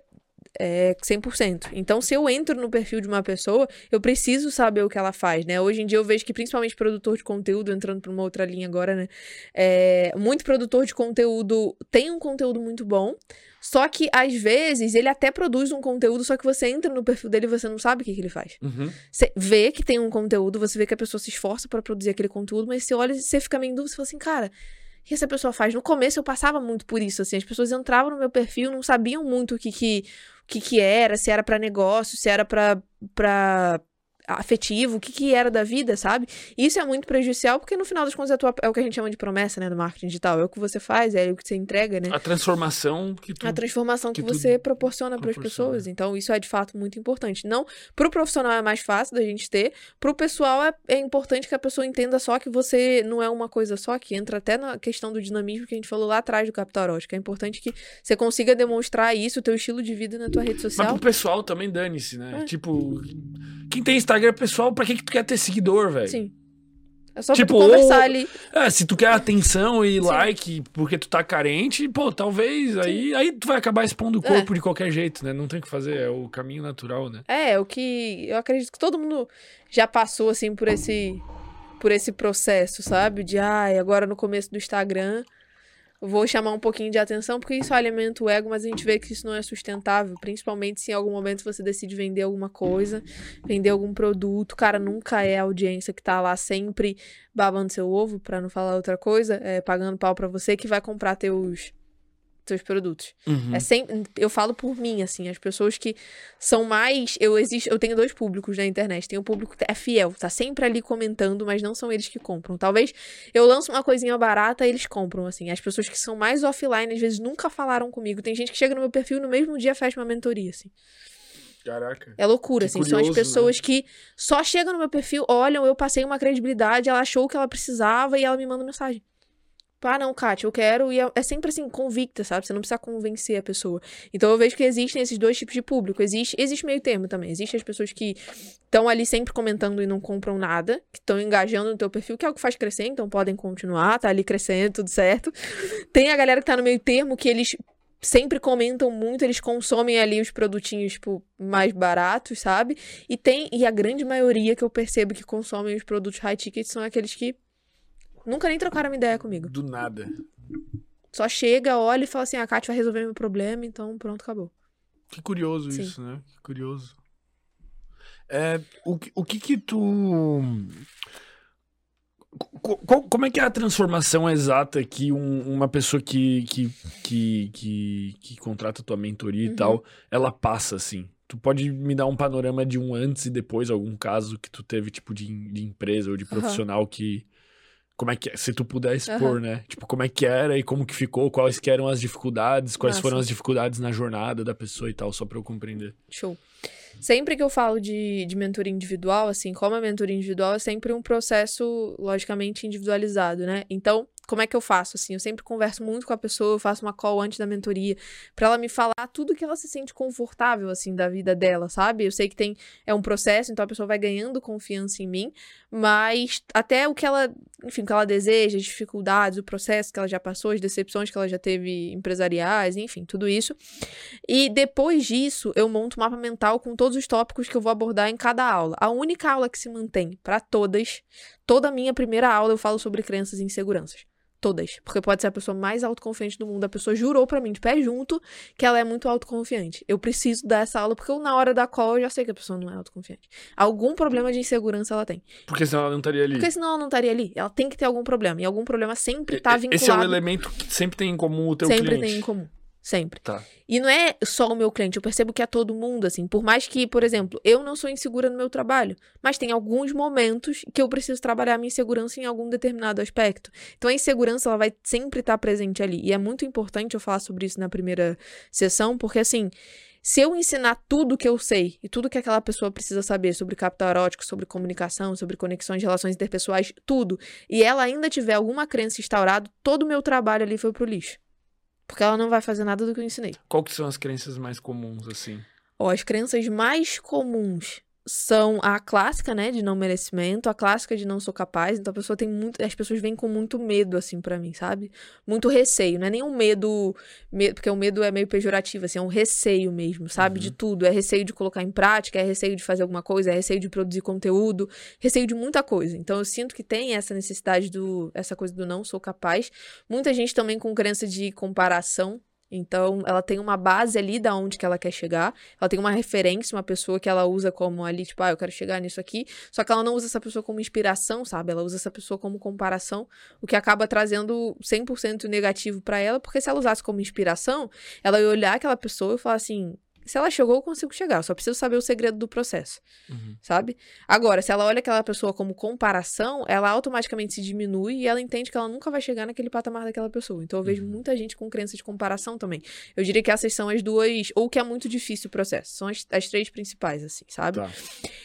100%. Então, se eu entro no perfil de uma pessoa, eu preciso saber o que ela faz, né? Hoje em dia eu vejo que principalmente produtor de conteúdo, entrando pra uma outra linha agora, né? Muito produtor de conteúdo tem um conteúdo muito bom, só que, às vezes, ele até produz um conteúdo, só que você entra no perfil dele e você não sabe o que ele faz. Você vê que tem um conteúdo, você vê que a pessoa se esforça pra produzir aquele conteúdo, mas você olha e você fica meio em dúvida, você fala assim, cara, o que essa pessoa faz? No começo eu passava muito por isso, assim, as pessoas entravam no meu perfil, não sabiam muito o que era, se era pra negócio, se era pra afetivo, o que era da vida, sabe? Isso é muito prejudicial, porque no final das contas é o que a gente chama de promessa, né, do marketing digital. É o que você faz, é o que você entrega, né? A transformação que você proporciona para as pessoas. Então, isso é de fato muito importante. Não, pro profissional é mais fácil da gente ter, pro pessoal é importante que a pessoa entenda só que você não é uma coisa só, que entra até na questão do dinamismo que a gente falou lá atrás do Capital Erótico. É importante que você consiga demonstrar isso, o teu estilo de vida na tua rede social. Mas pro pessoal também dane-se, né? Tipo, quem tem Instagram pessoal, pra que tu quer ter seguidor, velho? Sim. É só pra tu conversar ali. Se tu quer atenção e like porque tu tá carente, talvez aí tu vai acabar expondo o corpo de qualquer jeito, né? Não tem o que fazer, é o caminho natural, né? O que eu acredito que todo mundo já passou, assim, por esse processo, sabe? De, agora no começo do Instagram vou chamar um pouquinho de atenção, porque isso alimenta o ego, mas a gente vê que isso não é sustentável, principalmente se em algum momento você decide vender alguma coisa, vender algum produto. Cara, nunca é a audiência que tá lá sempre babando seu ovo, pra não falar outra coisa, pagando pau pra você, que vai comprar teus produtos. Eu falo por mim, assim, as pessoas que são mais... Eu tenho 2 públicos na internet. Tem um público que é fiel, tá sempre ali comentando, mas não são eles que compram. Talvez eu lance uma coisinha barata e eles compram, assim. As pessoas que são mais offline, às vezes, nunca falaram comigo. Tem gente que chega no meu perfil e no mesmo dia fecha uma mentoria, assim. Caraca. É loucura, assim. Curioso, são as pessoas, né, que só chegam no meu perfil, olham, eu passei uma credibilidade, ela achou o que ela precisava e ela me manda mensagem. Não, Kátia, eu quero, e é sempre assim, convicta, sabe? Você não precisa convencer a pessoa. Então eu vejo que existem esses 2 tipos de público. Existe meio termo também. Existem as pessoas que estão ali sempre comentando e não compram nada, que estão engajando no teu perfil, que é o que faz crescer, então podem continuar, tá ali crescendo, tudo certo. Tem a galera que tá no meio termo, que eles sempre comentam muito, eles consomem ali os produtinhos, tipo, mais baratos, sabe? E a grande maioria que eu percebo que consomem os produtos high ticket são aqueles que nunca nem trocaram uma ideia comigo. Do nada. Só chega, olha e fala assim, a Kátia vai resolver meu problema, então pronto, acabou. Que curioso isso, né? Que curioso. O que tu... Como é que é a transformação exata que uma pessoa que contrata a tua mentoria e tal, ela passa, assim? Tu pode me dar um panorama de um antes e depois, algum caso que tu teve, tipo, de empresa ou de profissional que... Como é que é? Se tu puder expor, né? Tipo, como é que era e como que ficou, quais que eram as dificuldades, quais foram as dificuldades na jornada da pessoa e tal, só pra eu compreender. Show. Sempre que eu falo de mentoria individual, assim, como a mentoria individual é sempre um processo, logicamente, individualizado, né? Então, como é que eu faço, assim? Eu sempre converso muito com a pessoa, eu faço uma call antes da mentoria, pra ela me falar tudo que ela se sente confortável, assim, da vida dela, sabe? Eu sei que é um processo, então a pessoa vai ganhando confiança em mim, mas até o que ela, enfim, o que ela deseja, as dificuldades, o processo que ela já passou, as decepções que ela já teve empresariais, enfim, tudo isso. E depois disso, eu monto um mapa mental com todos os tópicos que eu vou abordar em cada aula. A única aula que se mantém pra todas, toda a minha primeira aula eu falo sobre crenças e inseguranças. Todas. Porque pode ser a pessoa mais autoconfiante do mundo. A pessoa jurou pra mim, de pé junto, que ela é muito autoconfiante. Eu preciso dar essa aula, porque na hora da call eu já sei que a pessoa não é autoconfiante. Algum problema de insegurança ela tem. Porque senão ela não estaria ali. Porque senão ela não estaria ali. Ela tem que ter algum problema. E algum problema sempre tá vinculado. Esse é um elemento que sempre tem em comum o teu cliente. Sempre tem em comum. Sempre. Tá. E não é só o meu cliente, eu percebo que é todo mundo, assim. Por mais que, por exemplo, eu não sou insegura no meu trabalho, mas tem alguns momentos que eu preciso trabalhar a minha insegurança em algum determinado aspecto. Então a insegurança, ela vai sempre estar presente ali. E é muito importante eu falar sobre isso na primeira sessão, porque assim, se eu ensinar tudo que eu sei e tudo que aquela pessoa precisa saber sobre capital erótico, sobre comunicação, sobre conexões, relações interpessoais, tudo, e ela ainda tiver alguma crença instaurada, todo o meu trabalho ali foi pro lixo. Porque ela não vai fazer nada do que eu ensinei. Qual que são as crenças mais comuns, assim? As crenças mais comuns são a clássica, né, de não merecimento, a clássica de não sou capaz. Então a pessoa tem muito... As pessoas vêm com muito medo, assim, pra mim, sabe? Muito receio. Não é nem um medo... Porque o medo é meio pejorativo, assim. É um receio mesmo, sabe? De tudo. É receio de colocar em prática, é receio de fazer alguma coisa, é receio de produzir conteúdo, receio de muita coisa. Então eu sinto que tem essa necessidade essa coisa do não sou capaz. Muita gente também com crença de comparação. Então, ela tem uma base ali da onde que ela quer chegar, ela tem uma referência, uma pessoa que ela usa como ali, tipo, eu quero chegar nisso aqui, só que ela não usa essa pessoa como inspiração, sabe? Ela usa essa pessoa como comparação, o que acaba trazendo 100% negativo pra ela, porque se ela usasse como inspiração, ela ia olhar aquela pessoa e falar assim... Se ela chegou, eu consigo chegar. Eu só preciso saber o segredo do processo, sabe? Agora, se ela olha aquela pessoa como comparação, ela automaticamente se diminui e ela entende que ela nunca vai chegar naquele patamar daquela pessoa. Então, eu vejo muita gente com crença de comparação também. Eu diria que essas são as duas... Ou que é muito difícil o processo. São as três principais, assim, sabe? Tá.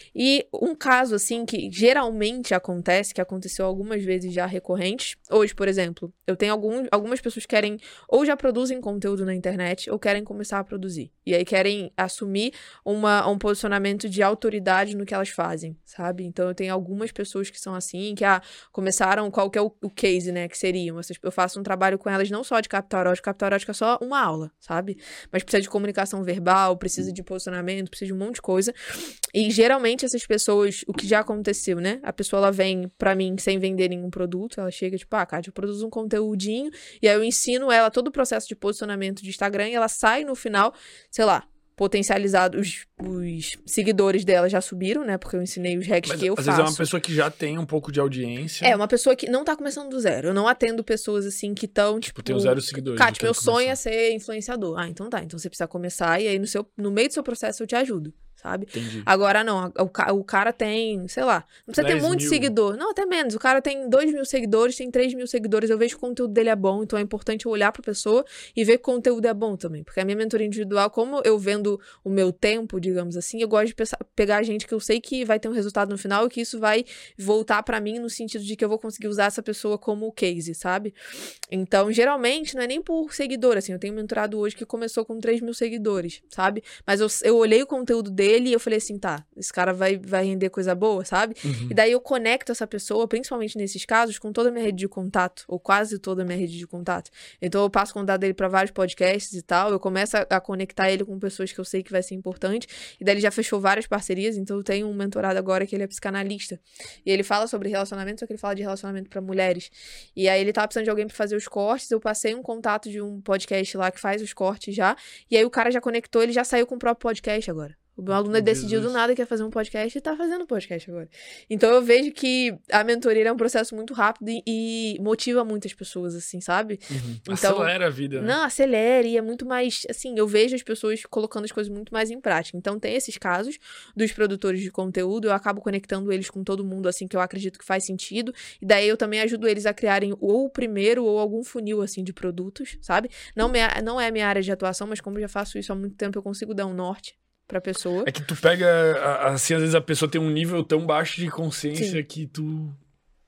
E um caso, assim, que geralmente acontece, que aconteceu algumas vezes já recorrentes. Hoje, por exemplo, eu tenho algumas pessoas que querem... Ou já produzem conteúdo na internet, ou querem começar a produzir. E aí querem assumir um posicionamento de autoridade no que elas fazem, sabe? Então eu tenho algumas pessoas que são assim, que começaram, qual que é o case, né, que seriam. Eu faço um trabalho com elas não só de capital erótico é só uma aula, sabe? Mas precisa de comunicação verbal, precisa de posicionamento, precisa de um monte de coisa. E geralmente essas pessoas, o que já aconteceu, né? A pessoa, ela vem pra mim sem vender nenhum produto, ela chega tipo, Kátia, eu produzo um conteúdinho, e aí eu ensino ela todo o processo de posicionamento de Instagram, e ela sai no final, sei lá, potencializado, os seguidores dela já subiram, né? Porque eu ensinei os hacks que eu faço. Às vezes é uma pessoa que já tem um pouco de audiência. É, uma pessoa que não tá começando do zero. Eu não atendo pessoas, assim, que estão, tipo... tem 0 seguidores. Kátia, meu sonho é ser influenciador. Então tá. Então você precisa começar e aí no meio do seu processo eu te ajudo, sabe? Entendi. Agora não, o cara tem, sei lá, não precisa ter muito seguidor. Não, até menos. O cara tem 2.000 seguidores, tem 3.000 seguidores. Eu vejo que o conteúdo dele é bom, então é importante eu olhar pra pessoa e ver que o conteúdo é bom também. Porque a minha mentoria individual, como eu vendo o meu tempo, digamos assim, eu gosto de pegar gente que eu sei que vai ter um resultado no final e que isso vai voltar pra mim no sentido de que eu vou conseguir usar essa pessoa como case, sabe? Então, geralmente, não é nem por seguidor, assim, eu tenho um mentorado hoje que começou com 3.000 seguidores, sabe? Mas eu olhei o conteúdo dele e eu falei assim, tá, esse cara vai render coisa boa, sabe? E daí eu conecto essa pessoa, principalmente nesses casos, com toda a minha rede de contato, ou quase toda a minha rede de contato. Então eu passo o contato dele pra vários podcasts e tal, eu começo a conectar ele com pessoas que eu sei que vai ser importante, e daí ele já fechou várias parcerias, então eu tenho um mentorado agora que ele é psicanalista, e ele fala sobre relacionamento, só que ele fala de relacionamento pra mulheres, e aí ele tava precisando de alguém pra fazer os cortes, eu passei um contato de um podcast lá que faz os cortes já, e aí o cara já conectou, ele já saiu com o próprio podcast agora. O meu aluno decidiu do nada que ia fazer um podcast e tá fazendo podcast agora. Então eu vejo que a mentoria é um processo muito rápido e motiva muitas pessoas, assim, sabe? Então, acelera a vida, né? Não, acelera e é muito mais, assim, eu vejo as pessoas colocando as coisas muito mais em prática. Então tem esses casos dos produtores de conteúdo, eu acabo conectando eles com todo mundo, assim, que eu acredito que faz sentido. E daí eu também ajudo eles a criarem ou o primeiro ou algum funil, assim, de produtos, sabe? Não é a minha área de atuação, mas como eu já faço isso há muito tempo, eu consigo dar um norte pra pessoa. É que tu pega, assim, às vezes a pessoa tem um nível tão baixo de consciência. Sim. Que tu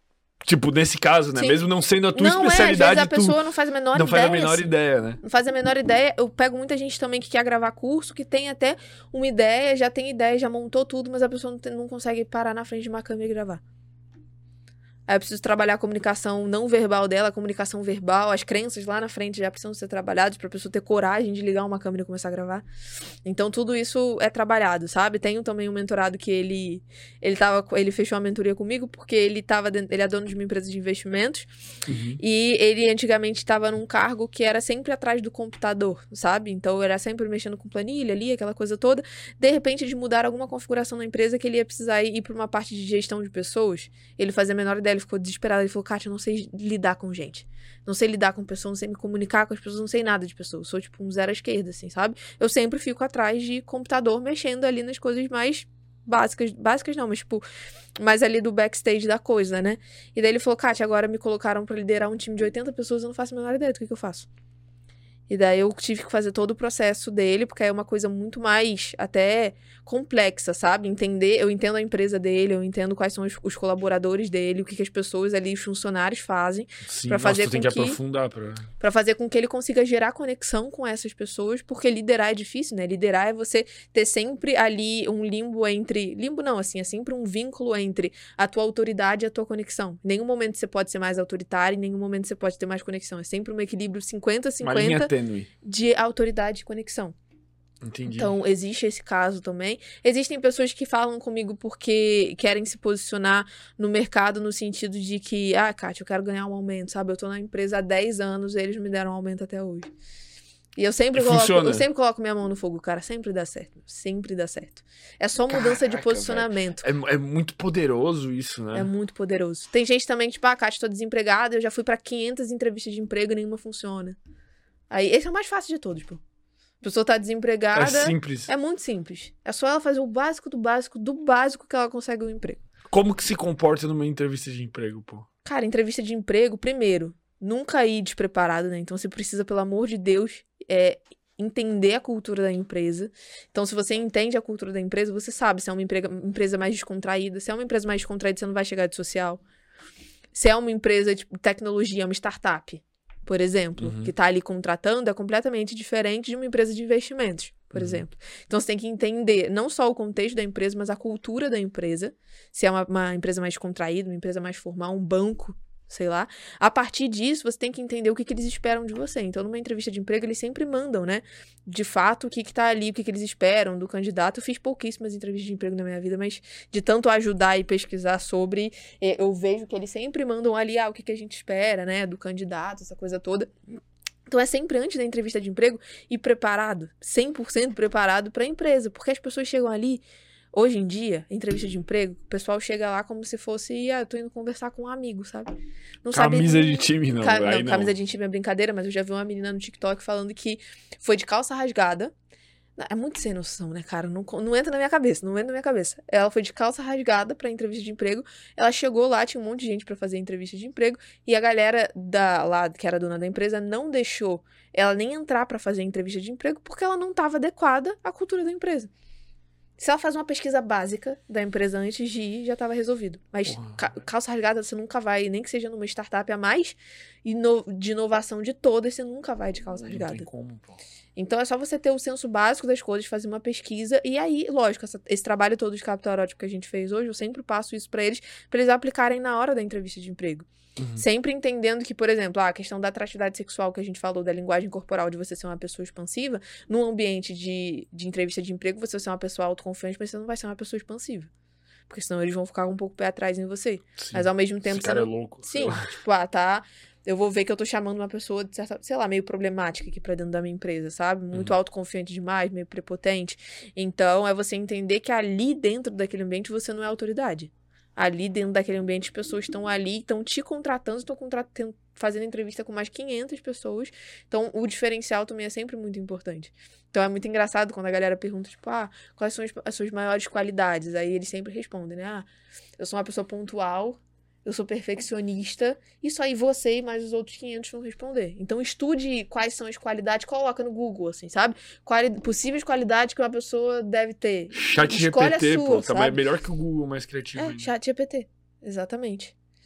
Tipo, nesse caso, né? Sim. Mesmo não sendo a tua Não, especialidade, às vezes a pessoa não faz a menor não ideia. faz a menor ideia, né? Não faz a menor ideia. Eu pego muita gente também que quer gravar curso, que tem até uma ideia, já tem ideia, já montou tudo, mas a pessoa não consegue parar na frente de uma câmera e gravar. Aí eu preciso trabalhar a comunicação não verbal dela, a comunicação verbal, as crenças lá na frente já precisam ser trabalhadas pra pessoa ter coragem de ligar uma câmera e começar a gravar. Então tudo isso é trabalhado, sabe? Tenho também um mentorado que ele fechou uma mentoria comigo porque ele é dono de uma empresa de investimentos e ele antigamente estava num cargo que era sempre atrás do computador, sabe? Então era sempre mexendo com planilha ali, aquela coisa toda. De repente de mudar alguma configuração na empresa que ele ia precisar ir pra uma parte de gestão de pessoas, ele fazia a menor ideia. Ele ficou desesperado, ele falou, Kátia, eu não sei lidar com gente. Não sei lidar com pessoas, não sei me comunicar com as pessoas, não sei nada de pessoas. Eu sou tipo um zero à esquerda, assim, sabe? Eu sempre fico atrás de computador, mexendo ali nas coisas mais básicas. Básicas não, mas tipo, mais ali do backstage da coisa, né? E daí ele falou, Kátia, agora me colocaram pra liderar um time de 80 pessoas, eu não faço a menor ideia do que eu faço. E daí eu tive que fazer todo o processo dele, porque é uma coisa muito mais até complexa, sabe? Eu entendo a empresa dele, eu entendo quais são os colaboradores dele, o que as pessoas ali, os funcionários fazem. Sim, pra fazer tem que aprofundar. Pra fazer com que ele consiga gerar conexão com essas pessoas, porque liderar é difícil, né? Liderar é você ter sempre ali um limbo entre... Limbo não, assim, é sempre um vínculo entre a tua autoridade e a tua conexão. Em nenhum momento você pode ser mais autoritário, em nenhum momento você pode ter mais conexão. É sempre um equilíbrio 50-50 de autoridade e conexão. Entendi. Então, existe esse caso também. Existem pessoas que falam comigo porque querem se posicionar no mercado no sentido de que, Kátia, eu quero ganhar um aumento, sabe? Eu tô na empresa há 10 anos e eles me deram um aumento até hoje. E eu sempre coloco minha mão no fogo, cara. Sempre dá certo. Sempre dá certo. É só mudança de posicionamento. É muito poderoso isso, né? É muito poderoso. Tem gente também, tipo, Kátia, tô desempregada, eu já fui pra 500 entrevistas de emprego e nenhuma funciona. Aí, esse é o mais fácil de todos, pô. A pessoa tá desempregada. É simples. É muito simples. É só ela fazer o básico do básico do básico que ela consegue um emprego. Como que se comporta numa entrevista de emprego, pô? Cara, entrevista de emprego, primeiro, nunca ir despreparado, né? Então você precisa, pelo amor de Deus, entender a cultura da empresa. Então, se você entende a cultura da empresa, você sabe se é uma empresa mais descontraída. Se é uma empresa mais descontraída, você não vai chegar de social. Se é uma empresa de tecnologia, uma startup, por exemplo, que tá ali contratando, é completamente diferente de uma empresa de investimentos, por exemplo. Então, você tem que entender não só o contexto da empresa, mas a cultura da empresa. Se é uma empresa mais contraída, uma empresa mais formal, um banco, sei lá. A partir disso, você tem que entender o que eles esperam de você. Então, numa entrevista de emprego, eles sempre mandam, né? De fato, o que tá ali, o que eles esperam do candidato. Eu fiz pouquíssimas entrevistas de emprego na minha vida, mas de tanto ajudar e pesquisar sobre, eu vejo que eles sempre mandam ali, o que a gente espera, né? Do candidato, essa coisa toda. Então, é sempre antes da entrevista de emprego ir preparado, 100% preparado para a empresa, porque as pessoas chegam ali. Hoje em dia, entrevista de emprego, o pessoal chega lá como se fosse, eu tô indo conversar com um amigo, sabe? Não camisa de time, não. Não, camisa de time é brincadeira, mas eu já vi uma menina no TikTok falando que foi de calça rasgada. É muito sem noção, né, cara? Não entra na minha cabeça, não entra na minha cabeça. Ela foi de calça rasgada pra entrevista de emprego. Ela chegou lá, tinha um monte de gente pra fazer entrevista de emprego. E a galera lá, que era dona da empresa, não deixou ela nem entrar pra fazer entrevista de emprego porque ela não tava adequada à cultura da empresa. Se ela faz uma pesquisa básica da empresa antes de ir, já estava resolvido. Mas calça rasgada você nunca vai, nem que seja numa startup a mais de inovação de todas, você nunca vai de calça rasgada. Não tem como, pô. Então é só você ter o senso básico das coisas, fazer uma pesquisa. E aí, lógico, esse trabalho todo de capital erótico que a gente fez hoje, eu sempre passo isso para eles aplicarem na hora da entrevista de emprego. Sempre entendendo que, por exemplo, a questão da atratividade sexual que a gente falou, da linguagem corporal, de você ser uma pessoa expansiva, num ambiente de entrevista de emprego, você vai ser uma pessoa autoconfiante, mas você não vai ser uma pessoa expansiva. Porque senão eles vão ficar um pouco pé atrás em você. Sim. Mas ao mesmo tempo... Esse cara é louco. Sim, tipo, eu vou ver que eu tô chamando uma pessoa, de certa, sei lá, meio problemática aqui pra dentro da minha empresa, sabe? Muito autoconfiante demais, meio prepotente. Então, é você entender que ali dentro daquele ambiente você não é autoridade. Ali dentro daquele ambiente, as pessoas estão ali, estão te contratando, fazendo entrevista com mais 500 pessoas. Então, o diferencial também é sempre muito importante. Então, é muito engraçado quando a galera pergunta, tipo, quais são as suas maiores qualidades? Aí eles sempre respondem, né? Eu sou uma pessoa pontual, eu sou perfeccionista, isso aí você e mais os outros 500 vão responder. Então, estude quais são as qualidades, coloca no Google, assim, sabe? Possíveis qualidades que uma pessoa deve ter. ChatGPT, pô, também é melhor que o Google, mais criativo. ChatGPT, exatamente.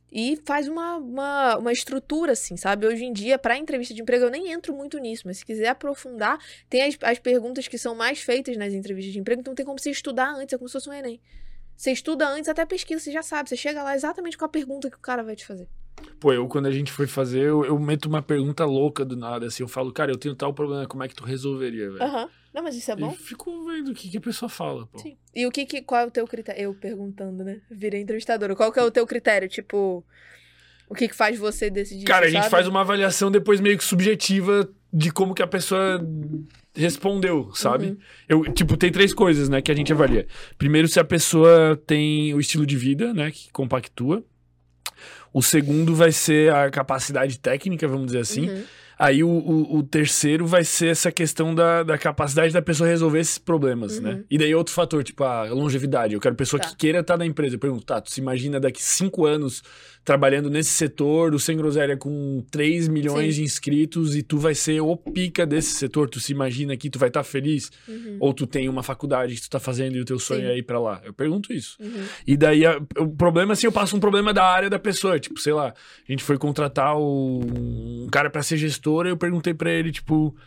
E faz uma estrutura, assim, sabe? Hoje em dia, pra entrevista de emprego, eu nem entro muito nisso, mas se quiser aprofundar, tem as perguntas que são mais feitas nas entrevistas de emprego, então tem como você estudar antes, é como se fosse um Enem. Você estuda antes, até pesquisa, você já sabe, você chega lá exatamente com a pergunta que o cara vai te fazer. Pô, quando a gente foi fazer, eu meto uma pergunta louca do nada, assim, eu falo, cara, eu tenho tal problema, como é que tu resolveria, velho? Aham. Não, mas isso é bom. E fico vendo o que a pessoa fala, pô. Sim. E qual é o teu critério? Eu perguntando, né? Virei entrevistadora. Qual que é o teu critério? Tipo, o que faz você decidir? Cara, a gente sabe? faz uma avaliação depois meio que subjetiva de como que a pessoa respondeu, sabe? Tem 3 coisas, né, que a gente avalia. Primeiro, se a pessoa tem o estilo de vida, né, que compactua. O segundo vai ser a capacidade técnica, vamos dizer assim. Aí o terceiro vai ser essa questão da capacidade da pessoa resolver esses problemas, né? E daí outro fator, tipo a longevidade. Eu quero pessoa que queira estar na empresa. Eu pergunto, tu se imagina daqui 5 anos trabalhando nesse setor, do Sem Groselha com 3 milhões de inscritos e tu vai ser o pica desse setor. Tu se imagina que tu vai estar feliz? Ou tu tem uma faculdade que tu tá fazendo e o teu sonho é ir pra lá? Eu pergunto isso. E daí o problema, assim, eu passo um problema da área da pessoa. Tipo, sei lá, a gente foi contratar um cara pra ser gestor e eu perguntei pra ele, tipo...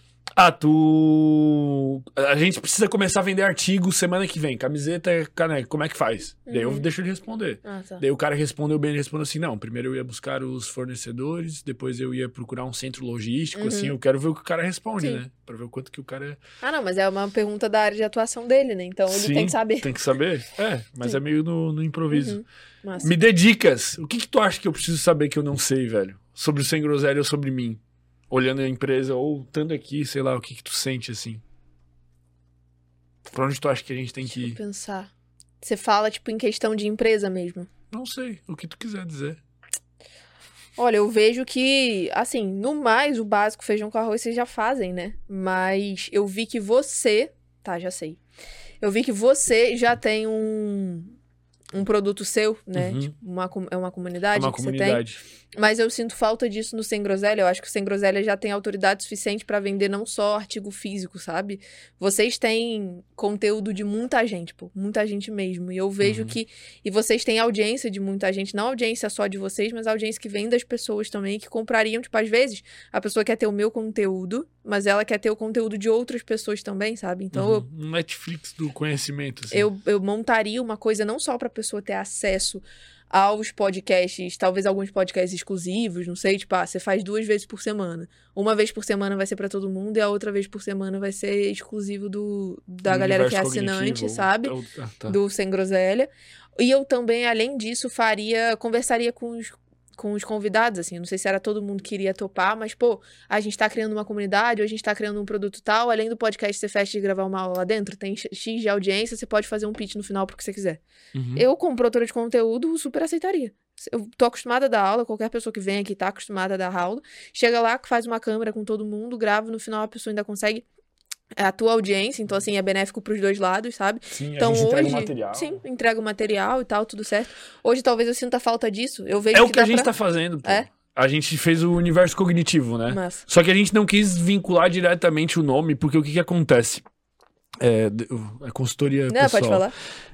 A gente precisa começar a vender artigos semana que vem. Camiseta, caneca, como é que faz? Daí eu deixo ele responder. Daí o cara respondeu bem, ele respondeu assim, não, primeiro eu ia buscar os fornecedores, depois eu ia procurar um centro logístico, assim, eu quero ver o que o cara responde, né? Pra ver o quanto que o cara... não, mas é uma pergunta da área de atuação dele, né? Então ele tem que saber. Tem que saber, mas é meio no improviso. Me dê dicas. O que tu acha que eu preciso saber que eu não sei, velho? Sobre o Sem Groselha ou sobre mim? Olhando a empresa ou estando aqui, sei lá, o que tu sente, assim? Pra onde tu acha que a gente tem que ir? Deixa eu pensar. Você fala, tipo, em questão de empresa mesmo? Não sei, o que tu quiser dizer. Olha, eu vejo que, assim, no mais, o básico, feijão com arroz, vocês já fazem, né? Mas eu vi que você... Tá, já sei. Eu vi que você já tem um produto seu, né? Tipo, é uma comunidade que você tem. Mas eu sinto falta disso no Sem Groselha. Eu acho que o Sem Groselha já tem autoridade suficiente pra vender não só artigo físico, sabe? Vocês têm conteúdo de muita gente, pô. Muita gente mesmo. E eu vejo que... E vocês têm audiência de muita gente. Não audiência só de vocês, mas audiência que vem das pessoas também, que comprariam. Tipo, às vezes, a pessoa quer ter o meu conteúdo, mas ela quer ter o conteúdo de outras pessoas também, sabe? Então, Um Netflix do conhecimento, assim. Eu montaria uma coisa não só pra pessoa ter acesso aos podcasts, talvez alguns podcasts exclusivos, não sei, tipo, você faz 2 vezes por semana. Uma vez por semana vai ser pra todo mundo e a outra vez por semana vai ser exclusivo da galera que é assinante, sabe? Do Sem Groselha. E eu também, além disso, conversaria com os convidados, assim, não sei se era todo mundo que iria topar, mas, pô, a gente tá criando uma comunidade, ou a gente tá criando um produto tal, além do podcast ser festa de gravar uma aula lá dentro, tem X de audiência, você pode fazer um pitch no final pro que você quiser. Eu, como produtora de conteúdo, super aceitaria. Eu tô acostumada a dar aula, qualquer pessoa que vem aqui tá acostumada a dar aula, chega lá, faz uma câmera com todo mundo, grava, no final a pessoa ainda consegue a tua audiência, então assim, é benéfico pros 2 lados, sabe? Sim, então, a gente hoje, entrega o material. Sim, entrega o material e tal, tudo certo. Hoje talvez eu sinta falta disso. Eu vejo é o que a gente tá fazendo, pô. A gente fez o universo cognitivo, né? Massa. Só que a gente não quis vincular diretamente o nome, porque o que acontece? A consultoria pessoal. Pode falar.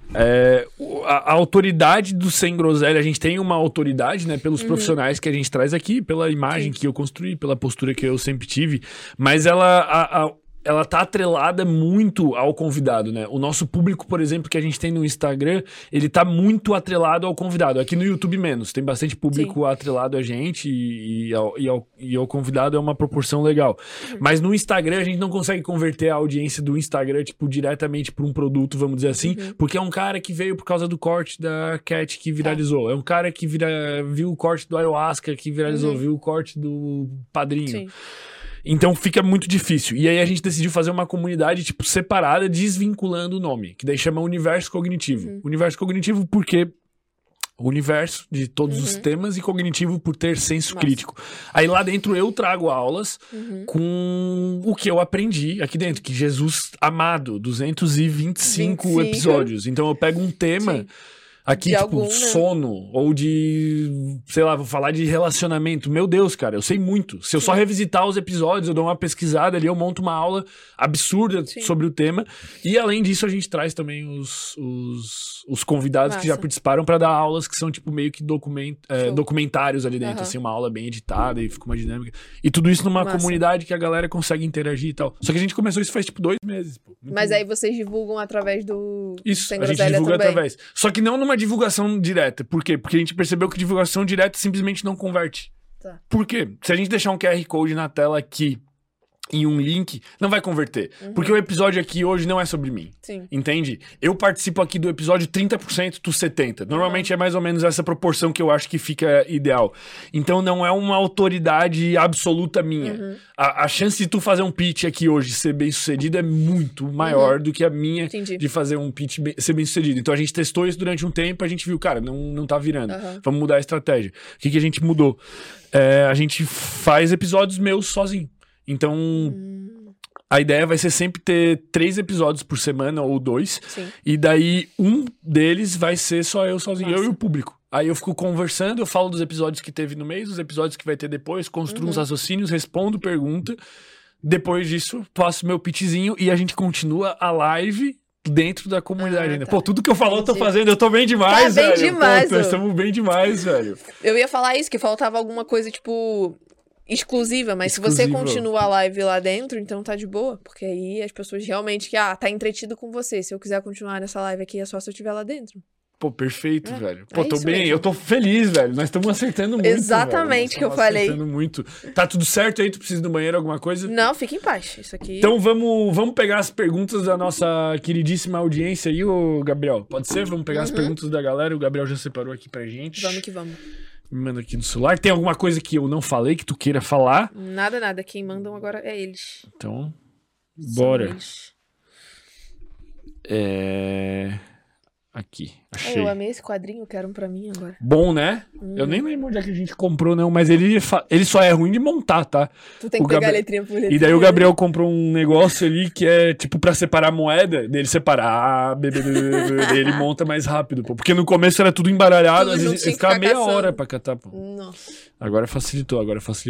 A autoridade do Sem Groselha, a gente tem uma autoridade, né, pelos profissionais que a gente traz aqui, pela imagem que eu construí, pela postura que eu sempre tive, mas ela tá atrelada muito ao convidado, né? O nosso público, por exemplo, que a gente tem no Instagram, ele tá muito atrelado ao convidado. Aqui no YouTube menos, tem bastante público atrelado a gente e ao convidado é uma proporção legal. Mas no Instagram a gente não consegue converter a audiência do Instagram, tipo, diretamente para um produto, vamos dizer assim, porque é um cara que veio por causa do corte da Cat que viralizou. É um cara que viu o corte do Ayahuasca que viralizou, viu o corte do Padrinho. Sim. Então fica muito difícil. E aí a gente decidiu fazer uma comunidade, tipo, separada, desvinculando o nome. Que daí chama Universo Cognitivo. Universo Cognitivo porque o universo de todos os temas e cognitivo por ter senso crítico. Aí lá dentro eu trago aulas com o que eu aprendi aqui dentro. Que Jesus amado, 225 episódios. Então eu pego um tema... Aqui, De tipo, algum, né? sono, ou de, sei lá, vou falar de relacionamento. Meu Deus, cara, eu sei muito. Se eu só revisitar os episódios, eu dou uma pesquisada ali, eu monto uma aula absurda sobre o tema. E além disso, a gente traz também os convidados que já participaram pra dar aulas que são, tipo, meio que documentários ali dentro, assim, uma aula bem editada e fica uma dinâmica. E tudo isso numa comunidade que a galera consegue interagir e tal. Só que a gente começou isso faz, tipo, 2 meses, pô. Mas aí vocês divulgam através do... Isso, Sem a gente Groselha divulga também. através. Só que não numa divulgação direta. Por quê? Porque a gente percebeu que divulgação direta simplesmente não converte. Tá. Por quê? Se a gente deixar um QR Code na tela aqui em um link, não vai converter. Porque o episódio aqui hoje não é sobre mim. Sim. Entende? Eu participo aqui do episódio 30% do 70%. Normalmente é mais ou menos essa proporção que eu acho que fica ideal. Então não é uma autoridade absoluta minha. A chance de tu fazer um pitch aqui hoje ser bem sucedido é muito maior do que a minha de fazer um pitch ser bem sucedido. Então a gente testou isso durante um tempo, a gente viu, cara, não tá virando. Vamos mudar a estratégia. O que a gente mudou? A gente faz episódios meus sozinho. Então, a ideia vai ser sempre ter 3 episódios por semana ou 2. Sim. E daí, um deles vai ser só eu sozinho, eu e o público. Aí eu fico conversando, eu falo dos episódios que teve no mês, dos episódios que vai ter depois, construo uns raciocínios, respondo pergunta. Depois disso, faço meu pitchzinho e a gente continua a live dentro da comunidade ainda. Pô, tudo que eu falo eu tô fazendo, eu tô bem demais, velho. Bem demais, nós estamos bem demais, velho. Eu ia falar isso, que faltava alguma coisa, tipo... exclusiva, mas se você continua a live lá dentro, então tá de boa, porque aí as pessoas realmente tá entretido com você. Se eu quiser continuar nessa live aqui, é só se eu estiver lá dentro. Pô, perfeito, velho. Pô, tô bem, eu tô feliz, velho. Nós estamos acertando muito. Exatamente o que eu falei. Acertando muito. Tá tudo certo aí? Tu precisa ir no banheiro, alguma coisa? Não, fica em paz. Isso aqui. Então vamos pegar as perguntas da nossa queridíssima audiência aí, ô Gabriel. Pode ser? Vamos pegar as perguntas da galera. O Gabriel já separou aqui pra gente. Vamos que vamos. Me manda aqui no celular. Tem alguma coisa que eu não falei que tu queira falar? Nada. Quem mandam agora é eles. Então, bora. Eles. Aqui, achei. Eu amei esse quadrinho, quero um pra mim agora. Bom, né? Eu nem lembro onde é que a gente comprou, não, mas ele só é ruim de montar, tá? Tu tem que pegar letrinha por letrinha. E daí o Gabriel comprou um negócio ali que é tipo pra separar moeda, dele separar, ele monta mais rápido, pô. Porque no começo era tudo embaralhado, às vezes ficava meia hora pra catar, pô. Nossa. Agora facilitou.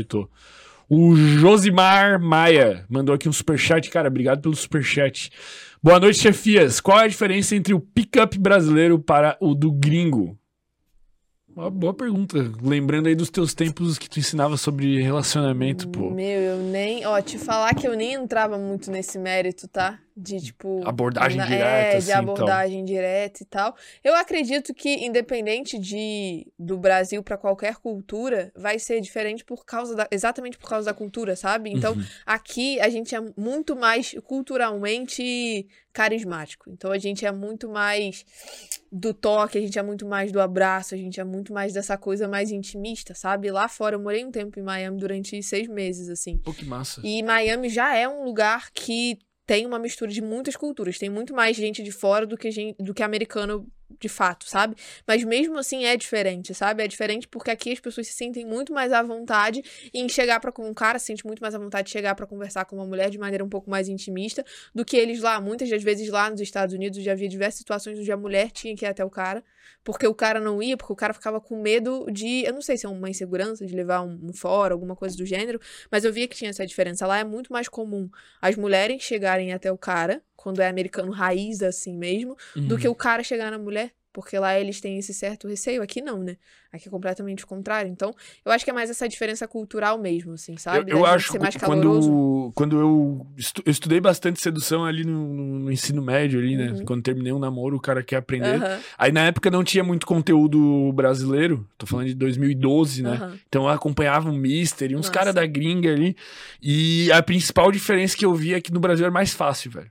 O Josimar Maia mandou aqui um superchat. Cara, obrigado pelo superchat. Boa noite, chefias. Qual é a diferença entre o pick-up brasileiro para o do gringo? Uma boa pergunta. Lembrando aí dos teus tempos que tu ensinava sobre relacionamento, pô. Meu, eu nem... Ó, te falar que eu nem entrava muito nesse mérito, tá? De, tipo... abordagem direta, assim, de abordagem direta e tal. Eu acredito que, independente do Brasil pra qualquer cultura, vai ser diferente exatamente por causa da cultura, sabe? Então, aqui a gente é muito mais culturalmente carismático. Então, a gente é muito mais do toque, a gente é muito mais do abraço, a gente é muito mais dessa coisa mais intimista, sabe? Lá fora, eu morei um tempo em Miami durante 6 meses, assim. Pô, que massa. E Miami já é um lugar que tem uma mistura de muitas culturas. Tem muito mais gente de fora do que americano de fato, sabe? Mas mesmo assim é diferente, sabe? É diferente porque aqui as pessoas se sentem muito mais à vontade em chegar com um cara, se sente muito mais à vontade de chegar pra conversar com uma mulher de maneira um pouco mais intimista do que eles lá. Muitas das vezes lá nos Estados Unidos já havia diversas situações onde a mulher tinha que ir até o cara, porque o cara não ia, porque o cara ficava com medo de, eu não sei se é uma insegurança de levar um fora, alguma coisa do gênero, mas eu via que tinha essa diferença. Lá é muito mais comum as mulheres chegarem até o cara, quando é americano raiz assim mesmo, do que o cara chegar na mulher. Porque lá eles têm esse certo receio, aqui não, né? Aqui é completamente o contrário. Então, eu acho que é mais essa diferença cultural mesmo, assim, sabe? Eu acho ser mais que caloroso. quando eu estudei bastante sedução ali no ensino médio, ali, né? Quando terminei um namoro, o cara quer aprender. Aí, na época, não tinha muito conteúdo brasileiro. Tô falando de 2012, né? Então, eu acompanhava um Mystery, uns caras da gringa ali. E a principal diferença que eu via é que no Brasil era mais fácil, velho.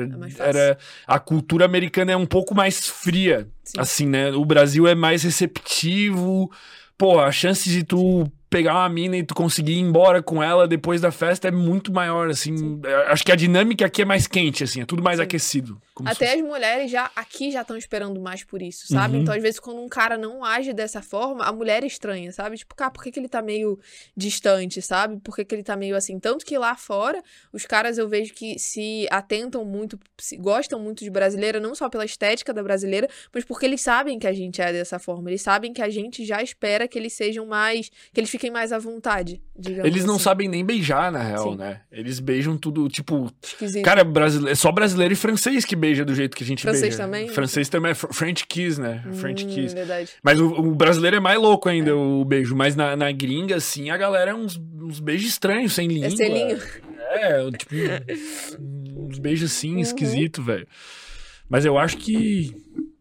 A cultura americana é um pouco mais fria. Sim. Assim, né? O Brasil é mais receptivo. Pô, a chance de tu pegar uma mina e tu conseguir ir embora com ela depois da festa é muito maior, assim. Acho que a dinâmica aqui é mais quente, assim, é tudo mais aquecido. Até as mulheres aqui já estão esperando mais por isso, sabe? Então, às vezes, quando um cara não age dessa forma, a mulher é estranha, sabe? Tipo, cara, por que ele tá meio distante, sabe? Por que ele tá meio assim? Tanto que lá fora, os caras eu vejo que se atentam muito, gostam muito de brasileira, não só pela estética da brasileira, mas porque eles sabem que a gente é dessa forma. Eles sabem que a gente já espera que eles sejam mais... que eles fiquem mais à vontade, digamos Eles não assim. sabem nem beijar, na real, né? Eles beijam tudo, tipo... Esquisito. Cara, é só brasileiro e francês que beija do jeito que a gente beija. Francês também? Francês também é French kiss, né? French kiss. Verdade. Mas o brasileiro é mais louco ainda, o beijo. Mas na gringa, assim, a galera é uns beijos estranhos, sem língua. É selinho. Tipo, uns beijos assim, esquisito, velho. Mas eu acho que...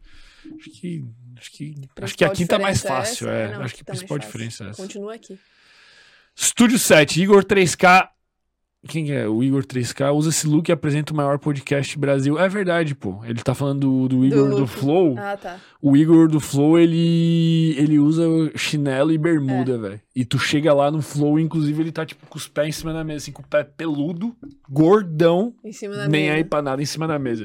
Acho que aqui tá mais fácil, Não, acho que a principal diferença é essa. Continua aqui. Estúdio 7, Igor 3K. Quem é? O Igor 3K usa esse look e apresenta o maior podcast Brasil. É verdade, pô. Ele tá falando do Igor do Flow. Ah, tá. O Igor do Flow, ele usa chinelo e bermuda, velho. E tu chega lá no Flow, inclusive ele tá tipo com os pés em cima da mesa, assim, com o pé peludo, gordão, em cima da nem mesa. aí pra nada, em cima da mesa.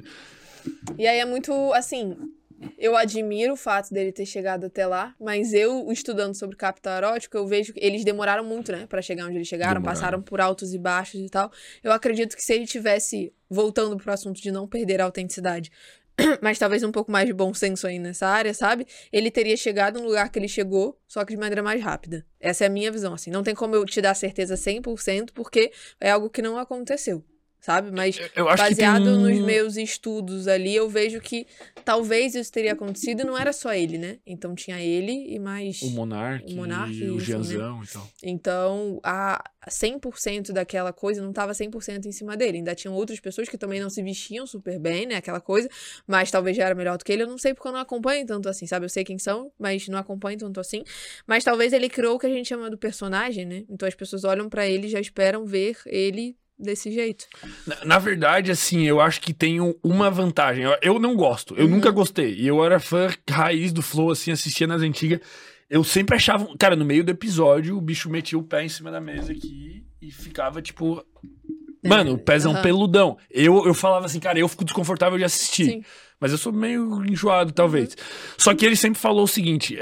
E aí é muito, assim... Eu admiro o fato dele ter chegado até lá, mas eu, estudando sobre capital erótico, eu vejo que eles demoraram muito, né, pra chegar onde eles chegaram, passaram por altos e baixos e tal. Eu acredito que se ele tivesse, voltando pro assunto de não perder a autenticidade, mas talvez um pouco mais de bom senso aí nessa área, sabe? Ele teria chegado no lugar que ele chegou, só que de maneira mais rápida. Essa é a minha visão, assim. Não tem como eu te dar certeza 100%, porque é algo que não aconteceu. Sabe? Mas eu acho baseado que nos meus estudos ali, eu vejo que talvez isso teria acontecido e não era só ele, né? Então tinha ele e mais... O Monark e o Gianzão, né? Então, a 100% daquela coisa não tava 100% em cima dele. Ainda tinham outras pessoas que também não se vestiam super bem, né? Aquela coisa, mas talvez já era melhor do que ele. Eu não sei porque eu não acompanho tanto assim, sabe? Eu sei quem são, mas não acompanho tanto assim. Mas talvez ele criou o que a gente chama do personagem, né? Então as pessoas olham pra ele e já esperam ver ele desse jeito. Na verdade, assim, eu acho que tem uma vantagem. Eu não gosto, eu nunca gostei. E eu era fã raiz do Flow, assim, assistia nas antigas. Eu sempre achava... Cara, no meio do episódio, o bicho metia o pé em cima da mesa aqui e ficava, tipo... Mano, o pezão peludão. Eu falava assim, cara, eu fico desconfortável de assistir. Sim. Mas eu sou meio enjoado, talvez. Só que ele sempre falou o seguinte,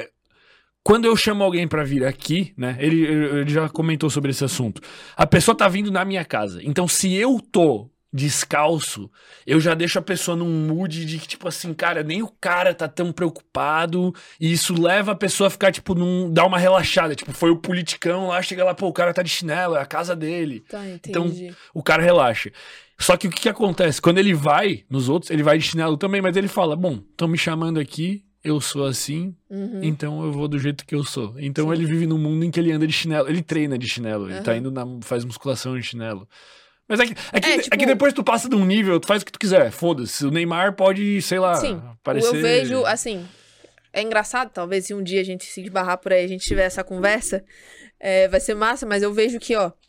quando eu chamo alguém pra vir aqui, né? Ele já comentou sobre esse assunto. A pessoa tá vindo na minha casa. Então, se eu tô descalço, eu já deixo a pessoa num mood de que, tipo assim, cara, nem o cara tá tão preocupado. E isso leva a pessoa a ficar, tipo, dar uma relaxada. Tipo, foi o politicão lá, chega lá, pô, o cara tá de chinelo, é a casa dele. Tá, entendi. Então, o cara relaxa. Só que o que acontece? Quando ele vai nos outros, ele vai de chinelo também, mas ele fala, bom, estão me chamando aqui, eu sou assim, então eu vou do jeito que eu sou. Então ele vive num mundo em que ele anda de chinelo, ele treina de chinelo, ele tá indo faz musculação de chinelo. Mas é que depois tu passa de um nível, tu faz o que tu quiser, foda-se. O Neymar pode, sei lá, aparecer... Eu vejo, assim, é engraçado, talvez se um dia a gente se esbarrar por aí, a gente tiver essa conversa, vai ser massa, mas eu vejo que, ó,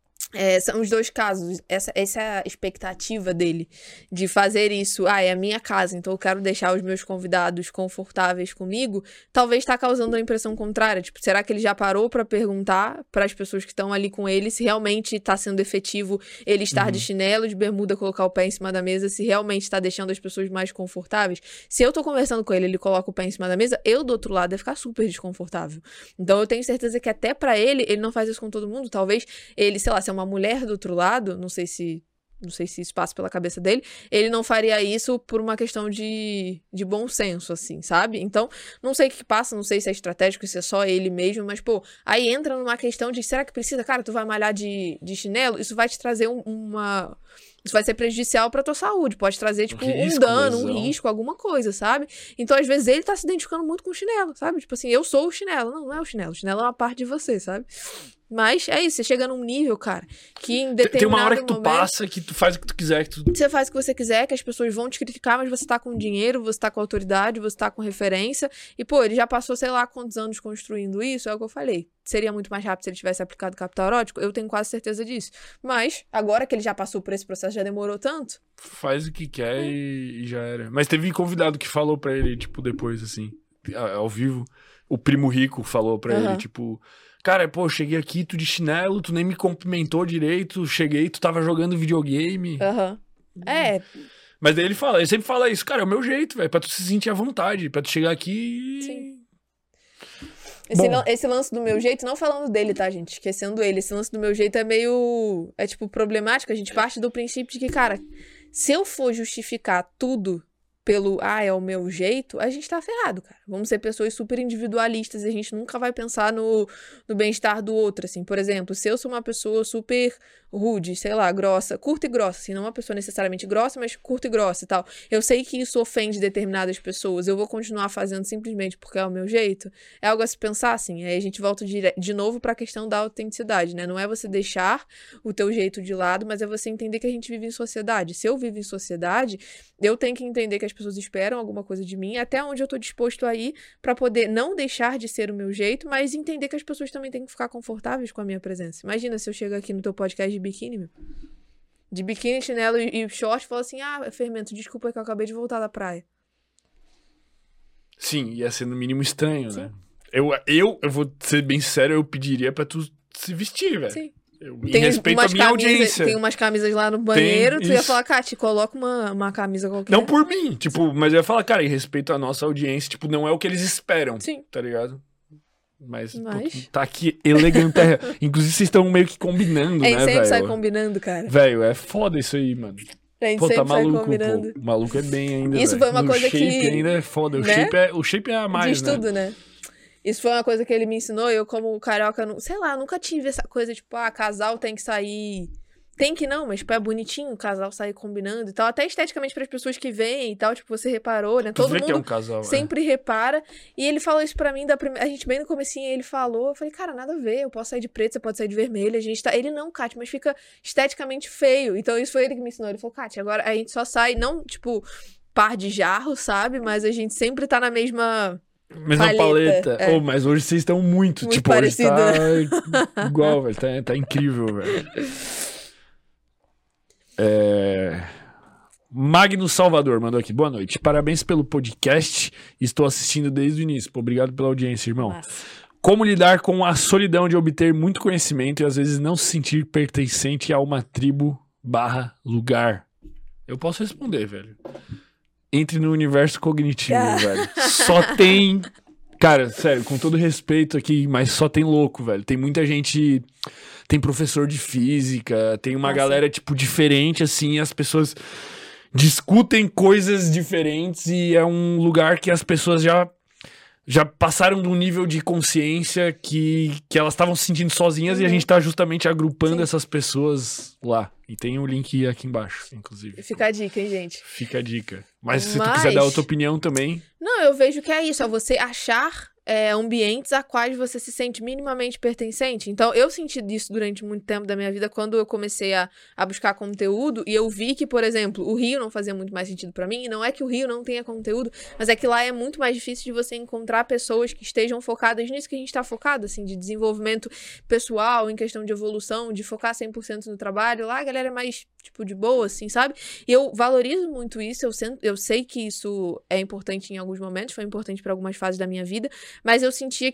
são os dois casos, essa expectativa dele de fazer isso, é a minha casa, então eu quero deixar os meus convidados confortáveis comigo, talvez tá causando a impressão contrária, tipo, será que ele já parou pra perguntar pras pessoas que estão ali com ele se realmente tá sendo efetivo ele estar de chinelo, de bermuda, colocar o pé em cima da mesa, se realmente tá deixando as pessoas mais confortáveis? Se eu tô conversando com ele, ele coloca o pé em cima da mesa, eu do outro lado ia ficar super desconfortável. Então eu tenho certeza que até pra ele não faz isso com todo mundo, talvez ele, sei lá, se é uma mulher do outro lado, não sei se isso passa pela cabeça dele, ele não faria isso por uma questão de bom senso, assim, sabe? Então, não sei o que passa, não sei se é estratégico, se é só ele mesmo, mas, pô, aí entra numa questão de, será que precisa? Cara, tu vai malhar de chinelo? Isso vai te trazer isso vai ser prejudicial pra tua saúde, pode trazer, tipo, um dano, um risco, alguma coisa, sabe? Então, às vezes, ele tá se identificando muito com o chinelo, sabe? Tipo assim, eu sou o chinelo. Não é o chinelo é uma parte de você, sabe? Mas é isso, você chega num nível, cara, que em determinado Tem uma hora que tu momento, passa, que tu faz o que tu quiser. Você faz o que você quiser, que as pessoas vão te criticar, mas você tá com dinheiro, você tá com autoridade, você tá com referência. E, pô, ele já passou, sei lá, quantos anos construindo isso, é o que eu falei. Seria muito mais rápido se ele tivesse aplicado capital erótico? Eu tenho quase certeza disso. Mas, agora que ele já passou por esse processo, já demorou tanto. Faz o que quer e já era. Mas teve convidado que falou pra ele, tipo, depois, assim, ao vivo. O Primo Rico falou pra ele, tipo... Cara, pô, cheguei aqui, tu de chinelo, tu nem me cumprimentou direito, cheguei, tu tava jogando videogame. Mas daí ele sempre fala isso, cara, é o meu jeito, velho, pra tu se sentir à vontade, pra tu chegar aqui... Sim. Esse lance do meu jeito, não falando dele, tá, gente? Esquecendo ele. Esse lance do meu jeito é meio... É, tipo, problemático. A gente parte do princípio de que, cara, se eu for justificar tudo pelo, é o meu jeito, a gente tá ferrado, cara. Vamos ser pessoas super individualistas e a gente nunca vai pensar no bem-estar do outro, assim. Por exemplo, se eu sou uma pessoa super rude, sei lá, grossa, curta e grossa, assim, não uma pessoa necessariamente grossa, mas curta e grossa e tal. Eu sei que isso ofende determinadas pessoas, eu vou continuar fazendo simplesmente porque é o meu jeito. É algo a se pensar, assim. Aí a gente volta de novo pra questão da autenticidade, né? Não é você deixar o teu jeito de lado, mas é você entender que a gente vive em sociedade. Se eu vivo em sociedade, eu tenho que entender que as pessoas esperam alguma coisa de mim, até onde eu tô disposto a ir pra poder não deixar de ser o meu jeito, mas entender que as pessoas também têm que ficar confortáveis com a minha presença. Imagina se eu chego aqui no teu podcast de biquíni, meu. De biquíni, chinelo e short, e falo assim, Fermento, desculpa que eu acabei de voltar da praia. Sim, ia ser no mínimo estranho, né? Eu vou ser bem sério, eu pediria pra tu se vestir, velho. Sim. Em respeito à minha audiência. Tem umas camisas lá no banheiro, tu ia falar, Kati, coloca uma camisa qualquer. Não por mim, tipo, mas eu ia falar, cara, em respeito à nossa audiência, tipo, não é o que eles esperam. Sim. Tá ligado? Mas... tá aqui elegante. Inclusive, vocês estão meio que combinando, né, velho? A gente sempre sai combinando, cara. Velho, é foda isso aí, mano. A gente sempre sai combinando. Pô. O maluco é bem ainda, isso foi uma coisa que... O shape ainda é foda. Né? O shape é a mais, diz tudo, né? Isso foi uma coisa que ele me ensinou, eu como carioca, sei lá, nunca tive essa coisa, tipo, casal tem que sair... Tem que não, mas tipo, é bonitinho o casal sair combinando e tal. Até esteticamente para as pessoas que vêm e tal, tipo, você reparou, né? Todo mundo que é um casal, sempre repara. E ele falou isso pra mim, a gente bem no comecinho, ele falou, eu falei, cara, nada a ver, eu posso sair de preto, você pode sair de vermelho, a gente tá... Ele não, Kati, mas fica esteticamente feio. Então isso foi ele que me ensinou. Ele falou, Kati, agora a gente só sai, não, tipo, par de jarro, sabe? Mas a gente sempre tá na mesma paleta. Mas hoje vocês estão muito tipo, parecido, hoje tá igual, velho. Tá incrível, velho. Magno Salvador mandou aqui. Boa noite. Parabéns pelo podcast. Estou assistindo desde o início. Pô, obrigado pela audiência, irmão. Nossa. Como lidar com a solidão de obter muito conhecimento e às vezes não se sentir pertencente a uma tribo/lugar? Eu posso responder, velho. Entre no universo cognitivo, velho. Só tem... Cara, sério, com todo respeito aqui, mas só tem louco, velho. Tem muita gente... Tem professor de física, tem uma galera, tipo, diferente, assim, as pessoas discutem coisas diferentes e é um lugar que as pessoas já passaram de um nível de consciência que elas estavam se sentindo sozinhas e a gente tá justamente agrupando essas pessoas lá. E tem o link aqui embaixo, inclusive. Fica a dica, hein, gente? Fica a dica. Mas se tu quiser dar outra opinião também... Não, eu vejo que é isso, é você achar... ambientes a quais você se sente minimamente pertencente. Então, eu senti isso durante muito tempo da minha vida, quando eu comecei a buscar conteúdo, e eu vi que, por exemplo, o Rio não fazia muito mais sentido pra mim, e não é que o Rio não tenha conteúdo, mas é que lá é muito mais difícil de você encontrar pessoas que estejam focadas nisso que a gente tá focado, assim, de desenvolvimento pessoal, em questão de evolução, de focar 100% no trabalho. Lá a galera é mais, tipo, de boa, assim, sabe? E eu valorizo muito isso, eu sei que isso é importante em alguns momentos, foi importante pra algumas fases da minha vida, mas eu sentia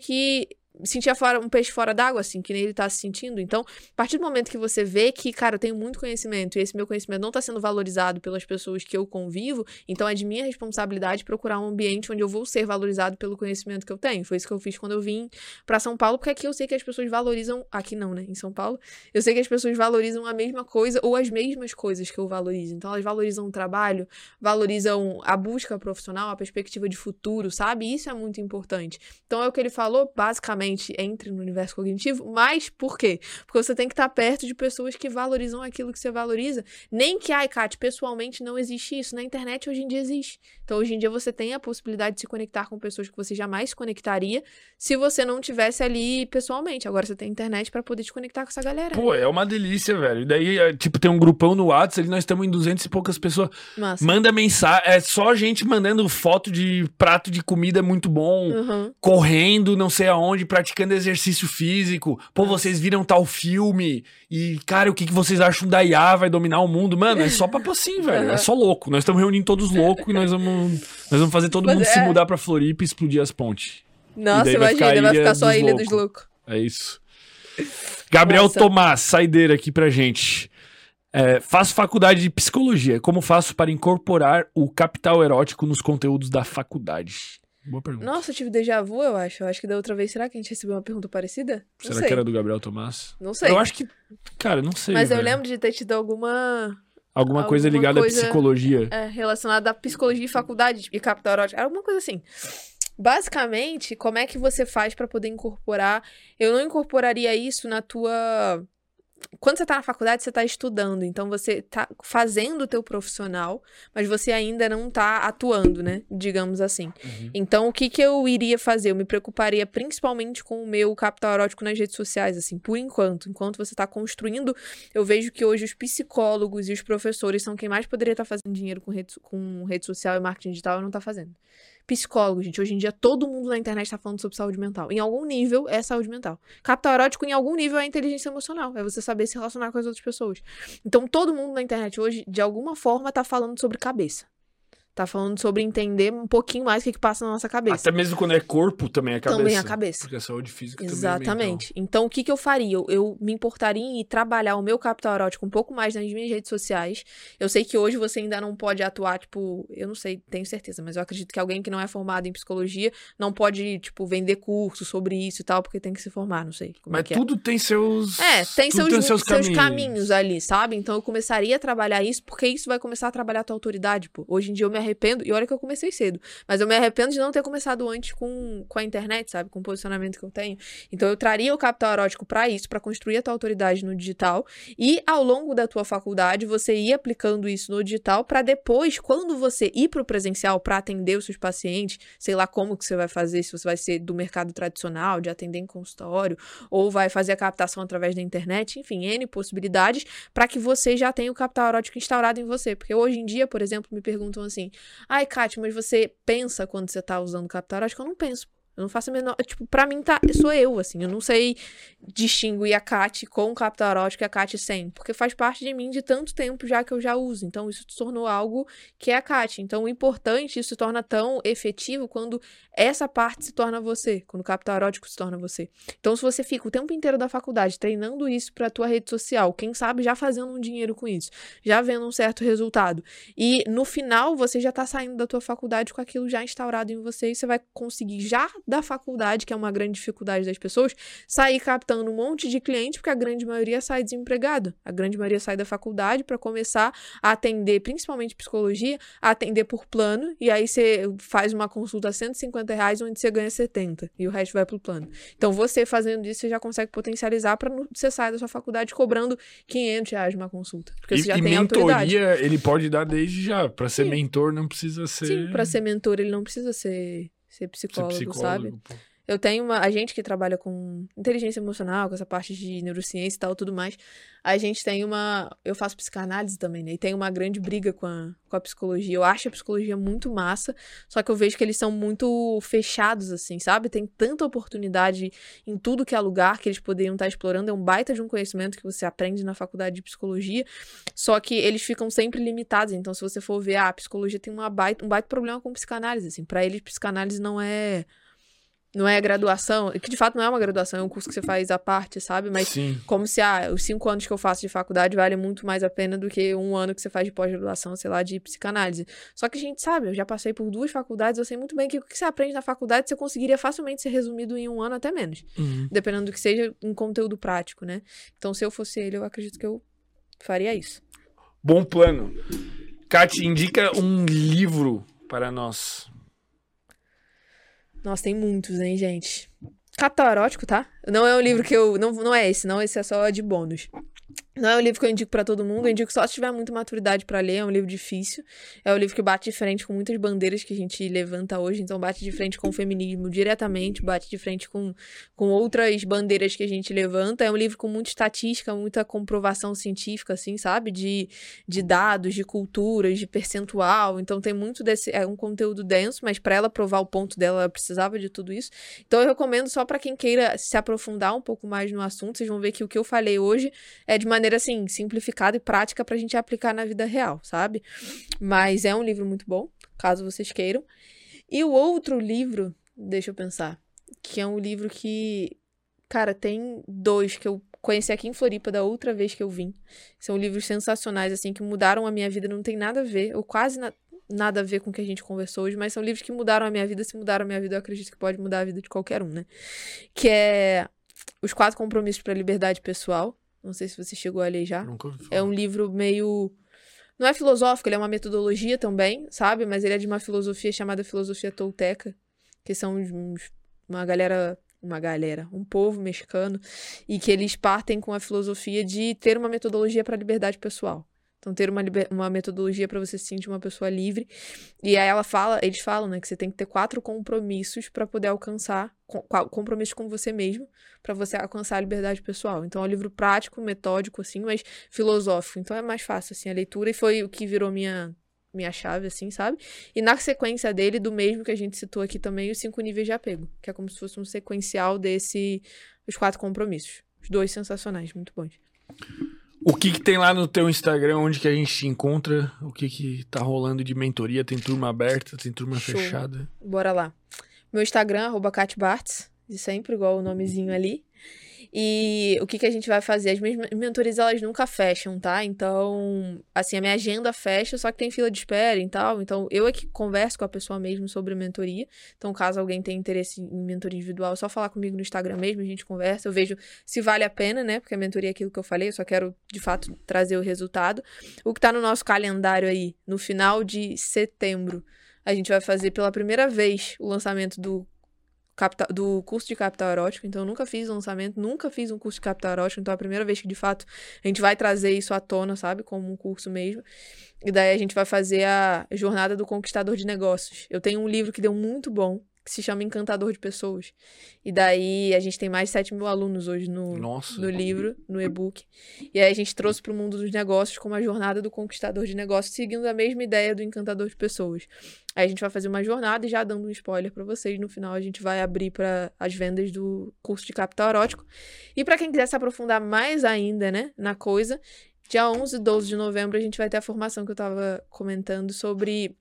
um peixe fora d'água, assim, que nem ele tá se sentindo. Então, a partir do momento que você vê que, cara, eu tenho muito conhecimento e esse meu conhecimento não tá sendo valorizado pelas pessoas que eu convivo, então é de minha responsabilidade procurar um ambiente onde eu vou ser valorizado pelo conhecimento que eu tenho. Foi isso que eu fiz quando eu vim pra São Paulo, porque aqui eu sei que as pessoas valorizam... Aqui não, né? Em São Paulo. Eu sei que as pessoas valorizam a mesma coisa ou as mesmas coisas que eu valorizo. Então, elas valorizam o trabalho, valorizam a busca profissional, a perspectiva de futuro, sabe? Isso é muito importante. Então, é o que ele falou, basicamente, entre no universo cognitivo, mas por quê? Porque você tem que estar perto de pessoas que valorizam aquilo que você valoriza. Nem que, Kati, pessoalmente não existe isso. Na internet hoje em dia existe. Então hoje em dia você tem a possibilidade de se conectar com pessoas que você jamais se conectaria se você não tivesse ali pessoalmente. Agora você tem internet pra poder te conectar com essa galera. Pô, é uma delícia, velho. E daí, tipo, tem um grupão no WhatsApp, ali nós estamos em 200 e poucas pessoas. Massa. Manda mensagem, é só gente mandando foto de prato de comida muito bom, correndo não sei aonde, praticando exercício físico. Pô, vocês viram tal filme e, cara, o que vocês acham da IA vai dominar o mundo? Mano, é só papo assim, velho. É só louco. Nós estamos reunindo todos loucos e nós vamos fazer todo mundo se mudar pra Floripa e explodir as pontes. Nossa, imagina, vai ficar só a Ilha dos Loucos. É isso. Gabriel Nossa. Tomás, saideira aqui pra gente. Faço faculdade de psicologia. Como faço para incorporar o capital erótico nos conteúdos da faculdade? Boa pergunta. Nossa, eu tive déjà vu, eu acho. Eu acho que da outra vez, será que a gente recebeu uma pergunta parecida? Não Será sei. que era do Gabriel Tomás? Não sei. Eu acho que... Cara, não sei, Mas eu velho. lembro de ter tido alguma Coisa ligada à psicologia. relacionada à psicologia e faculdade e capital erótico. Alguma coisa assim. Basicamente, como é que você faz pra poder incorporar? Eu não incorporaria isso na tua... Quando você tá na faculdade, você tá estudando. Então, você tá fazendo o teu profissional, mas você ainda não tá atuando, né? Digamos assim. Uhum. Então, o que eu iria fazer? Eu me preocuparia principalmente com o meu capital erótico nas redes sociais, assim, por enquanto. Enquanto você tá construindo, eu vejo que hoje os psicólogos e os professores são quem mais poderia estar fazendo dinheiro com rede social e marketing digital e não tá fazendo. Psicólogo, gente. Hoje em dia, todo mundo na internet tá falando sobre saúde mental. Em algum nível, é saúde mental. Capital erótico, em algum nível, é inteligência emocional. É você saber se relacionar com as outras pessoas. Então, todo mundo na internet hoje, de alguma forma, tá falando sobre cabeça. Tá falando sobre entender um pouquinho mais o que passa na nossa cabeça. Até mesmo quando é corpo, também é cabeça. Também é a cabeça. Porque a saúde física Exatamente. também é mental. Então, o que eu faria? Eu me importaria em ir trabalhar o meu capital erótico um pouco mais nas minhas redes sociais. Eu sei que hoje você ainda não pode atuar, tipo... Eu não sei, tenho certeza, mas eu acredito que alguém que não é formado em psicologia não pode, tipo, vender curso sobre isso e tal, porque tem que se formar, não sei como mas é que tudo tem seus... tem seus caminhos. caminhos ali, sabe? Então, eu começaria a trabalhar isso, porque isso vai começar a trabalhar a tua autoridade, pô. Hoje em dia eu me arrependo, e olha que eu comecei cedo, mas eu me arrependo de não ter começado antes com a internet, sabe? Com o posicionamento que eu tenho. Então, eu traria o capital erótico pra isso, pra construir a tua autoridade no digital, e ao longo da tua faculdade, você ir aplicando isso no digital pra depois, quando você ir pro presencial pra atender os seus pacientes, sei lá como que você vai fazer, se você vai ser do mercado tradicional, de atender em consultório, ou vai fazer a captação através da internet, enfim, N possibilidades, pra que você já tenha o capital erótico instaurado em você. Porque hoje em dia, por exemplo, me perguntam assim, ai, Kátia, mas você pensa quando você tá usando o capital erótico? Eu não penso. Eu não faço a menor... Tipo, pra mim, sou eu, assim. Eu não sei distinguir a Kátia com o capital erótico e a Kátia sem. Porque faz parte de mim de tanto tempo já que eu já uso. Então, isso se tornou algo que é a Kátia. Então, o importante, isso se torna tão efetivo quando essa parte se torna você. Quando o capital erótico se torna você. Então, se você fica o tempo inteiro da faculdade treinando isso pra tua rede social, quem sabe já fazendo um dinheiro com isso, já vendo um certo resultado. E, no final, você já tá saindo da tua faculdade com aquilo já instaurado em você e você vai conseguir já da faculdade, que é uma grande dificuldade das pessoas, sair captando um monte de cliente, porque a grande maioria sai desempregada. A grande maioria sai da faculdade para começar a atender, principalmente psicologia, a atender por plano, e aí você faz uma consulta a R$150, onde você ganha 70, e o resto vai pro plano. Então, você fazendo isso, você já consegue potencializar para você sair da sua faculdade cobrando R$500 uma consulta, porque você já tem autoridade. E mentoria, ele pode dar desde já. Para ser mentor, não precisa ser... Sim, para ser mentor, ele não precisa ser psicólogo, sabe? Pô. Eu tenho a gente que trabalha com inteligência emocional, com essa parte de neurociência e tal, tudo mais. A gente tem eu faço psicanálise também, né? E tem uma grande briga com a psicologia. Eu acho a psicologia muito massa, só que eu vejo que eles são muito fechados, assim, sabe? Tem tanta oportunidade em tudo que é lugar que eles poderiam estar explorando. É um baita de um conhecimento que você aprende na faculdade de psicologia, só que eles ficam sempre limitados. Então, se você for ver, a psicologia tem um baita problema com psicanálise, assim. Pra eles, psicanálise não é graduação, que de fato não é uma graduação, é um curso que você faz à parte, sabe? Mas Sim. como se os 5 anos que eu faço de faculdade valem muito mais a pena do que 1 ano que você faz de pós-graduação, sei lá, de psicanálise. Só que a gente sabe, eu já passei por 2 faculdades, eu sei muito bem que o que você aprende na faculdade você conseguiria facilmente ser resumido em 1 ano, até menos. Uhum. Dependendo do que seja um conteúdo prático, né? Então, se eu fosse ele, eu acredito que eu faria isso. Bom plano. Kátia, indica um livro para nós. Nossa, tem muitos, hein, gente? Capital Erótico, tá? Não é um livro que eu... Não é esse, não. Esse é só de bônus. Não é um livro que eu indico pra todo mundo. Eu indico só se tiver muita maturidade pra ler. É um livro difícil. É um livro que bate de frente com muitas bandeiras que a gente levanta hoje. Então, bate de frente com o feminismo diretamente. Bate de frente com outras bandeiras que a gente levanta. É um livro com muita estatística, muita comprovação científica, assim, sabe? De dados, de culturas, de percentual. Então, tem muito desse... É um conteúdo denso, mas pra ela provar o ponto dela, ela precisava de tudo isso. Então, eu recomendo só pra quem queira se aprofundar um pouco mais no assunto. Vocês vão ver que o que eu falei hoje é de maneira, assim, simplificada e prática pra gente aplicar na vida real, sabe? Mas é um livro muito bom, caso vocês queiram. E o outro livro, deixa eu pensar, que é um livro que Cara, tem 2 que eu conheci aqui em Floripa da outra vez que eu vim. São livros sensacionais, assim, que mudaram a minha vida. Não tem nada a ver, ou quase nada a ver com o que a gente conversou hoje, mas são livros que mudaram a minha vida. Se mudaram a minha vida, eu acredito que pode mudar a vida de qualquer um, né? Que é Os 4 Compromissos para a Liberdade Pessoal. Não sei se você chegou a ler já. Nunca ouvi falar. É um livro meio... Não é filosófico, ele é uma metodologia também, sabe? Mas ele é de uma filosofia chamada filosofia tolteca, que são um povo mexicano, e que eles partem com a filosofia de ter uma metodologia para a liberdade pessoal. Então, ter uma metodologia para você se sentir uma pessoa livre. E aí eles falam, né, que você tem que ter 4 compromissos para poder alcançar, compromissos com você mesmo, para você alcançar a liberdade pessoal. Então, é um livro prático, metódico, assim, mas filosófico. Então, é mais fácil, assim, a leitura. E foi o que virou minha chave, assim, sabe? E na sequência dele, do mesmo que a gente citou aqui também, os 5 níveis de apego, que é como se fosse um sequencial os 4 compromissos. Os 2 sensacionais, muito bons. O que tem lá no teu Instagram, onde que a gente te encontra? O que tá rolando de mentoria? Tem turma aberta? Tem turma fechada? Bora lá. Meu Instagram, @KatBartz, de sempre, igual o nomezinho ali. E o que a gente vai fazer? As minhas mentorias, elas nunca fecham, tá? Então, assim, a minha agenda fecha, só que tem fila de espera e tal. Então, eu é que converso com a pessoa mesmo sobre mentoria. Então, caso alguém tenha interesse em mentoria individual, é só falar comigo no Instagram mesmo, a gente conversa. Eu vejo se vale a pena, né? Porque a mentoria é aquilo que eu falei, eu só quero, de fato, trazer o resultado. O que tá no nosso calendário aí, no final de setembro, a gente vai fazer pela primeira vez o lançamento do curso de capital erótico. Então eu nunca fiz lançamento, nunca fiz um curso de capital erótico, então é a primeira vez que de fato a gente vai trazer isso à tona, sabe, como um curso mesmo. E daí a gente vai fazer a jornada do conquistador de negócios. Eu tenho um livro que deu muito bom, que se chama Encantador de Pessoas. E daí a gente tem mais de 7.000 alunos hoje no livro, no e-book. E aí a gente trouxe para o mundo dos negócios como a jornada do conquistador de negócios, seguindo a mesma ideia do Encantador de Pessoas. Aí a gente vai fazer uma jornada e já dando um spoiler para vocês, no final a gente vai abrir para as vendas do curso de capital erótico. E para quem quiser se aprofundar mais ainda, né, na coisa, dia 11 e 12 de novembro a gente vai ter a formação que eu estava comentando sobre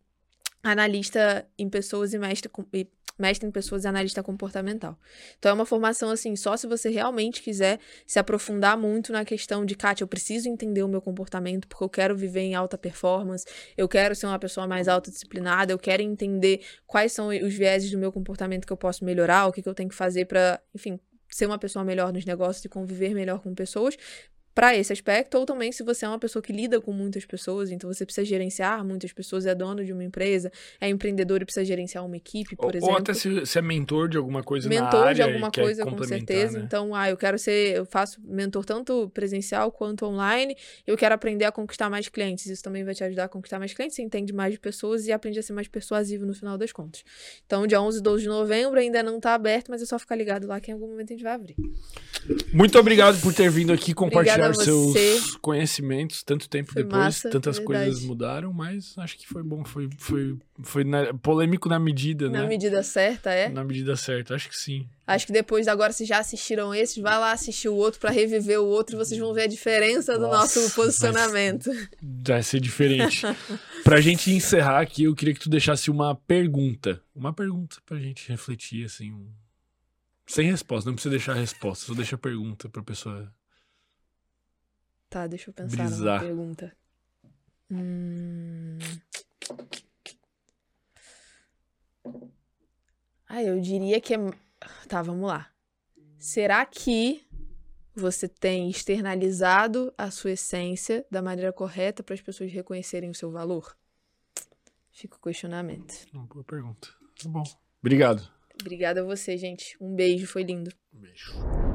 analista em pessoas e mestre em pessoas e analista comportamental. Então é uma formação assim, só se você realmente quiser se aprofundar muito na questão de, Kátia, eu preciso entender o meu comportamento porque eu quero viver em alta performance, eu quero ser uma pessoa mais autodisciplinada, eu quero entender quais são os vieses do meu comportamento que eu posso melhorar, o que eu tenho que fazer para, enfim, ser uma pessoa melhor nos negócios e conviver melhor com pessoas. Para esse aspecto, ou também se você é uma pessoa que lida com muitas pessoas, então você precisa gerenciar muitas pessoas, é dono de uma empresa, é empreendedor e precisa gerenciar uma equipe, por exemplo. Ou até se é mentor de alguma coisa na área. Mentor de alguma coisa, com certeza. Né? Então, eu faço mentor tanto presencial quanto online, eu quero aprender a conquistar mais clientes, isso também vai te ajudar a conquistar mais clientes, você entende mais de pessoas e aprende a ser mais persuasivo no final das contas. Então, dia 11 e 12 de novembro ainda não tá aberto, mas é só ficar ligado lá que em algum momento a gente vai abrir. Muito obrigado por ter vindo aqui compartilhar seus conhecimentos, tanto tempo foi depois, massa, tantas coisas mudaram, mas acho que foi bom, foi polêmico na medida, né? Na medida certa, é? Na medida certa, acho que sim. Acho que depois, agora, se já assistiram esses, vai lá assistir o outro pra reviver o outro e vocês vão ver a diferença do nosso posicionamento. Vai ser diferente. Pra gente encerrar aqui, eu queria que tu deixasse uma pergunta pra gente refletir, assim, sem resposta, não precisa deixar a resposta, só deixa a pergunta pra pessoa. Tá, deixa eu pensar numa pergunta. Eu diria que é... Tá, vamos lá. Será que você tem externalizado a sua essência da maneira correta para as pessoas reconhecerem o seu valor? Fica o questionamento. Uma boa pergunta. Tá bom. Obrigado. Obrigada a você, gente. Um beijo, foi lindo. Um beijo.